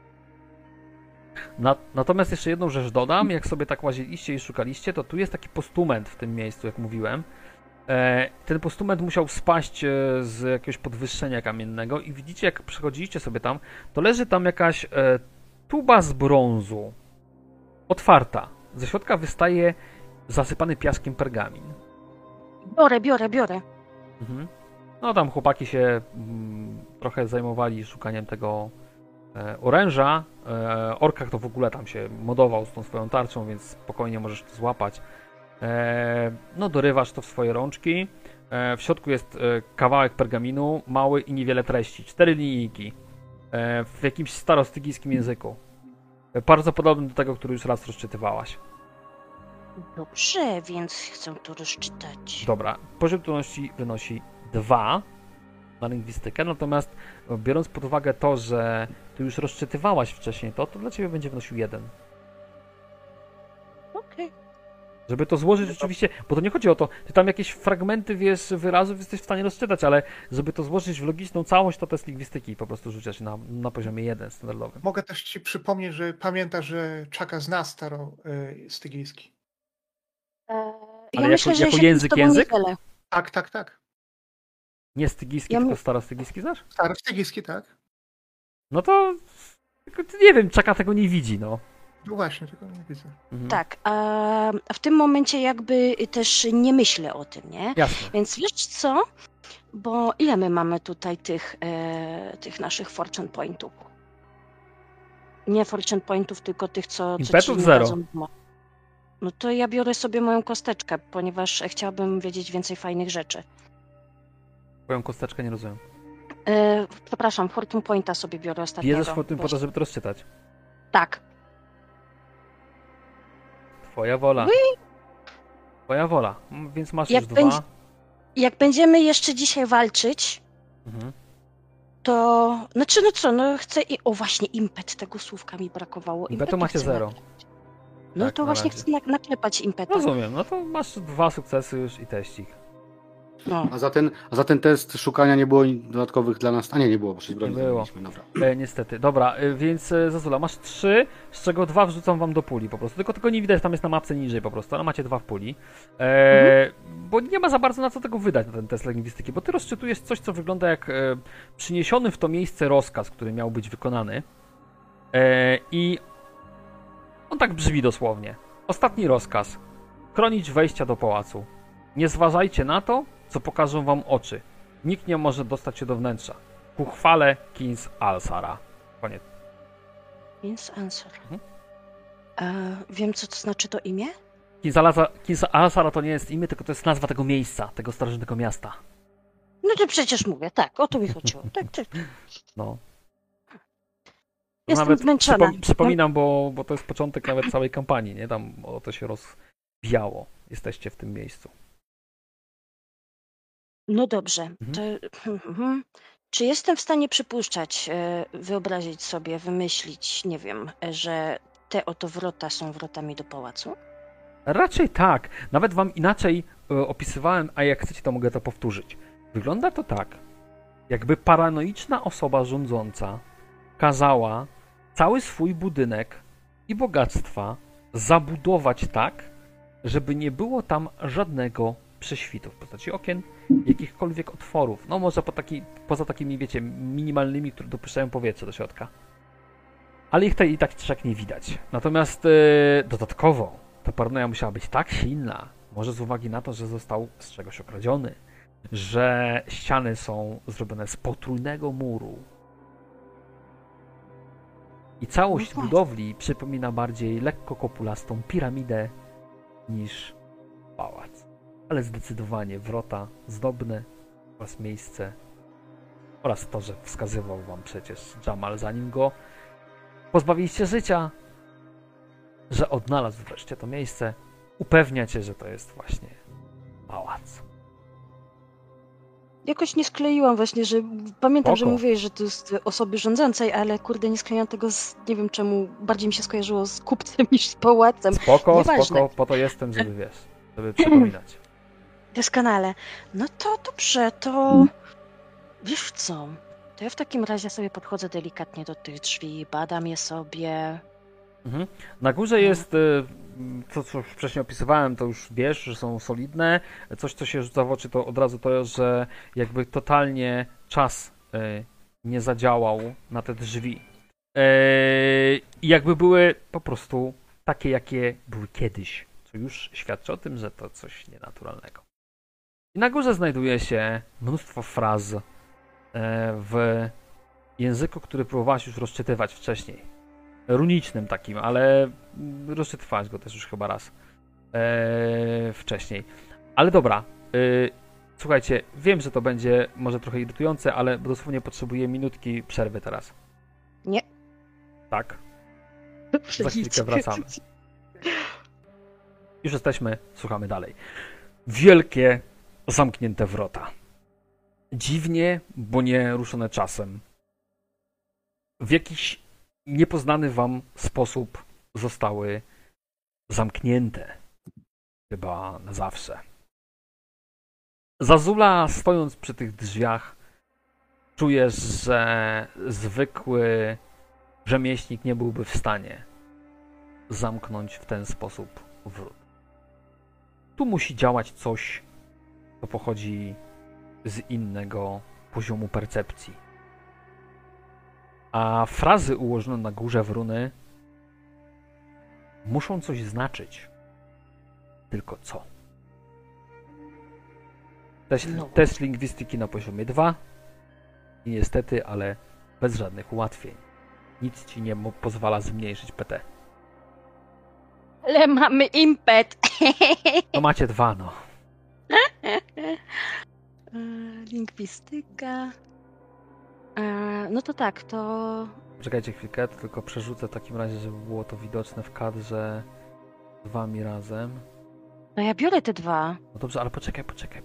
Natomiast jeszcze jedną rzecz dodam, jak sobie tak łaziliście i szukaliście, to tu jest taki postument w tym miejscu, jak mówiłem. Ten postument musiał spaść z jakiegoś podwyższenia kamiennego i widzicie, jak przechodziliście sobie tam, to leży tam jakaś tuba z brązu, otwarta. Ze środka wystaje zasypany piaskiem pergamin. Biorę. Mhm. No tam chłopaki się trochę zajmowali szukaniem tego oręża. Orkach to w ogóle tam się modował z tą swoją tarczą, więc spokojnie możesz to złapać. No dorywasz to w swoje rączki. W środku jest kawałek pergaminu, mały i niewiele treści. 4 linijki. W jakimś starostygijskim języku. Bardzo podobnym do tego, który już raz rozczytywałaś. Dobrze, więc chcę to rozczytać. Dobra, poziom trudności wynosi 2 na lingwistykę, natomiast biorąc pod uwagę to, że ty już rozczytywałaś wcześniej to dla ciebie będzie wynosił 1. Okej. Żeby to złożyć rzeczywiście, bo to nie chodzi o to, ty tam jakieś fragmenty, wiesz, wyrazów jesteś w stanie rozczytać, ale żeby to złożyć w logiczną całość, to test lingwistyki po prostu rzucasz na poziomie 1 standardowym. Mogę też ci przypomnieć, że pamiętasz, że Czaka zna staro-stygijski. Ja Ale myślę, że jako się język, z tobą język? nie mylę. Tak. Nie stygijski, Ja tylko my- starostygijski znasz? Staro-stygijski, tak? No to tylko nie wiem, Czaka tego nie widzi, no. No właśnie, tego nie widzę. Mhm. Tak, a w tym momencie jakby też nie myślę o tym, nie? Jasne. Więc wiesz co? Bo ile my mamy tutaj tych naszych fortune pointów? Nie fortune pointów, tylko tych, co Impetów ci 0. dadzą. No to ja biorę sobie moją kosteczkę, ponieważ chciałabym wiedzieć więcej fajnych rzeczy. Twoją kosteczkę nie rozumiem. Przepraszam, fortune pointa sobie biorę ostatniego. Bierzesz po tym po to, Właśnie. żeby to rozczytać. Tak. Twoja wola. Twoja wola. Więc masz Jak już 2. będzie- Jak będziemy jeszcze dzisiaj walczyć, Mhm. to... Znaczy, no co, no chcę... O, właśnie, impet, tego słówka mi brakowało. Impetu Impetu macie chcę 0. naklepać. No Tak, to na właśnie razie. chcę naklepać impeta. Rozumiem, no to masz 2 sukcesy już i teścik. No. A za ten test szukania nie było dodatkowych dla nas. A nie było, bo przecież broni Nie było. zrobiliśmy, dobra. Niestety. Dobra, więc Zazula, masz 3, z czego 2 wrzucam wam do puli po prostu. Tylko tego nie widać, tam jest na mapce niżej po prostu, ale macie 2 w puli. Bo nie ma za bardzo na co tego wydać na ten test lingwistyki, bo ty rozczytujesz coś, co wygląda jak przyniesiony w to miejsce rozkaz, który miał być wykonany. I on tak brzmi dosłownie. Ostatni rozkaz. Chronić wejścia do pałacu. Nie zważajcie na to, co pokażą wam oczy. Nikt nie może dostać się do wnętrza. Ku chwale Kings Alsara. Koniec. Więc answer. Mhm. Wiem, co to znaczy to imię? Kings Alsara to nie jest imię, tylko to jest nazwa tego miejsca, tego starożytnego miasta. No to przecież mówię, tak, o to mi chodziło. Tak. No. Jestem Nawet zmęczona. przypominam, bo to jest początek nawet całej kampanii, nie? Tam o to się rozwijało. Jesteście w tym miejscu. No dobrze. To, czy jestem w stanie przypuszczać, wyobrazić sobie, wymyślić, nie wiem, że te oto wrota są wrotami do pałacu? Raczej tak. Nawet wam inaczej opisywałem, a jak chcecie, to mogę to powtórzyć. Wygląda to tak, jakby paranoiczna osoba rządząca kazała cały swój budynek i bogactwa zabudować tak, żeby nie było tam żadnego prześwitów w postaci okien, jakichkolwiek otworów. No może poza takimi, wiecie, minimalnymi, które dopuszczają powietrze do środka. Ale ich tutaj i tak trzak nie widać. Natomiast dodatkowo ta paranoja musiała być tak silna, może z uwagi na to, że został z czegoś okradziony, że ściany są zrobione z potrójnego muru. I całość No budowli przypomina bardziej lekko kopulastą piramidę niż pałac. Ale zdecydowanie wrota zdobne oraz miejsce oraz to, że wskazywał wam przecież Jamal, zanim go pozbawiliście życia, że odnalazł wreszcie to miejsce, upewnia cię, że to jest właśnie pałac. Jakoś nie skleiłam właśnie, że pamiętam, że Spoko. mówiłeś, że to jest osoby rządzącej, ale kurde, nie skleiłam tego nie wiem czemu, bardziej mi się skojarzyło z kupcem niż z pałacem. Spoko, Nieważne. spoko, po to jestem, żeby wiesz, żeby przypominać. Doskonale. No to dobrze, to wiesz co? To ja w takim razie sobie podchodzę delikatnie do tych drzwi, badam je sobie. Mhm. Na górze jest to, co już wcześniej opisywałem, to już wiesz, że są solidne. Coś, co się rzuca w oczy, to od razu to, że jakby totalnie czas nie zadziałał na te drzwi. I jakby były po prostu takie, jakie były kiedyś, co już świadczy o tym, że to coś nienaturalnego. I na górze znajduje się mnóstwo fraz w języku, który próbowałaś już rozczytywać wcześniej. Runicznym takim, ale rozczytywałaś go też już chyba raz wcześniej. Ale dobra, słuchajcie, wiem, że to będzie może trochę irytujące, ale dosłownie potrzebuję minutki przerwy teraz. Nie. Tak. Za chwilkę wracamy. Już jesteśmy, słuchamy dalej. Wielkie, zamknięte wrota. Dziwnie, bo nie ruszone czasem. W jakiś niepoznany wam sposób zostały zamknięte. Chyba na zawsze. Zazula, stojąc przy tych drzwiach, czujesz, że zwykły rzemieślnik nie byłby w stanie zamknąć w ten sposób wrót. Tu musi działać coś, co pochodzi z innego poziomu percepcji. A frazy ułożone na górze w runy muszą coś znaczyć. Tylko co? Test lingwistyki na poziomie 2 i niestety, ale bez żadnych ułatwień. Nic ci nie pozwala zmniejszyć PT. Ale mamy impet. No macie 2, no. Lingwistyka. No to tak, to... Czekajcie chwilkę, to tylko przerzucę w takim razie, żeby było to widoczne w kadrze z wami razem. No ja biorę te 2. No dobrze, ale poczekaj.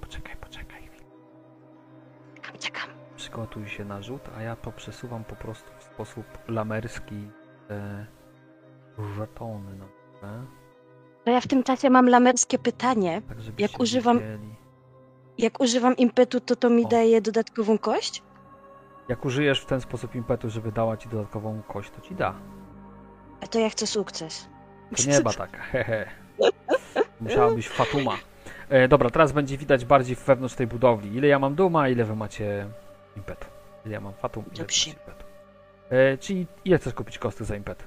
Czekam. Przygotuj się na rzut, a ja to przesuwam po prostu w sposób lamerski te żetony na górę. To ja w tym czasie mam lamerskie pytanie. Tak, żebyście Jak używam- widzieli. Jak używam impetu, to mi O. daje dodatkową kość? Jak użyjesz w ten sposób impetu, żeby dała ci dodatkową kość, to ci da. A to ja chcę sukces. To nie ba tak, hehe. Musiałabyś Fatuma. Dobra, teraz będzie widać bardziej wewnątrz tej budowli. Ile ja mam duma, ile wy macie impetu. Ile ja mam Fatum, ile wy Dobrze. macie impetu. Czyli ile chcesz kupić kosty za impet?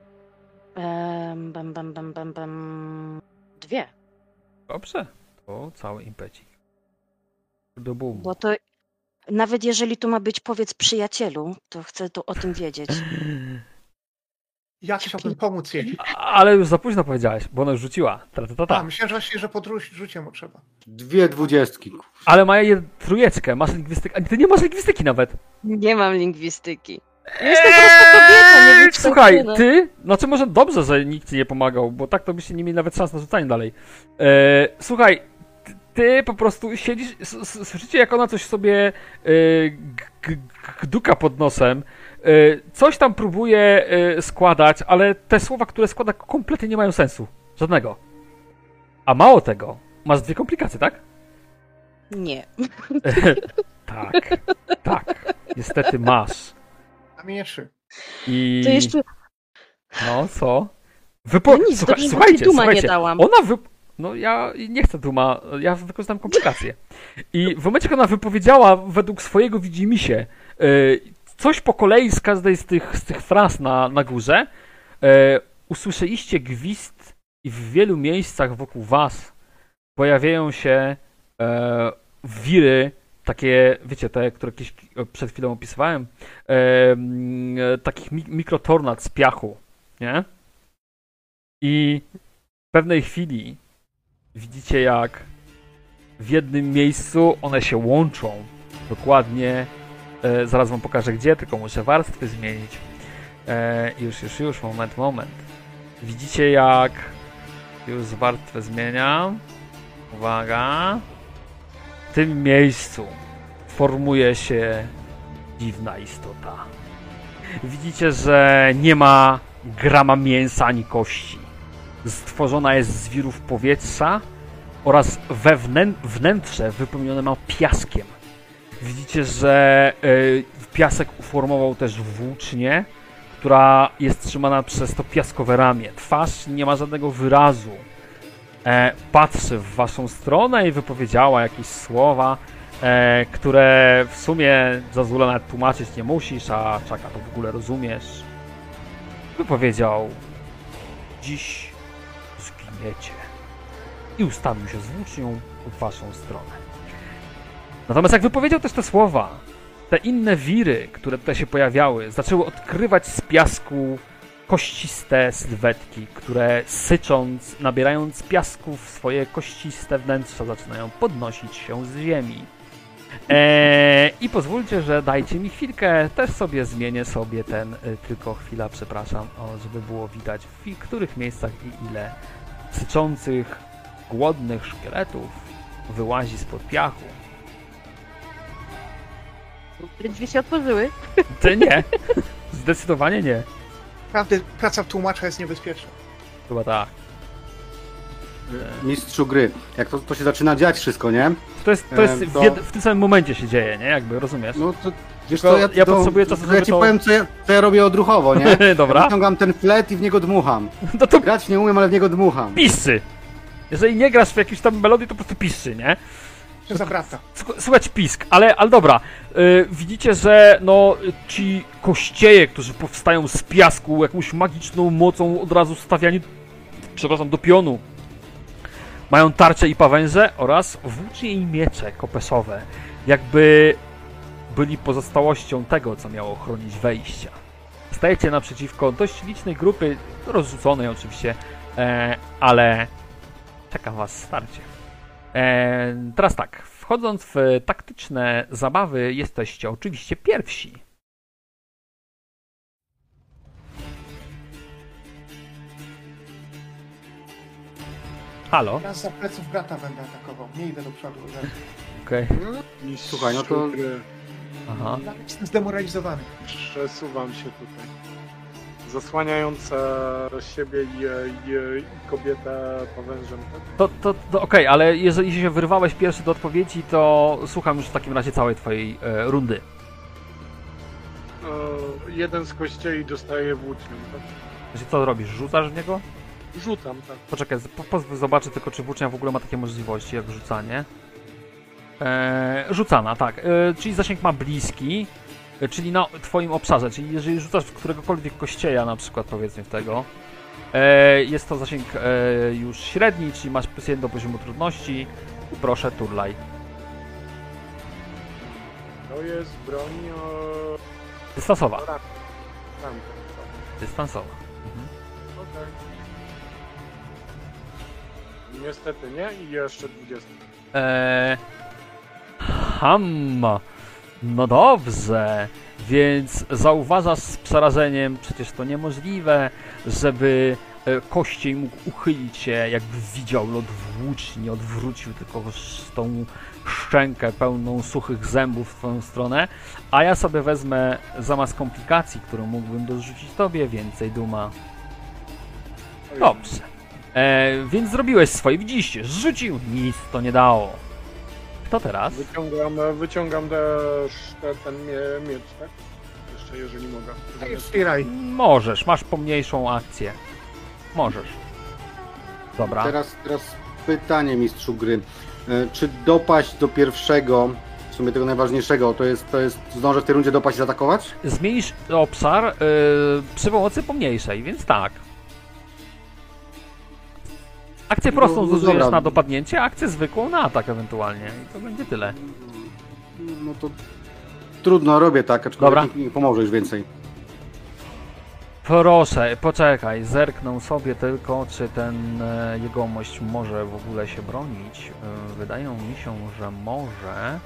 Bam. 2. Dobrze, to cały impecik. Do boom. Bo to nawet jeżeli to ma być powiedz przyjacielu, to chcę to o tym wiedzieć. Ja chciałbym pomóc jej. Ale już za późno powiedziałeś, bo ona już rzuciła. A, myślałem, że właśnie, że rzucie mu trzeba. 2 20. Ale ma trójeczkę, masz lingwistykę. A ty nie masz lingwistyki nawet. Nie mam lingwistyki. Jestem po prostu kobieta, nie wiem, Słuchaj, ty, znaczy może dobrze, że nikt ci nie pomagał, bo tak to byście nie mieli nawet szans na rzucanie dalej. Słuchaj, ty po prostu siedzisz, słyszycie jak ona coś sobie gduka pod nosem, coś tam próbuje składać, ale te słowa, które składa kompletnie nie mają sensu. Żadnego. A mało tego, masz 2 komplikacje, tak? Nie. Tak, niestety masz. A mnie 3. I... To jeszcze... No, co? No nic, dobrze, bo ci duma nie dałam. No ja nie chcę duma, ja tylko znam komplikacje. I w momencie, kiedy ona wypowiedziała według swojego widzimisię coś po kolei z każdej z tych fraz na górze, usłyszeliście gwizd i w wielu miejscach wokół was pojawiają się wiry, takie, wiecie, te, które kiedyś przed chwilą opisywałem, takich mikrotornad z piachu, nie? I w pewnej chwili widzicie, jak w jednym miejscu one się łączą. Dokładnie, zaraz wam pokażę gdzie, tylko muszę warstwy zmienić. Już, moment. Widzicie, jak już warstwę zmieniam. Uwaga. W tym miejscu formuje się dziwna istota. Widzicie, że nie ma grama mięsa ani kości. Stworzona jest z wirów powietrza oraz wnętrze wypełnione ma piaskiem. Widzicie, że piasek uformował też włócznię, która jest trzymana przez to piaskowe ramię. Twarz nie ma żadnego wyrazu. Patrzy w waszą stronę i wypowiedziała jakieś słowa, które w sumie Zazula nawet tłumaczyć nie musisz, a Czaka to w ogóle rozumiesz. Wypowiedział: dziś zginiecie. I ustawił się z włócznią w waszą stronę. Natomiast jak wypowiedział też te słowa, te inne wiry, które tutaj się pojawiały, zaczęły odkrywać z piasku kościste sylwetki, które sycząc, nabierając piasku w swoje kościste wnętrza, zaczynają podnosić się z ziemi. I pozwólcie, że dajcie mi chwilkę, też sobie zmienię sobie tylko chwila, przepraszam, żeby było widać w których miejscach i ile syczących, głodnych szkieletów wyłazi spod piachu. Drzwi się otworzyły. Ty nie. Zdecydowanie nie. Naprawdę praca tłumacza jest niebezpieczna. Chyba tak. Mistrzu gry. Jak to się zaczyna dziać wszystko, nie? To jest w tym samym momencie się dzieje, nie? Jakby, rozumiesz? No to wiesz Tylko co, ja potrzebuję czasu, ja żeby ci to- powiem, co ja robię odruchowo, nie? Dobra. Ja wyciągam ten flet i w niego dmucham. No to Grać nie umiem, ale w niego dmucham. piszczy! Jeżeli nie grasz w jakiejś tam melodii, to po prostu piszczy, nie? Się zabrata. Słychać pisk, ale dobra. Widzicie, że no ci kościeje, którzy powstają z piasku jakąś magiczną mocą od razu stawiani, do pionu. Mają tarcze i pawęże oraz włócznie i miecze kopesowe. Jakby byli pozostałością tego, co miało chronić wejścia. Stajecie naprzeciwko dość licznej grupy, rozrzuconej oczywiście, ale czeka was starcie. Teraz tak, wchodząc w taktyczne zabawy, jesteście oczywiście pierwsi. Halo? Ja za pleców brata będę atakował. Nie idę do przodu. Okej. Słuchaj, no to- Gry. Aha. Jestem zdemoralizowany. Przesuwam się tutaj. Zasłaniając siebie i kobietę pawężem. Tak? Okej, ale jeżeli się wyrwałeś pierwszy do odpowiedzi, to słucham już w takim razie całej twojej rundy. Jeden z kościeli dostaje włócznią. Tak? Czyli co robisz? Rzucasz w niego? Rzucam, tak. Poczekaj, pozwól zobaczę tylko, czy włócznia w ogóle ma takie możliwości jak rzucanie. Rzucana, tak. Czyli zasięg ma bliski, czyli na twoim obszarze, czyli jeżeli rzucasz w któregokolwiek kościeja, na przykład powiedzmy w tego, jest to zasięg już średni, czyli masz +1 do poziomu trudności. Proszę, turlaj. To jest broń... Dystansowa. tak. Dystansowa. Mhm. Okej. Niestety nie i jeszcze 20. No dobrze, więc zauważasz z przerażeniem, przecież to niemożliwe, żeby kościej mógł uchylić się, jakby widział lot włóczni, odwrócił tylko tą szczękę pełną suchych zębów w twoją stronę, a ja sobie wezmę zamiast komplikacji, którą mógłbym dorzucić tobie, więcej duma. Dobrze. Więc zrobiłeś swoje, widzieliście, rzucił, nic to nie dało. Kto teraz? Wyciągam ten miecz, tak? Jeszcze jeżeli mogę. Wspieraj. Możesz, masz pomniejszą akcję. Możesz. Dobra. Teraz pytanie, mistrzu gry. Czy dopaść do pierwszego, w sumie tego najważniejszego, to jest zdążę w tej rundzie dopaść i zaatakować? Zmienisz obszar przy pomocy pomniejszej, więc tak. Akcję prostą No zużyjesz dobra. na dopadnięcie, akcję zwykłą na atak ewentualnie. I to będzie tyle. No to trudno, robię tak, aczkolwiek Dobra. nikt mi nie pomoże już więcej. Proszę, poczekaj, zerknę sobie tylko, czy ten jegomość może w ogóle się bronić. Wydaje mi się, że może.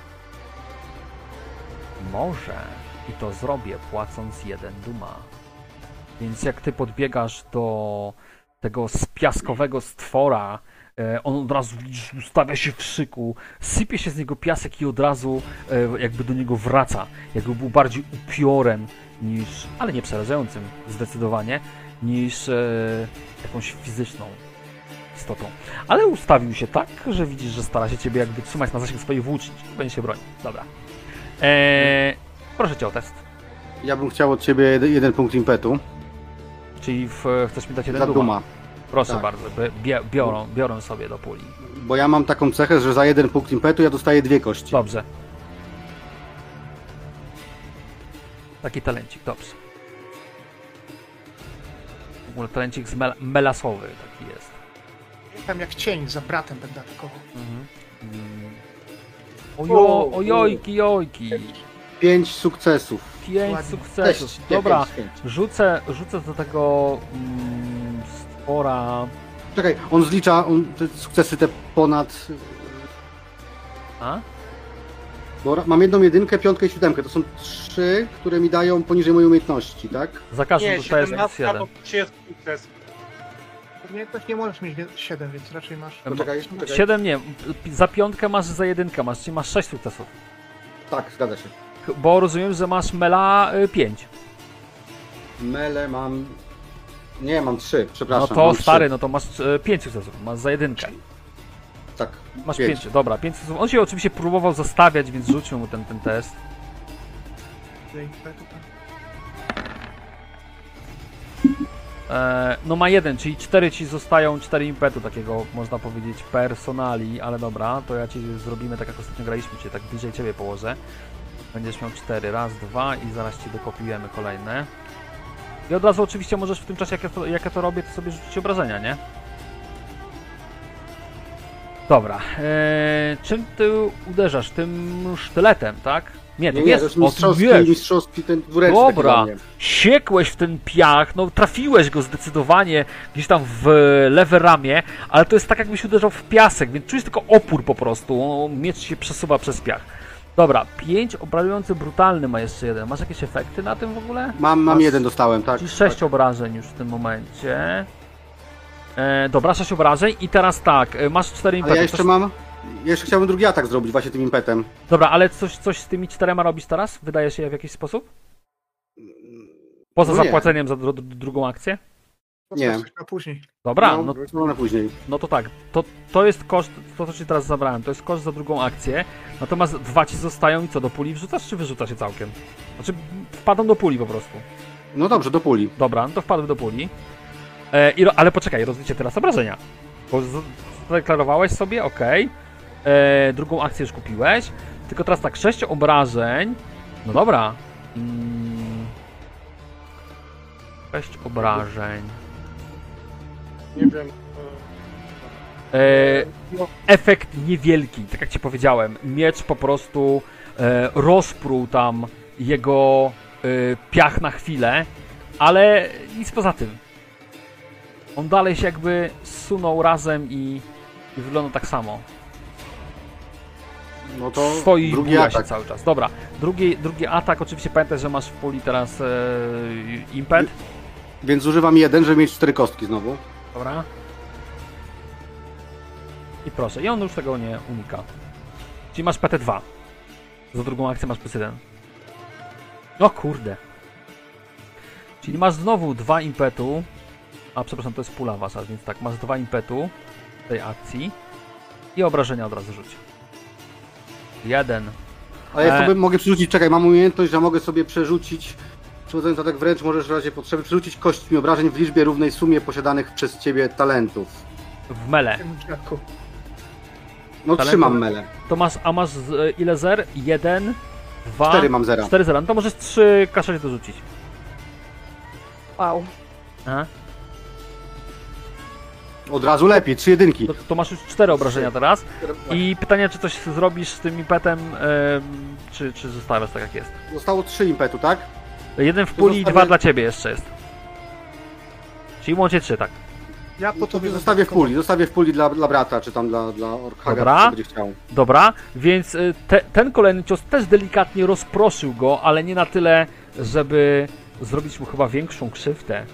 Może. I to zrobię, płacąc 1 duma. Więc jak ty podbiegasz do tego spiaskowego stwora, on od razu widzisz, ustawia się w szyku, sypie się z niego piasek i od razu jakby do niego wraca. Jakby był bardziej upiorem niż, ale nie przerażającym zdecydowanie, niż jakąś fizyczną istotą. Ale ustawił się tak, że widzisz, że stara się ciebie jakby trzymać na zasięg swojej włóczni. Będzie się bronić. Dobra. Proszę cię o test. Ja bym chciał od ciebie 1 punkt impetu. Czyli chcesz mi dać jeden Za duma? duma. Proszę Tak. bardzo, biorą sobie do puli. Bo ja mam taką cechę, że za 1 punkt impetu ja dostaję 2 kości. Dobrze. Taki talencik, dobrze. W ogóle talencik melasowy taki jest. Tam jak cień za bratem będę atakował. Ojojki, jojki. 5 sukcesów. 5 Ładnie. sukcesów. Cześć, Dobra, pięć. rzucę do tego stwora. Czekaj, on zlicza te sukcesy te ponad... A? Bo mam 1 jedynkę, 5 i 7. To są 3, które mi dają poniżej mojej umiejętności, tak? Za każdym Nie, dostajesz 17 1. to też jest sukces. Umiejętność nie możesz mieć 7, więc raczej masz... Poczekaj. 7 nie, za 5 masz, za 1 masz, czyli masz 6 sukcesów. Tak, zgadza się. Bo rozumiem, że masz mela 5. Mele mam... Nie, mam 3, przepraszam. No to mam stary, 3. no to masz 5 sukcesów, masz za 1. Tak, Masz 5. 5, dobra, 5 sukcesów. On się oczywiście próbował zastawiać, więc rzucił mu ten test. No ma 1, czyli 4 ci zostają, 4 impetu takiego, można powiedzieć, personali, ale dobra, to ja ci zrobimy tak jak ostatnio graliśmy, cię tak bliżej ciebie położę. Będziesz miał 4, raz, 2 i zaraz ci dokopiujemy kolejne. I od razu oczywiście możesz w tym czasie, jak ja to robię, to sobie rzucić obrażenia, nie? Dobra, czym ty uderzasz? Tym sztyletem, tak? Nie, to Nie, jest, to jest o, ty wiesz. mistrzowski ten dwuręczny. Dobra, taki dla mnie. siekłeś w ten piach, no trafiłeś go zdecydowanie gdzieś tam w lewe ramię, ale to jest tak jakbyś uderzał w piasek, więc czujesz tylko opór po prostu, miecz się przesuwa przez piach. Dobra, 5, obrażający brutalny ma jeszcze 1. Masz jakieś efekty na tym w ogóle? Mam Masz- 1 dostałem, tak. Czyli 6 tak. obrażeń już w tym momencie. Dobra, 6 obrażeń i teraz tak, masz 4 impetu. Ale ja jeszcze mam... Jeszcze chciałbym drugi atak zrobić właśnie tym impetem. Dobra, ale coś z tymi 4 robisz teraz? Wydaje się w jakiś sposób? Poza No nie. zapłaceniem za drugą akcję? Nie. Na później. Dobra, no na później. no to tak, to jest koszt, to co ci teraz zabrałem, to jest koszt za drugą akcję, natomiast 2 ci zostają i co, do puli wrzucasz, czy wyrzucasz je całkiem? Znaczy, wpadą do puli po prostu. No dobrze, do puli. Dobra, no to wpadły do puli. Ale poczekaj, rozliczę teraz obrażenia. Bo zadeklarowałeś sobie, okej. Drugą akcję już kupiłeś, tylko teraz tak, 6 obrażeń, no dobra. 6 obrażeń. Nie wiem. Efekt niewielki, tak jak ci powiedziałem. Miecz po prostu rozpruł tam jego piach na chwilę, ale nic poza tym. On dalej się jakby zsunął razem i wygląda tak samo. No to Stoi i drugi buja się atak. cały czas. Dobra, drugi atak, oczywiście pamiętaj, że masz w puli teraz impet. Więc zużywam 1, żeby mieć 4 kostki znowu. Dobra. I proszę, i on już tego nie unika. Czyli masz PT2. Za drugą akcję masz plus 1. O kurde. Czyli masz znowu 2 impetu. A przepraszam, to jest pula wasza, więc tak, masz 2 impetu tej akcji. I obrażenia od razu rzuć. 1. Ale ja sobie mogę przerzucić, czekaj, mam umiejętność, że mogę sobie przerzucić, przechodząc atak wręcz, możesz w razie potrzeby przerzucić kośćmi obrażeń w liczbie równej sumie posiadanych przez ciebie talentów. W mele. W tym dziadku. No Talentu- trzymam mele. To masz, a masz ile zer? 1, 2, 4 mam zera. 4 zera. No to możesz 3 kaszeli dorzucić. Wow. Aha. Od razu lepiej, 3 jedynki. To masz już 4 obrażenia teraz. I pytanie, czy coś zrobisz z tym impetem, czy zostawiasz tak jak jest. Zostało 3 impetu, tak? 1 w puli i zostawię- 2 dla ciebie jeszcze jest. Czyli łącznie 3, tak. Ja po tobie Zostawię w puli dla brata, czy tam dla Orkhaga, Dobra. co będzie chciał. Dobra, więc ten kolejny cios też delikatnie rozproszył go, ale nie na tyle, żeby zrobić mu chyba większą krzywdę.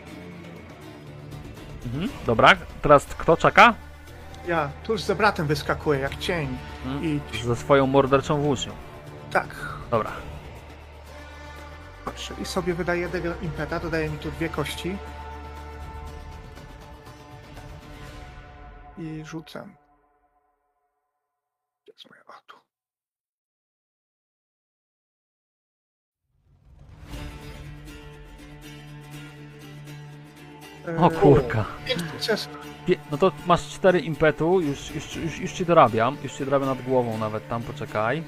Dobra, teraz kto czeka? Ja tuż za bratem wyskakuję jak cień. I Ze swoją morderczą włócznią. tak. Dobra. I sobie wydaję jednego impeta, dodaje mi tu 2 kości. I rzucam. Gdzie jest moja... O, tu. O kurka. 5 sukcesów. No to masz 4 impetu, już ci dorabiam. Już ci dorabiam nad głową nawet, tam poczekaj.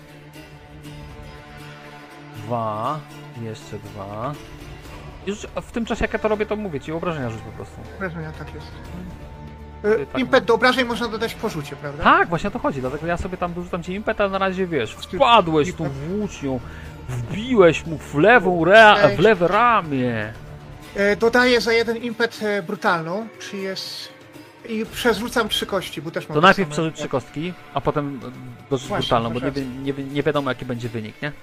2, jeszcze 2. Już w tym czasie jak ja to robię, to mówię ci, obrażenia rzuć po prostu. Wrażenia, tak jest. tak. Impet do obrażeń można dodać po rzucie, prawda? Tak, właśnie o to chodzi, dlatego ja sobie tam dorzucam ci impet, a na razie wiesz, wpadłeś tą włócznią, wbiłeś mu w w lewe ramię. Dodaję za jeden impet brutalną, czyli jest... I przerzucam 3 kości, bo też mam... To te najpierw same- przerzuć 3 kostki, a potem dorzuć Właśnie, brutalną, bo masz nie wiadomo jaki będzie wynik, nie?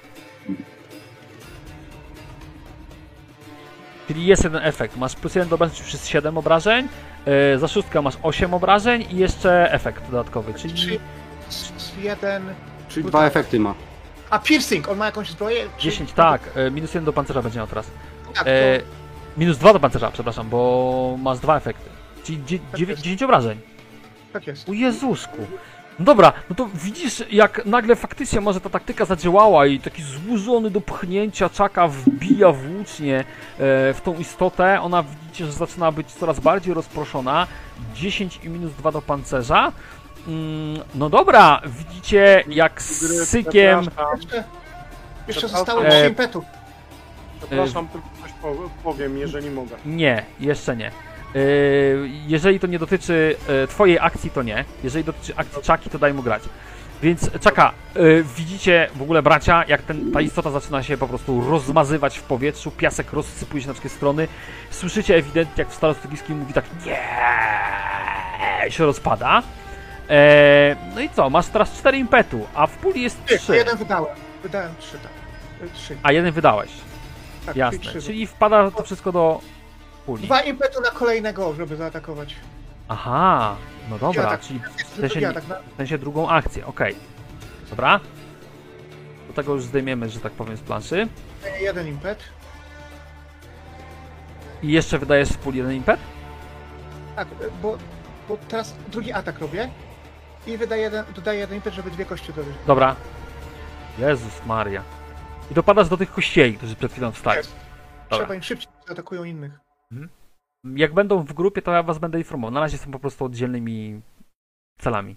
Czyli jest jeden efekt, masz plus 1 do obrażeń, już jest 7 obrażeń, za szóstkę masz 8 obrażeń i jeszcze efekt dodatkowy, czyli... Czyli jeden... Czyli 2 efekty ma. A piercing, on ma jakąś zbroję? 10, tak, minus 1 do pancerza będzie miał teraz. Tak, to... Minus 2 do pancerza, przepraszam, bo masz 2 efekty. Czyli 10 obrażeń. Tak jest. O Jezuszku. No dobra, no to widzisz, jak nagle faktycznie może ta taktyka zadziałała i taki złużony do pchnięcia czaka wbija włócznie w tą istotę. Ona widzicie, że zaczyna być coraz bardziej rozproszona. 10 i minus 2 do pancerza. No dobra, widzicie jak z sykiem... Jeszcze zostało Przepraszam. 3 impetów. Przepraszam, tylko coś powiem, jeżeli mogę. Nie, jeszcze nie. Jeżeli to nie dotyczy twojej akcji, to nie. Jeżeli dotyczy akcji Chucky, to daj mu grać. Więc Czaka, widzicie w ogóle bracia, jak ta istota zaczyna się po prostu rozmazywać w powietrzu, piasek rozsypuje się na wszystkie strony. Słyszycie ewidentnie, jak w starostygiskim mówi tak nie, się rozpada. No i co, masz teraz 4 impetu, a w puli jest 3. Jeden wydałem. Wydałem 3, tak. 3. A jeden wydałeś. Tak, Jasne, trzy. czyli wpada to wszystko do puli. 2 impetu na kolejnego, żeby zaatakować. Aha, no dobra, Ja tak- czyli Ja tak na... w sensie drugą akcję, okej. Dobra. Do tego już zdejmiemy, że tak powiem, z planszy. jeden impet. I jeszcze wydajesz z puli jeden impet? Tak, bo teraz drugi atak robię. I dodaję jeden impet, żeby 2 kości dodać. Dobra. Jezus Maria. I dopadasz do tych kościei, którzy przed chwilą wstali. Jest. Dobra. Trzeba im szybciej, atakują innych. Jak będą w grupie, to ja was będę informował. Na razie są po prostu oddzielnymi celami.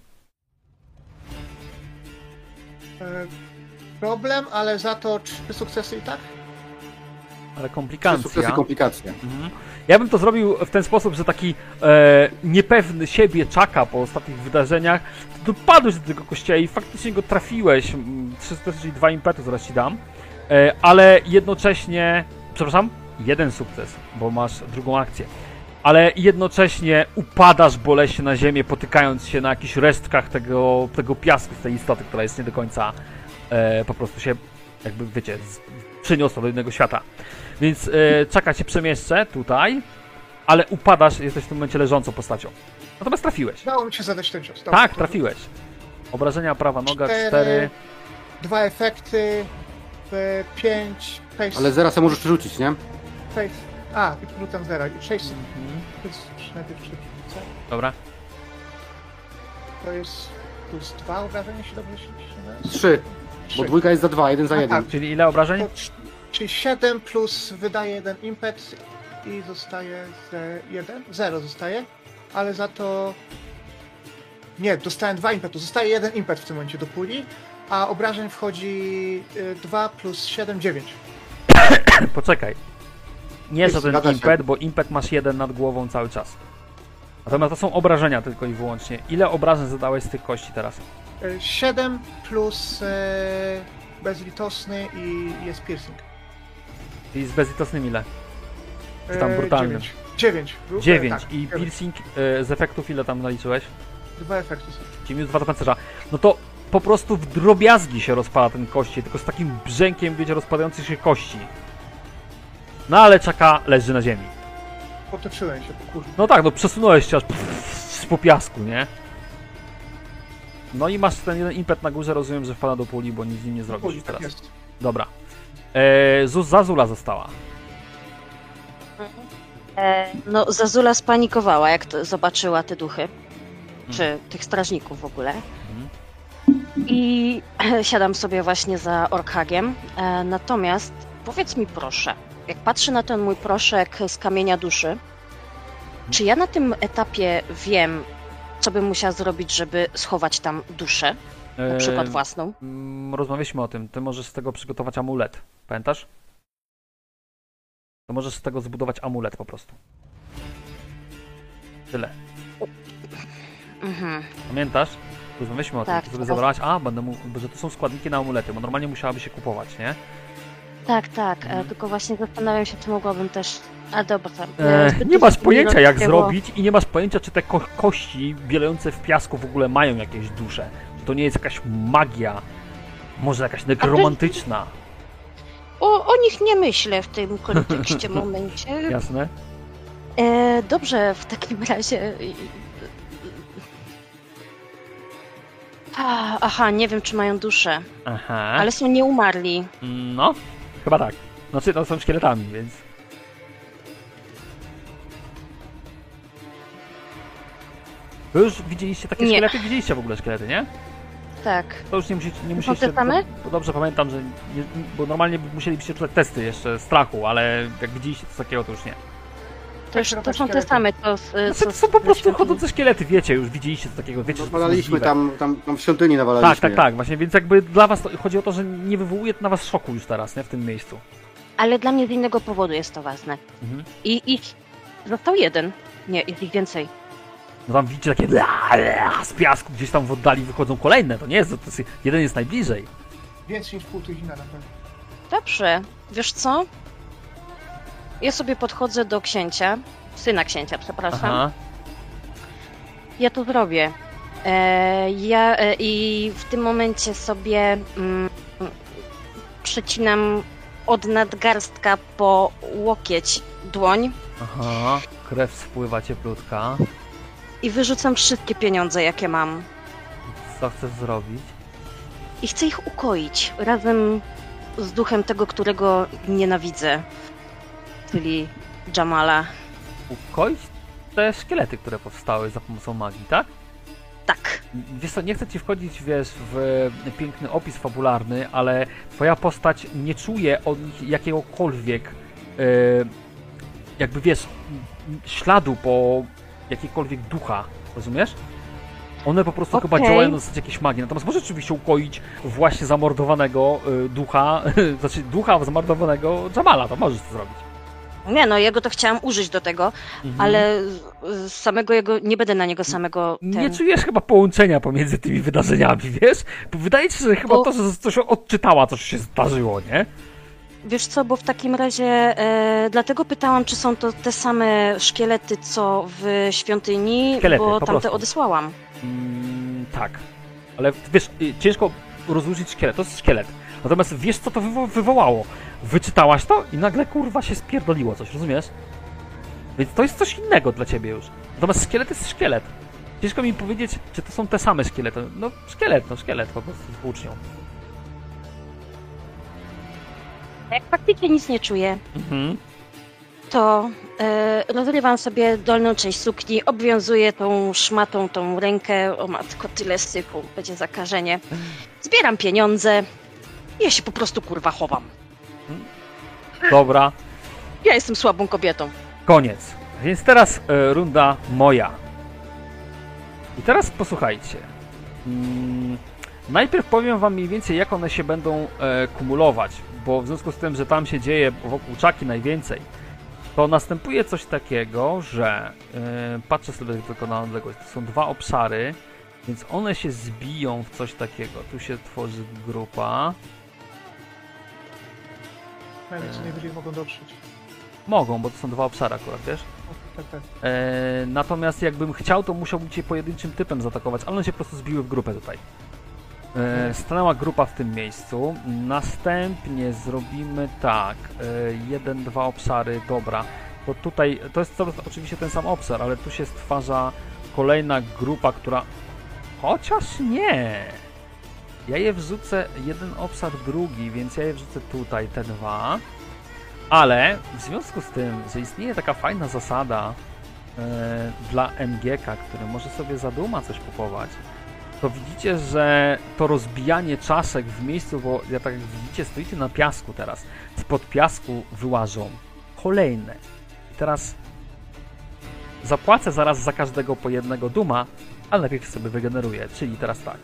Problem, ale za to 3 sukcesy i tak? Ale 3 komplikacja. sukcesy, komplikacje. Mhm. Ja bym to zrobił w ten sposób, że taki niepewny siebie Czaka po ostatnich wydarzeniach, to dopadłeś do tego kościoła i faktycznie go trafiłeś. 3 sukcesy, czyli 2 impetu, zaraz ci dam. Ale jednocześnie, przepraszam, 1 sukces, bo masz drugą akcję. Ale jednocześnie upadasz boleśnie na ziemię, potykając się na jakichś resztkach tego piasku z tej istoty, która jest nie do końca po prostu się, jakby wiecie, przyniosła do innego świata. Więc Czaka cię przemieszczę tutaj, ale upadasz, jesteś w tym momencie leżącą postacią. Natomiast trafiłeś. Dało mi się zadać ten cios. Tak, trafiłeś. Obrażenia prawa noga 4. 2 efekty, 5, pace. Ale zera sobie możesz przerzucić, nie? Pace. A, i rzucam 0. 6. Najpierw 3. Dobra. To jest plus 2 obrażenia, jeśli dobrze się nie 3. Bo 2 jest za 2, 1 za A, 1. tak. Czyli ile obrażeń? To, czyli 7 plus wydaje 1 impet i zostaje 1. 0 zostaje, ale za to Nie, dostałem 2 impetu. Zostaje 1 impet w tym momencie do puli, a obrażeń wchodzi 2 plus 7, 9. Poczekaj. Nie żaden Zgadza się. impet, bo impet masz 1 nad głową cały czas. Natomiast to są obrażenia tylko i wyłącznie. Ile obrażeń zadałeś z tych kości teraz? 7 plus bezlitosny i jest piercing. I z bezlitosnym ile? Czy tam brutalnym? 9. 9. Tak, I 9. piercing z efektów ile tam naliczyłeś? 2 efekty są. Czyli minus 2 do pancerza. No to po prostu w drobiazgi się rozpada ten kości, tylko z takim brzękiem, wiecie, rozpadających się kości. No ale czaka leży na ziemi. Potoczyłem się, kurde. No tak, no przesunąłeś się aż po piasku, nie? No i masz ten jeden impet na górze, rozumiem, że wpada do puli, bo nic z nim nie zrobisz Puli, już tak teraz. jest. Dobra. Zazula została. No, Zazula spanikowała, jak to zobaczyła te duchy. Czy tych strażników w ogóle. I siadam sobie właśnie za Orkhagiem. Natomiast powiedz mi proszę, jak patrzę na ten mój proszek z kamienia duszy, czy ja na tym etapie wiem, co bym musiała zrobić, żeby schować tam duszę, na przykład własną? Rozmawialiśmy o tym. Ty możesz z tego przygotować amulet. Pamiętasz? To możesz z tego zbudować amulet po prostu. Tyle. Mhm. Pamiętasz? Rozmawialiśmy o Tak, tym. Ty sobie tak. zabrałaś, że to są składniki na amulety, bo normalnie musiałaby się kupować, nie? Tak, tylko właśnie zastanawiam się, czy mogłabym też... A dobra, tam. Nie masz pojęcia jak było. zrobić i nie masz pojęcia, czy te kości bielące w piasku w ogóle mają jakieś dusze. Czy to nie jest jakaś magia, może jakaś nekromantyczna. O nich nie myślę w tym kontekście momencie. Jasne? Dobrze, w takim razie... Aha, nie wiem, czy mają duszę, Aha. ale są nieumarli. No, chyba tak. Znaczy, no są szkieletami, więc... Wy już widzieliście takie Nie. szkielety? Widzieliście w ogóle szkielety, nie? Tak. To już nie musieliście... te same? Bo dobrze pamiętam, że... bo normalnie musielibyście czytać testy jeszcze strachu, ale jak widzieliście coś takiego, to już nie. To są te same, Znaczy, to są po prostu chodzące szkielety, wiecie, już widzieliście coś takiego, wiecie, co to Nawalaliśmy możliwe. tam w świątyni nawalaliśmy. Tak, właśnie, więc jakby dla was chodzi o to, że nie wywołuje to na was szoku już teraz, nie, w tym miejscu. Ale dla mnie z innego powodu jest to ważne. Mhm. I został jeden. Nie, jest ich więcej. No tam widzicie takie z piasku, gdzieś tam w oddali wychodzą kolejne, to nie jest, jeden jest najbliżej. Więcej niż pół tuzina na pewno. Dobrze, wiesz co? Ja sobie podchodzę do księcia, syna księcia, przepraszam. Aha. Ja to zrobię. I w tym momencie sobie przecinam od nadgarstka po łokieć dłoń Aha, krew spływa cieplutka. i wyrzucam wszystkie pieniądze, jakie mam. Co chcesz zrobić? I chcę ich ukoić razem z duchem tego, którego nienawidzę, czyli Jamala. Ukoić te szkielety, które powstały za pomocą magii, tak? Tak. Wiesz co, nie chcę ci wchodzić, wiesz, w piękny opis fabularny, ale twoja postać nie czuje od nich jakiegokolwiek, jakby wiesz, śladu po jakiejkolwiek ducha, rozumiesz? One po prostu chyba Okej. działają na zasadzie jakiejś magii, natomiast możesz oczywiście ukoić właśnie zamordowanego ducha, znaczy ducha zamordowanego Jamala, to możesz to zrobić. Nie no, jego to chciałam użyć do tego, ale samego jego, nie będę na niego samego Nie czujesz chyba połączenia pomiędzy tymi wydarzeniami, wiesz? Bo wydaje ci się, że chyba Bo- to, że coś odczytała, coś się zdarzyło, nie? Wiesz co, bo w takim razie dlatego pytałam, czy są to te same szkielety, co w świątyni, Szkielety, bo po tamte prostu. odesłałam. Tak. Ale wiesz, ciężko rozróżnić szkielet, to jest szkielet. Natomiast wiesz, co to wywołało. Wyczytałaś to i nagle, kurwa, się spierdoliło coś, rozumiesz? Więc to jest coś innego dla ciebie już. Natomiast szkielet jest szkielet. Ciężko mi powiedzieć, czy to są te same szkielety. No szkielet po prostu z włócznią. Jak faktycznie nic nie czuję, to rozrywam sobie dolną część sukni, obwiązuję tą szmatą tą rękę, o matko, tyle syfu, będzie zakażenie. Zbieram pieniądze i ja się po prostu kurwa chowam. Dobra, Ja jestem słabą kobietą. koniec. Więc teraz runda moja. I teraz posłuchajcie. Najpierw powiem wam mniej więcej, jak one się będą kumulować, bo w związku z tym, że tam się dzieje wokół czaki najwięcej, to następuje coś takiego, że patrzę sobie tylko na odległość, to są 2 obszary, więc one się zbiją w coś takiego. Tu się tworzy grupa. Najmniej co najwyżej mogą dotrzeć. Mogą, bo to są 2 obszary akurat, wiesz? Tak. Natomiast jakbym chciał, to musiałbym cię pojedynczym typem zaatakować, ale one się po prostu zbiły w grupę tutaj. Stanęła grupa w tym miejscu. Następnie zrobimy tak. 1, 2 obszary, dobra. To tutaj, to jest oczywiście ten sam obszar, ale tu się stwarza kolejna grupa, która... Chociaż nie! Ja je wrzucę, jeden obszar, drugi, więc ja je wrzucę tutaj, te 2. Ale w związku z tym, że istnieje taka fajna zasada dla MGK, który może sobie za duma coś kupować, to widzicie, że to rozbijanie czaszek w miejscu, bo ja tak jak widzicie, stoicie na piasku teraz, spod piasku wyłażą kolejne. I teraz zapłacę zaraz za każdego po jednego duma, ale najpierw sobie wygeneruję, czyli teraz tak.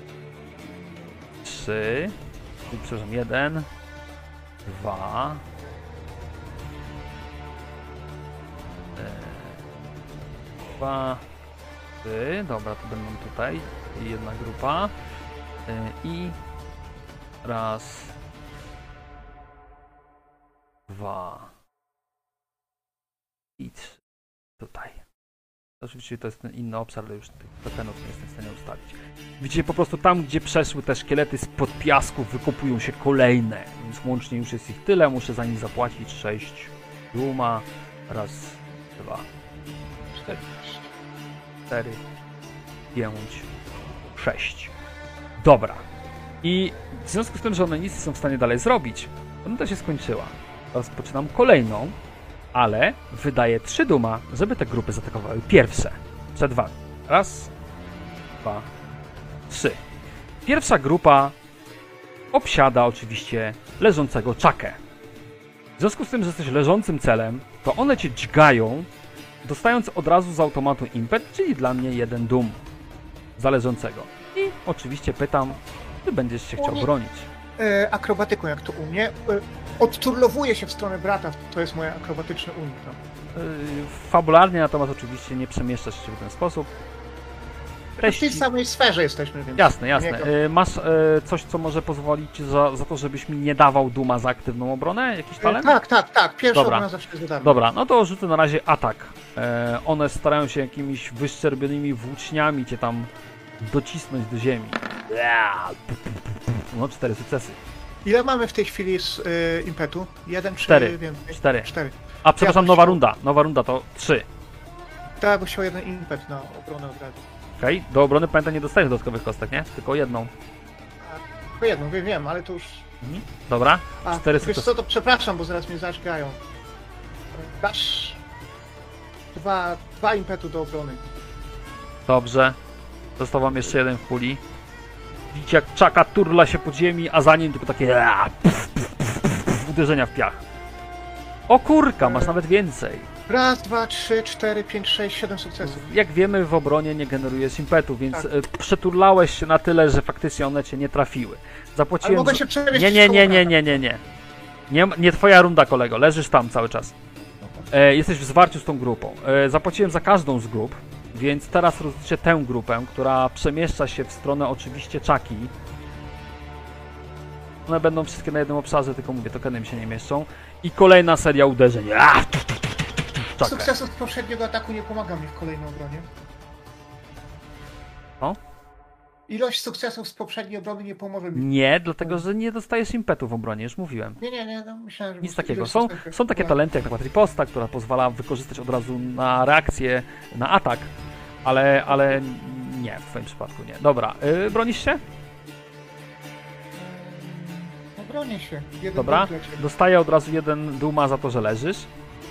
3, przepraszam, 1, 2, 2, 3, dobra, to będą tutaj jedna grupa i raz, 2 i 3 tutaj. Oczywiście to jest ten inny obszar, ale już tych tokenów nie jestem w stanie ustalić. Widzicie, po prostu tam, gdzie przeszły te szkielety spod piasku, wykopują się kolejne, więc łącznie już jest ich tyle, muszę za nich zapłacić 6 duma, raz, 2, 4, 5, 6. Dobra. I w związku z tym, że one nic nie są w stanie dalej zrobić, ona się skończyła. Rozpoczynam kolejną, ale wydaję 3 duma, żeby te grupy zaatakowały pierwsze. Przed wami. Raz, 2, 3. Pierwsza grupa obsiada oczywiście leżącego czakę. W związku z tym, że jesteś leżącym celem, to one cię dźgają, dostając od razu z automatu impet, czyli dla mnie 1 dum za leżącego. I oczywiście pytam, czy będziesz się chciał bronić. Akrobatyką, jak to u mnie. Odturlowuję się w stronę brata, to jest moje akrobatyczne unik. No. Fabularnie natomiast oczywiście nie przemieszczasz się w ten sposób. W tej samej sferze jesteśmy, więc... Jasne, jasne. Masz coś, co może pozwolić ci za to, żebyś mi nie dawał duma za aktywną obronę? Jakiś talent? Tak. Pierwsza obrona zawsze jest za darmo. Dobra, no to rzucę na razie atak. One starają się jakimiś wyszczerbionymi włóczniami cię tam docisnąć do ziemi. No 4 sukcesy. Ile mamy w tej chwili z impetu? 1, 3, 4. więcej? 4. 4. A przepraszam, nowa runda to 3. Tak, bo chciał 1 impet na obronę od razu. Okej, do obrony pamiętaj, nie dostajesz dodatkowych kostek, nie? Tylko jedną. Tylko jedną, wiem, ale to już... Dobra, 4 wiesz sukcesy. co, to przepraszam, bo zaraz mnie zaczgają. Dasz 2 impetu do obrony. Dobrze. Został wam jeszcze 1 w puli. Widzicie, jak czaka turla się pod ziemi, a za nim tylko takie uderzenia w piach. O kurka, masz nawet więcej. 1, 2, 3, 4, 5, 6, 7 sukcesów. Jak wiemy, w obronie nie generujesz impetu, więc Tak. przeturlałeś się na tyle, że faktycznie one cię nie trafiły. Ale Zapłaciłem... mogę się przemieścić Nie. Nie twoja runda, kolego. Leżysz tam cały czas. Jesteś w zwarciu z tą grupą. Zapłaciłem za każdą z grup, więc teraz rozliczę tę grupę, która przemieszcza się w stronę oczywiście czaki. One będą wszystkie na jednym obszarze, tylko mówię, tokeny mi się nie mieszczą. I kolejna seria uderzeń. Czakę. Sukcesu z poprzedniego ataku nie pomaga mi w kolejnej obronie. Co? Ilość sukcesów z poprzedniej obrony nie pomoże mi. Nie, dlatego że nie dostajesz impetu w obronie, już mówiłem. Nie, no myślałem, że... Nic takiego. ilość Są sukcesów- takie talenty jak na przykład riposta, która pozwala wykorzystać od razu na reakcję, na atak, ale nie, w twoim przypadku nie. Dobra, bronisz się? No bronię się. Jeden Dobra, punkt leci. dostaję od razu 1 duma za to, że leżysz.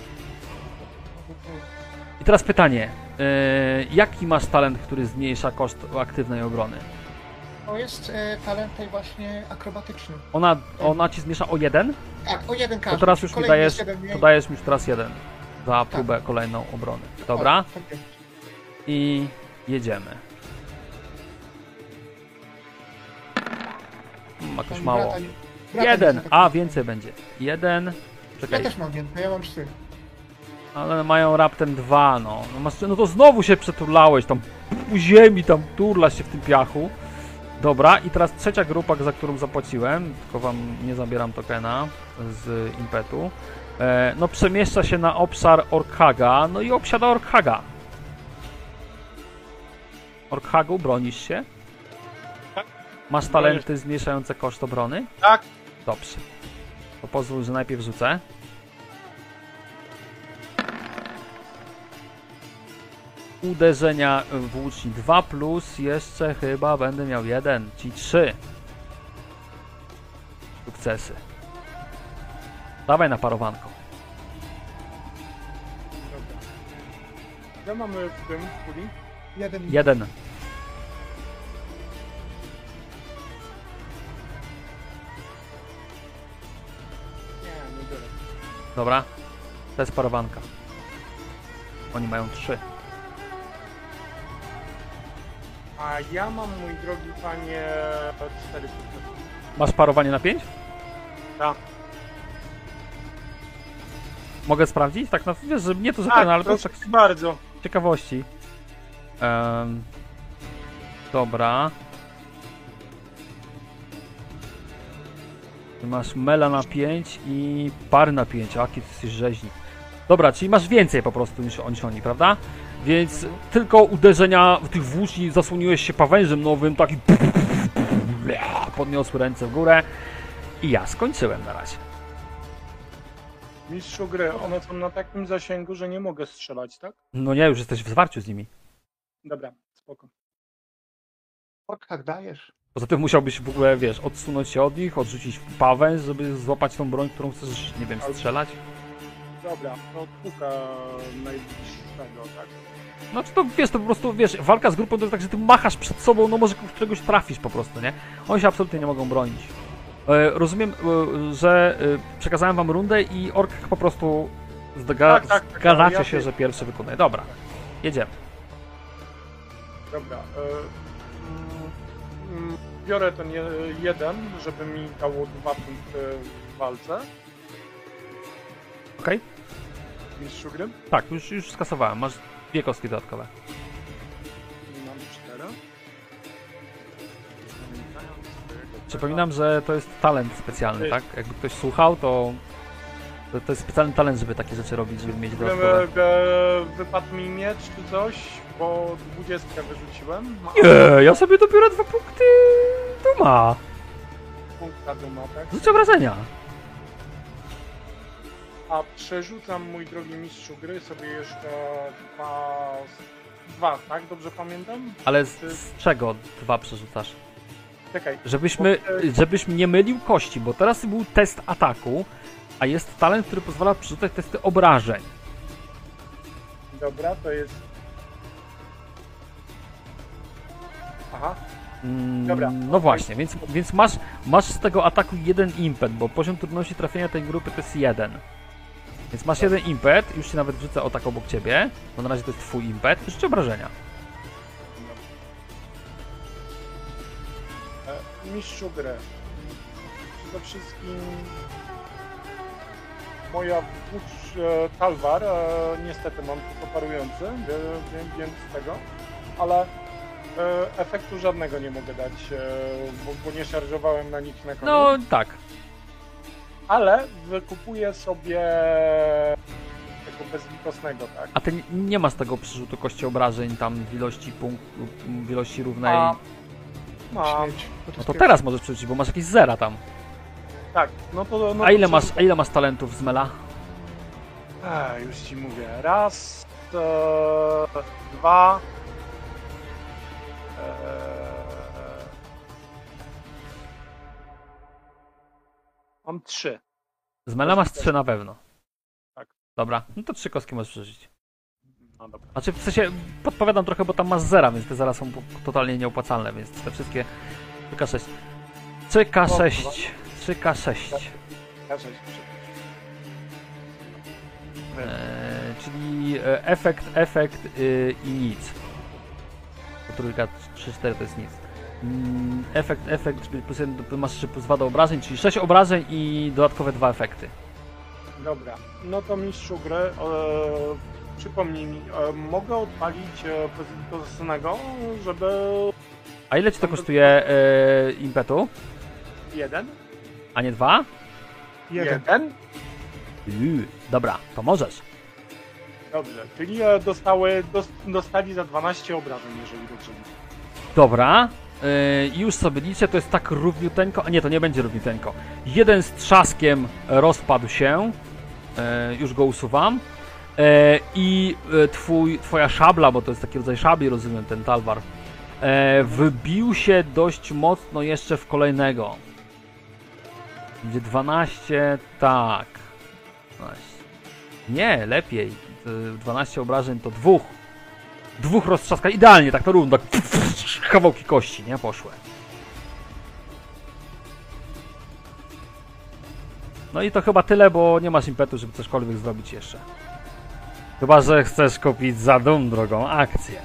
I teraz pytanie, jaki masz talent, który zmniejsza koszt aktywnej obrony? To jest talent tej właśnie akrobatyczny. Ona ci zmniejsza o 1? Tak, o 1 To każdy. teraz już mi Kolejny dajesz, jest jeden mniej. to dajesz mi już teraz 1 za próbę kolejną obrony. Dobra? Tak jest. I jedziemy. jakoś Tam mało. brata Jeden, nie zaatakował. a więcej będzie. Jeden, Ja czekaj, też mam więcej, ja mam 3. ale mają raptem 2, no. No to znowu się przeturlałeś, tam u ziemi, tam turlasz się w tym piachu. Dobra, i teraz trzecia grupa, za którą zapłaciłem, tylko wam nie zabieram tokena z impetu. No przemieszcza się na obszar Orkhaga, no i obsiada Orkhaga. Orkhagu, bronisz się? Tak. Masz talenty zmniejszające koszt obrony? Tak. Dobrze. To pozwól, że najpierw rzucę. Uderzenia włóczni 2 plus jeszcze chyba będę miał 1, czyli 3 sukcesy. Dawaj na parowanko. Dobra. Ile mamy w tym kuli? 1. Nie biorę. Dobra. To jest parowanka. Oni mają 3. A ja mam, mój drogi panie, 4 sukcesy. Masz parowanie na 5? Tak. Mogę sprawdzić? Tak, no wiesz, że nie to zupełnie, ale to proszę tak bardzo. z ciekawości. Dobra. Ty masz mela na 5 i pary na 5. Aki, ty jesteś rzeźnik. Dobra, czyli masz więcej po prostu niż oni, prawda? Więc tylko uderzenia w tych włóczni zasłoniłeś się pawężem nowym, taki podniosły ręce w górę i ja skończyłem na razie. Mistrzu gry, one są na takim zasięgu, że nie mogę strzelać, tak? No nie, już jesteś w zwarciu z nimi. Dobra, spoko. Tak dajesz. Poza tym musiałbyś w ogóle, wiesz, odsunąć się od nich, odrzucić pawęż, żeby złapać tą broń, którą chcesz, nie wiem, strzelać. Dobra, to puka najbliższego, tak? No czy to, wiesz, to po prostu, wiesz, walka z grupą to jest tak, że ty machasz przed sobą, no może któregoś trafisz po prostu, nie? Oni się absolutnie nie mogą bronić. Rozumiem, że przekazałem wam rundę i Ork po prostu Tak, zgadzacie ja się, że pierwszy wykonuje. Dobra, jedziemy. Dobra. Biorę ten jeden, żeby mi dało 2 punkty w walce. Okej? Mistrzu gry. Tak, już skasowałem, masz 2 kostki dodatkowe. I mam 4. Przypominam, że to jest talent specjalny, tak? Jakby ktoś słuchał, to jest specjalny talent, żeby takie rzeczy robić, żeby mieć dodatkowe. Wypadł mi miecz czy coś, bo 20 wyrzuciłem. Nie, ja sobie dopiero 2 punkty duma. Punkta duma, tak? Rzuć obrażenia. A przerzucam, mój drogi mistrzu gry, sobie jeszcze dwa, tak? Dobrze pamiętam? Ale z czego 2 przerzucasz? Czekaj. Żebyś nie mylił kości, bo teraz był test ataku, a jest talent, który pozwala przerzucać testy obrażeń. Dobra, to jest... Aha. Dobra. No właśnie, więc masz z tego ataku 1 impet, bo poziom trudności trafienia tej grupy to jest 1. Więc masz 1 impet, już się nawet wrzucę o tak obok ciebie, bo na razie to jest twój impet, rzuć obrażenia. Mistrzu gry. Przede wszystkim moja talwar, niestety mam tylko parujący, więc tego, ale efektu żadnego nie mogę dać, bo nie szarżowałem na nich na koniec. No tak. Ale wykupuję sobie tego bezlitosnego, tak? A ty nie masz tego przerzutu kości obrażeń tam w ilości w ilości równej. Mam. No to teraz możesz przerzucić, bo masz jakieś zera tam. Tak, no to... No A ile masz talentów z Mela? Już ci mówię. Raz, 2... Mam 3. Z Mela masz 3 na pewno. Tak. Dobra, no to 3 kostki możesz przeżyć. No dobra. Znaczy w sensie podpowiadam trochę, bo tam masz zera, więc te zera są totalnie nieopłacalne, więc te wszystkie 3K6. 3K6. 3K6. Czyli efekt i nic. Bo trójka 3-4 to jest nic. Efekt, czyli plus 1, masz jeszcze plus 2 do obrażeń, czyli 6 obrażeń i dodatkowe 2 efekty. Dobra, no to mistrzu gry, przypomnij mi, mogę odpalić pozytywnego, żeby... A ile ci to kosztuje impetu? 1? A nie 2? 1? Dobra, to możesz. Dobrze, czyli dostali za 12 obrażeń, jeżeli dobrze widzę. Dobra, już sobie liczę, to jest tak równiuteńko, a nie, to nie będzie równiuteńko. Jeden z trzaskiem rozpadł się, już go usuwam. I twoja szabla, bo to jest taki rodzaj szabli, rozumiem, ten talwar, wybił się dość mocno jeszcze w kolejnego. Będzie 12, tak. 12. Nie, lepiej. 12 obrażeń to dwóch roztrzaska, idealnie, tak to równo, tak kawałki kości, nie, poszły. No i to chyba tyle, bo nie masz impetu, żeby cośkolwiek zrobić jeszcze. Chyba że chcesz kupić za drogą akcję.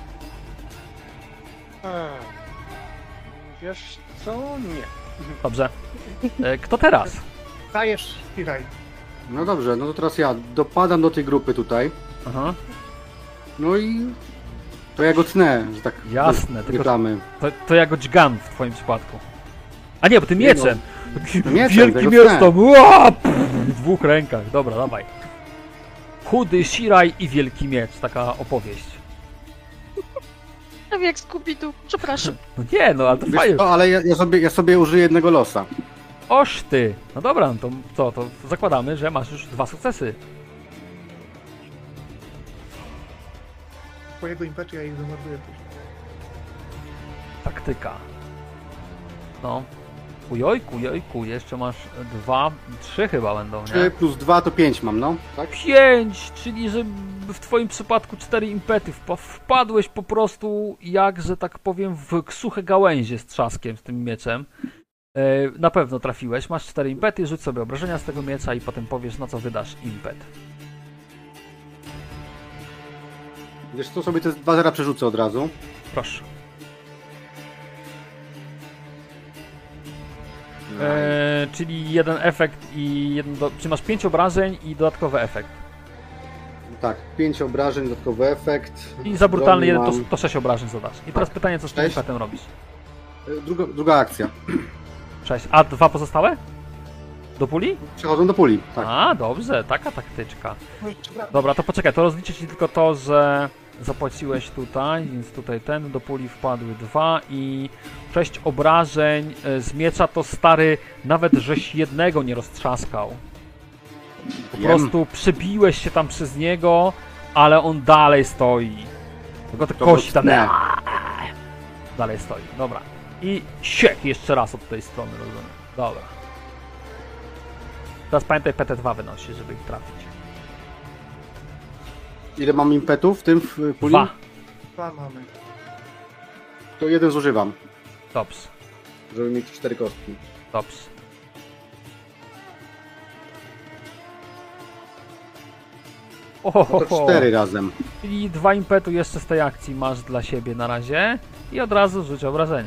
Wiesz co? Nie. Dobrze. Kto teraz? Dajesz, Hiraj. No dobrze, no to teraz ja dopadam do tej grupy tutaj. Aha. No i to ja go tnę, że tak Jasne, tylko reklamy. to ja go dźgam w twoim przypadku. A nie, bo ty mieczem. No, mieczem, Wielki tego miecz tnę. tam. Ua, w dwóch rękach. Dobra, dawaj. Chudy Shiraj i wielki miecz. Taka opowieść. Prawie jak Scooby-Doo, przepraszam. No nie, no ale to Wiesz fajnie. co, ale ja sobie użyję jednego losa. Oż ty. No dobra, no to co, to zakładamy, że masz już 2 sukcesy. Twojego impetu ja ich wymorduję później. Taktyka. No. Ujojku, jeszcze masz 2, 3 chyba będą, 3 nie? plus 2 to 5 mam, no. Tak? 5, czyli że w twoim przypadku 4 impety. Wpadłeś po prostu, jak, że tak powiem, w suche gałęzie z trzaskiem, z tym mieczem. Na pewno trafiłeś, masz 4 impety, rzuć sobie obrażenia z tego miecza i potem powiesz, na co wydasz impet. Wiesz co, sobie te 2 zera przerzucę od razu. Proszę. Czyli jeden efekt i czy masz 5 obrażeń i dodatkowy efekt. Tak, 5 obrażeń, dodatkowy efekt. I za brutalny Broni jeden mam. to 6 obrażeń zadasz. I teraz pytanie, co z tym 6. impetem robisz? Druga akcja. 6. A 2 pozostałe? Do puli? Przechodzą do puli, tak. A, dobrze, taka taktyczka. No i dobra, Dobra, to poczekaj, to rozliczę ci tylko to, że zapłaciłeś tutaj, więc tutaj ten, do puli wpadły 2 i 6 obrażeń z miecza to stary, nawet żeś jednego nie roztrzaskał. Po Wiem. prostu przebiłeś się tam przez niego, ale on dalej stoi. Tylko te To kości tam tnę. dalej stoi, dobra. I siek jeszcze raz od tej strony, rozumiem. Dobra. Teraz pamiętaj PT2 wynosi, żeby ich trafić. Ile mam impetu w tym w puli? 2. 2 mamy. To jeden zużywam, Dobrze, żeby mieć 4 kostki. dobrze. No to 4 razem. Czyli 2 impetu jeszcze z tej akcji masz dla siebie na razie i od razu rzuć obrażenia.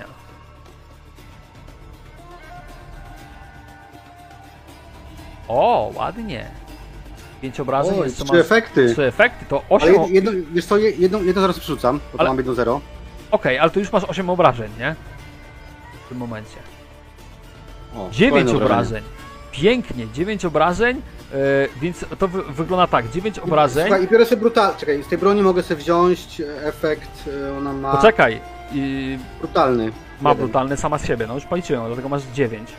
O, ładnie. 5 obrażeń, Oj, jeszcze 3 masz efekty. 3 efekty, to Ale 8. wiesz co, jedno zaraz przerzucam, bo Ale- to mam 1-0. Okej, ale to już masz 8 obrażeń, nie? W tym momencie. O, 9 kolejne obrażeń. Pięknie, 9 obrażeń, więc to wygląda tak, 9 obrażeń. Słuchaj, i biorę sobie czekaj, z tej broni mogę sobie wziąć efekt, ona ma Poczekaj, brutalny. ma jeden. brutalny sama z siebie, no już policzyłem, dlatego masz 9.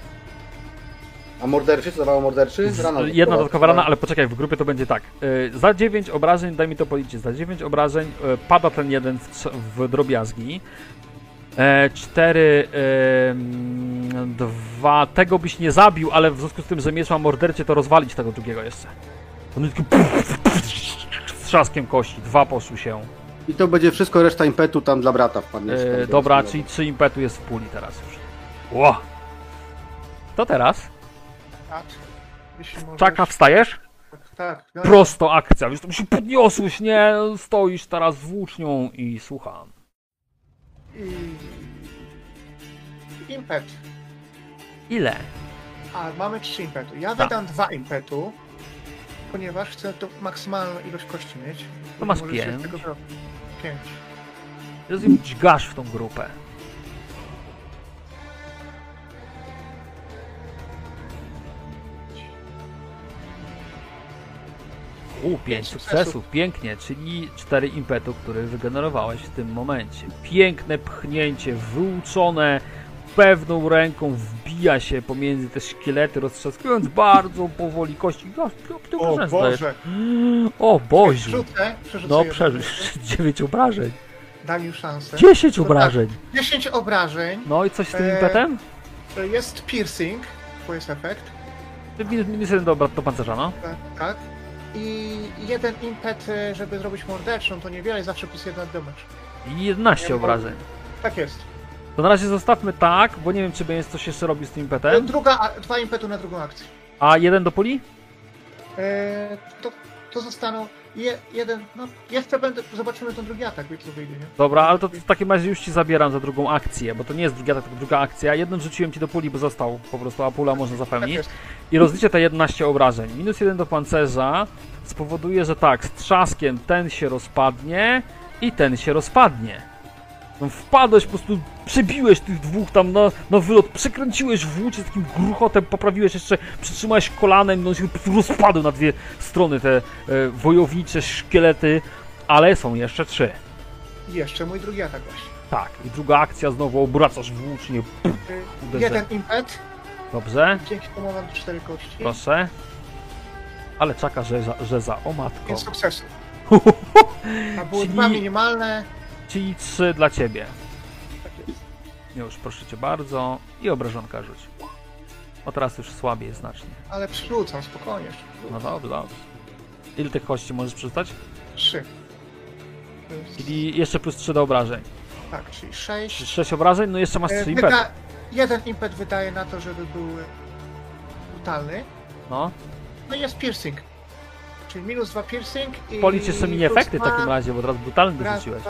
A morderczy, co dawało morderczy? Jedna dodatkowa rana, ale poczekaj, w grupie to będzie tak. Za 9 obrażeń, daj mi to policzyć, za 9 obrażeń pada ten jeden w drobiazgi. 4, 2, tego byś nie zabił, ale w związku z tym, że miecz ma mordercie, to rozwalić tego drugiego jeszcze. On jest taki z trzaskiem kości, 2 poszły się. I to będzie wszystko, reszta impetu tam dla brata wpadnie. Dobra, czyli 3 impetu jest w puli teraz już. Ło! To teraz? Tak. Jeśli możesz. Czaka, wstajesz? Tak. No, Prosto akcja, więc to się podniosłeś, nie? Stoisz teraz z włócznią i słucham. I impet. Ile? A, mamy 3 impetu. Ja Tak. wydam 2 impetu, ponieważ chcę tą maksymalną ilość kości mieć. To masz Może się 5. z tego zrobić. 5. Rozumiem, dźgasz w tą grupę. Pięć sukcesów, pięknie, czyli 4 impetu, które wygenerowałeś w tym momencie. Piękne pchnięcie, wyuczone, pewną ręką wbija się pomiędzy te szkielety, roztrzaskując bardzo powoli kości. O Boże! O Boże! Przerzucę No jedną przeżyć, rzecz. 9 obrażeń. Daj mi szansę. 10 To obrażeń. Tak, 10 obrażeń. No i coś z tym impetem? Jest piercing, to jest efekt. Minus 1 do pancerza, no. Tak. I jeden impet, żeby zrobić mordeczną, to niewiele, zawsze plus 1 damage. I 11 obrażeń. Tak jest. To na razie zostawmy tak, bo nie wiem, czy będzie coś jeszcze robił z tym impetem. 2 impetu na drugą akcję. A 1 do puli? To zostaną jeden, no jeszcze będę, zobaczymy ten drugi atak, co wyjdzie, nie? Dobra, ale to w takim razie już ci zabieram za drugą akcję, bo to nie jest drugi atak, tylko druga akcja. Jedną rzuciłem ci do puli, bo został po prostu, a pula można Tak zapełnić. jest. I rozliczę te 11 obrażeń. Minus 1 do pancerza spowoduje, że tak, z trzaskiem ten się rozpadnie i ten się rozpadnie. No, wpadłeś, po prostu przebiłeś tych dwóch tam na wylot, przekręciłeś włócznie z takim gruchotem, poprawiłeś jeszcze, przytrzymałeś kolanem, no się po prostu rozpadły na dwie strony te wojownicze szkielety, ale są jeszcze 3. I jeszcze mój drugi atak właśnie. Tak, i druga akcja, znowu obracasz włócznie. Uderzę. Jeden impet, Dobrze, dzięki temu mam 4 kości. proszę. Ale czeka, że za o matko. 5 sukcesów. A były Czyli- 2 minimalne. Czyli 3 dla ciebie. Tak jest. Już, proszę cię bardzo. I obrażonka rzuć. O, teraz już słabiej znacznie. Ale przerzucam, spokojnie. jeszcze No przerzucam. dobrze, dobrze. Ile tych kości możesz przerzucać? 3. Czyli jeszcze plus 3 do obrażeń. Tak, czyli 6. 6 obrażeń, no jeszcze masz 3 impety. Jeden impet wydaje na to, żeby był brutalny. No. No i jest piercing. Czyli minus 2 piercing i... Policz jeszcze mini plus efekty w 2 takim razie, bo teraz brutalny raz, dorzuciłeś.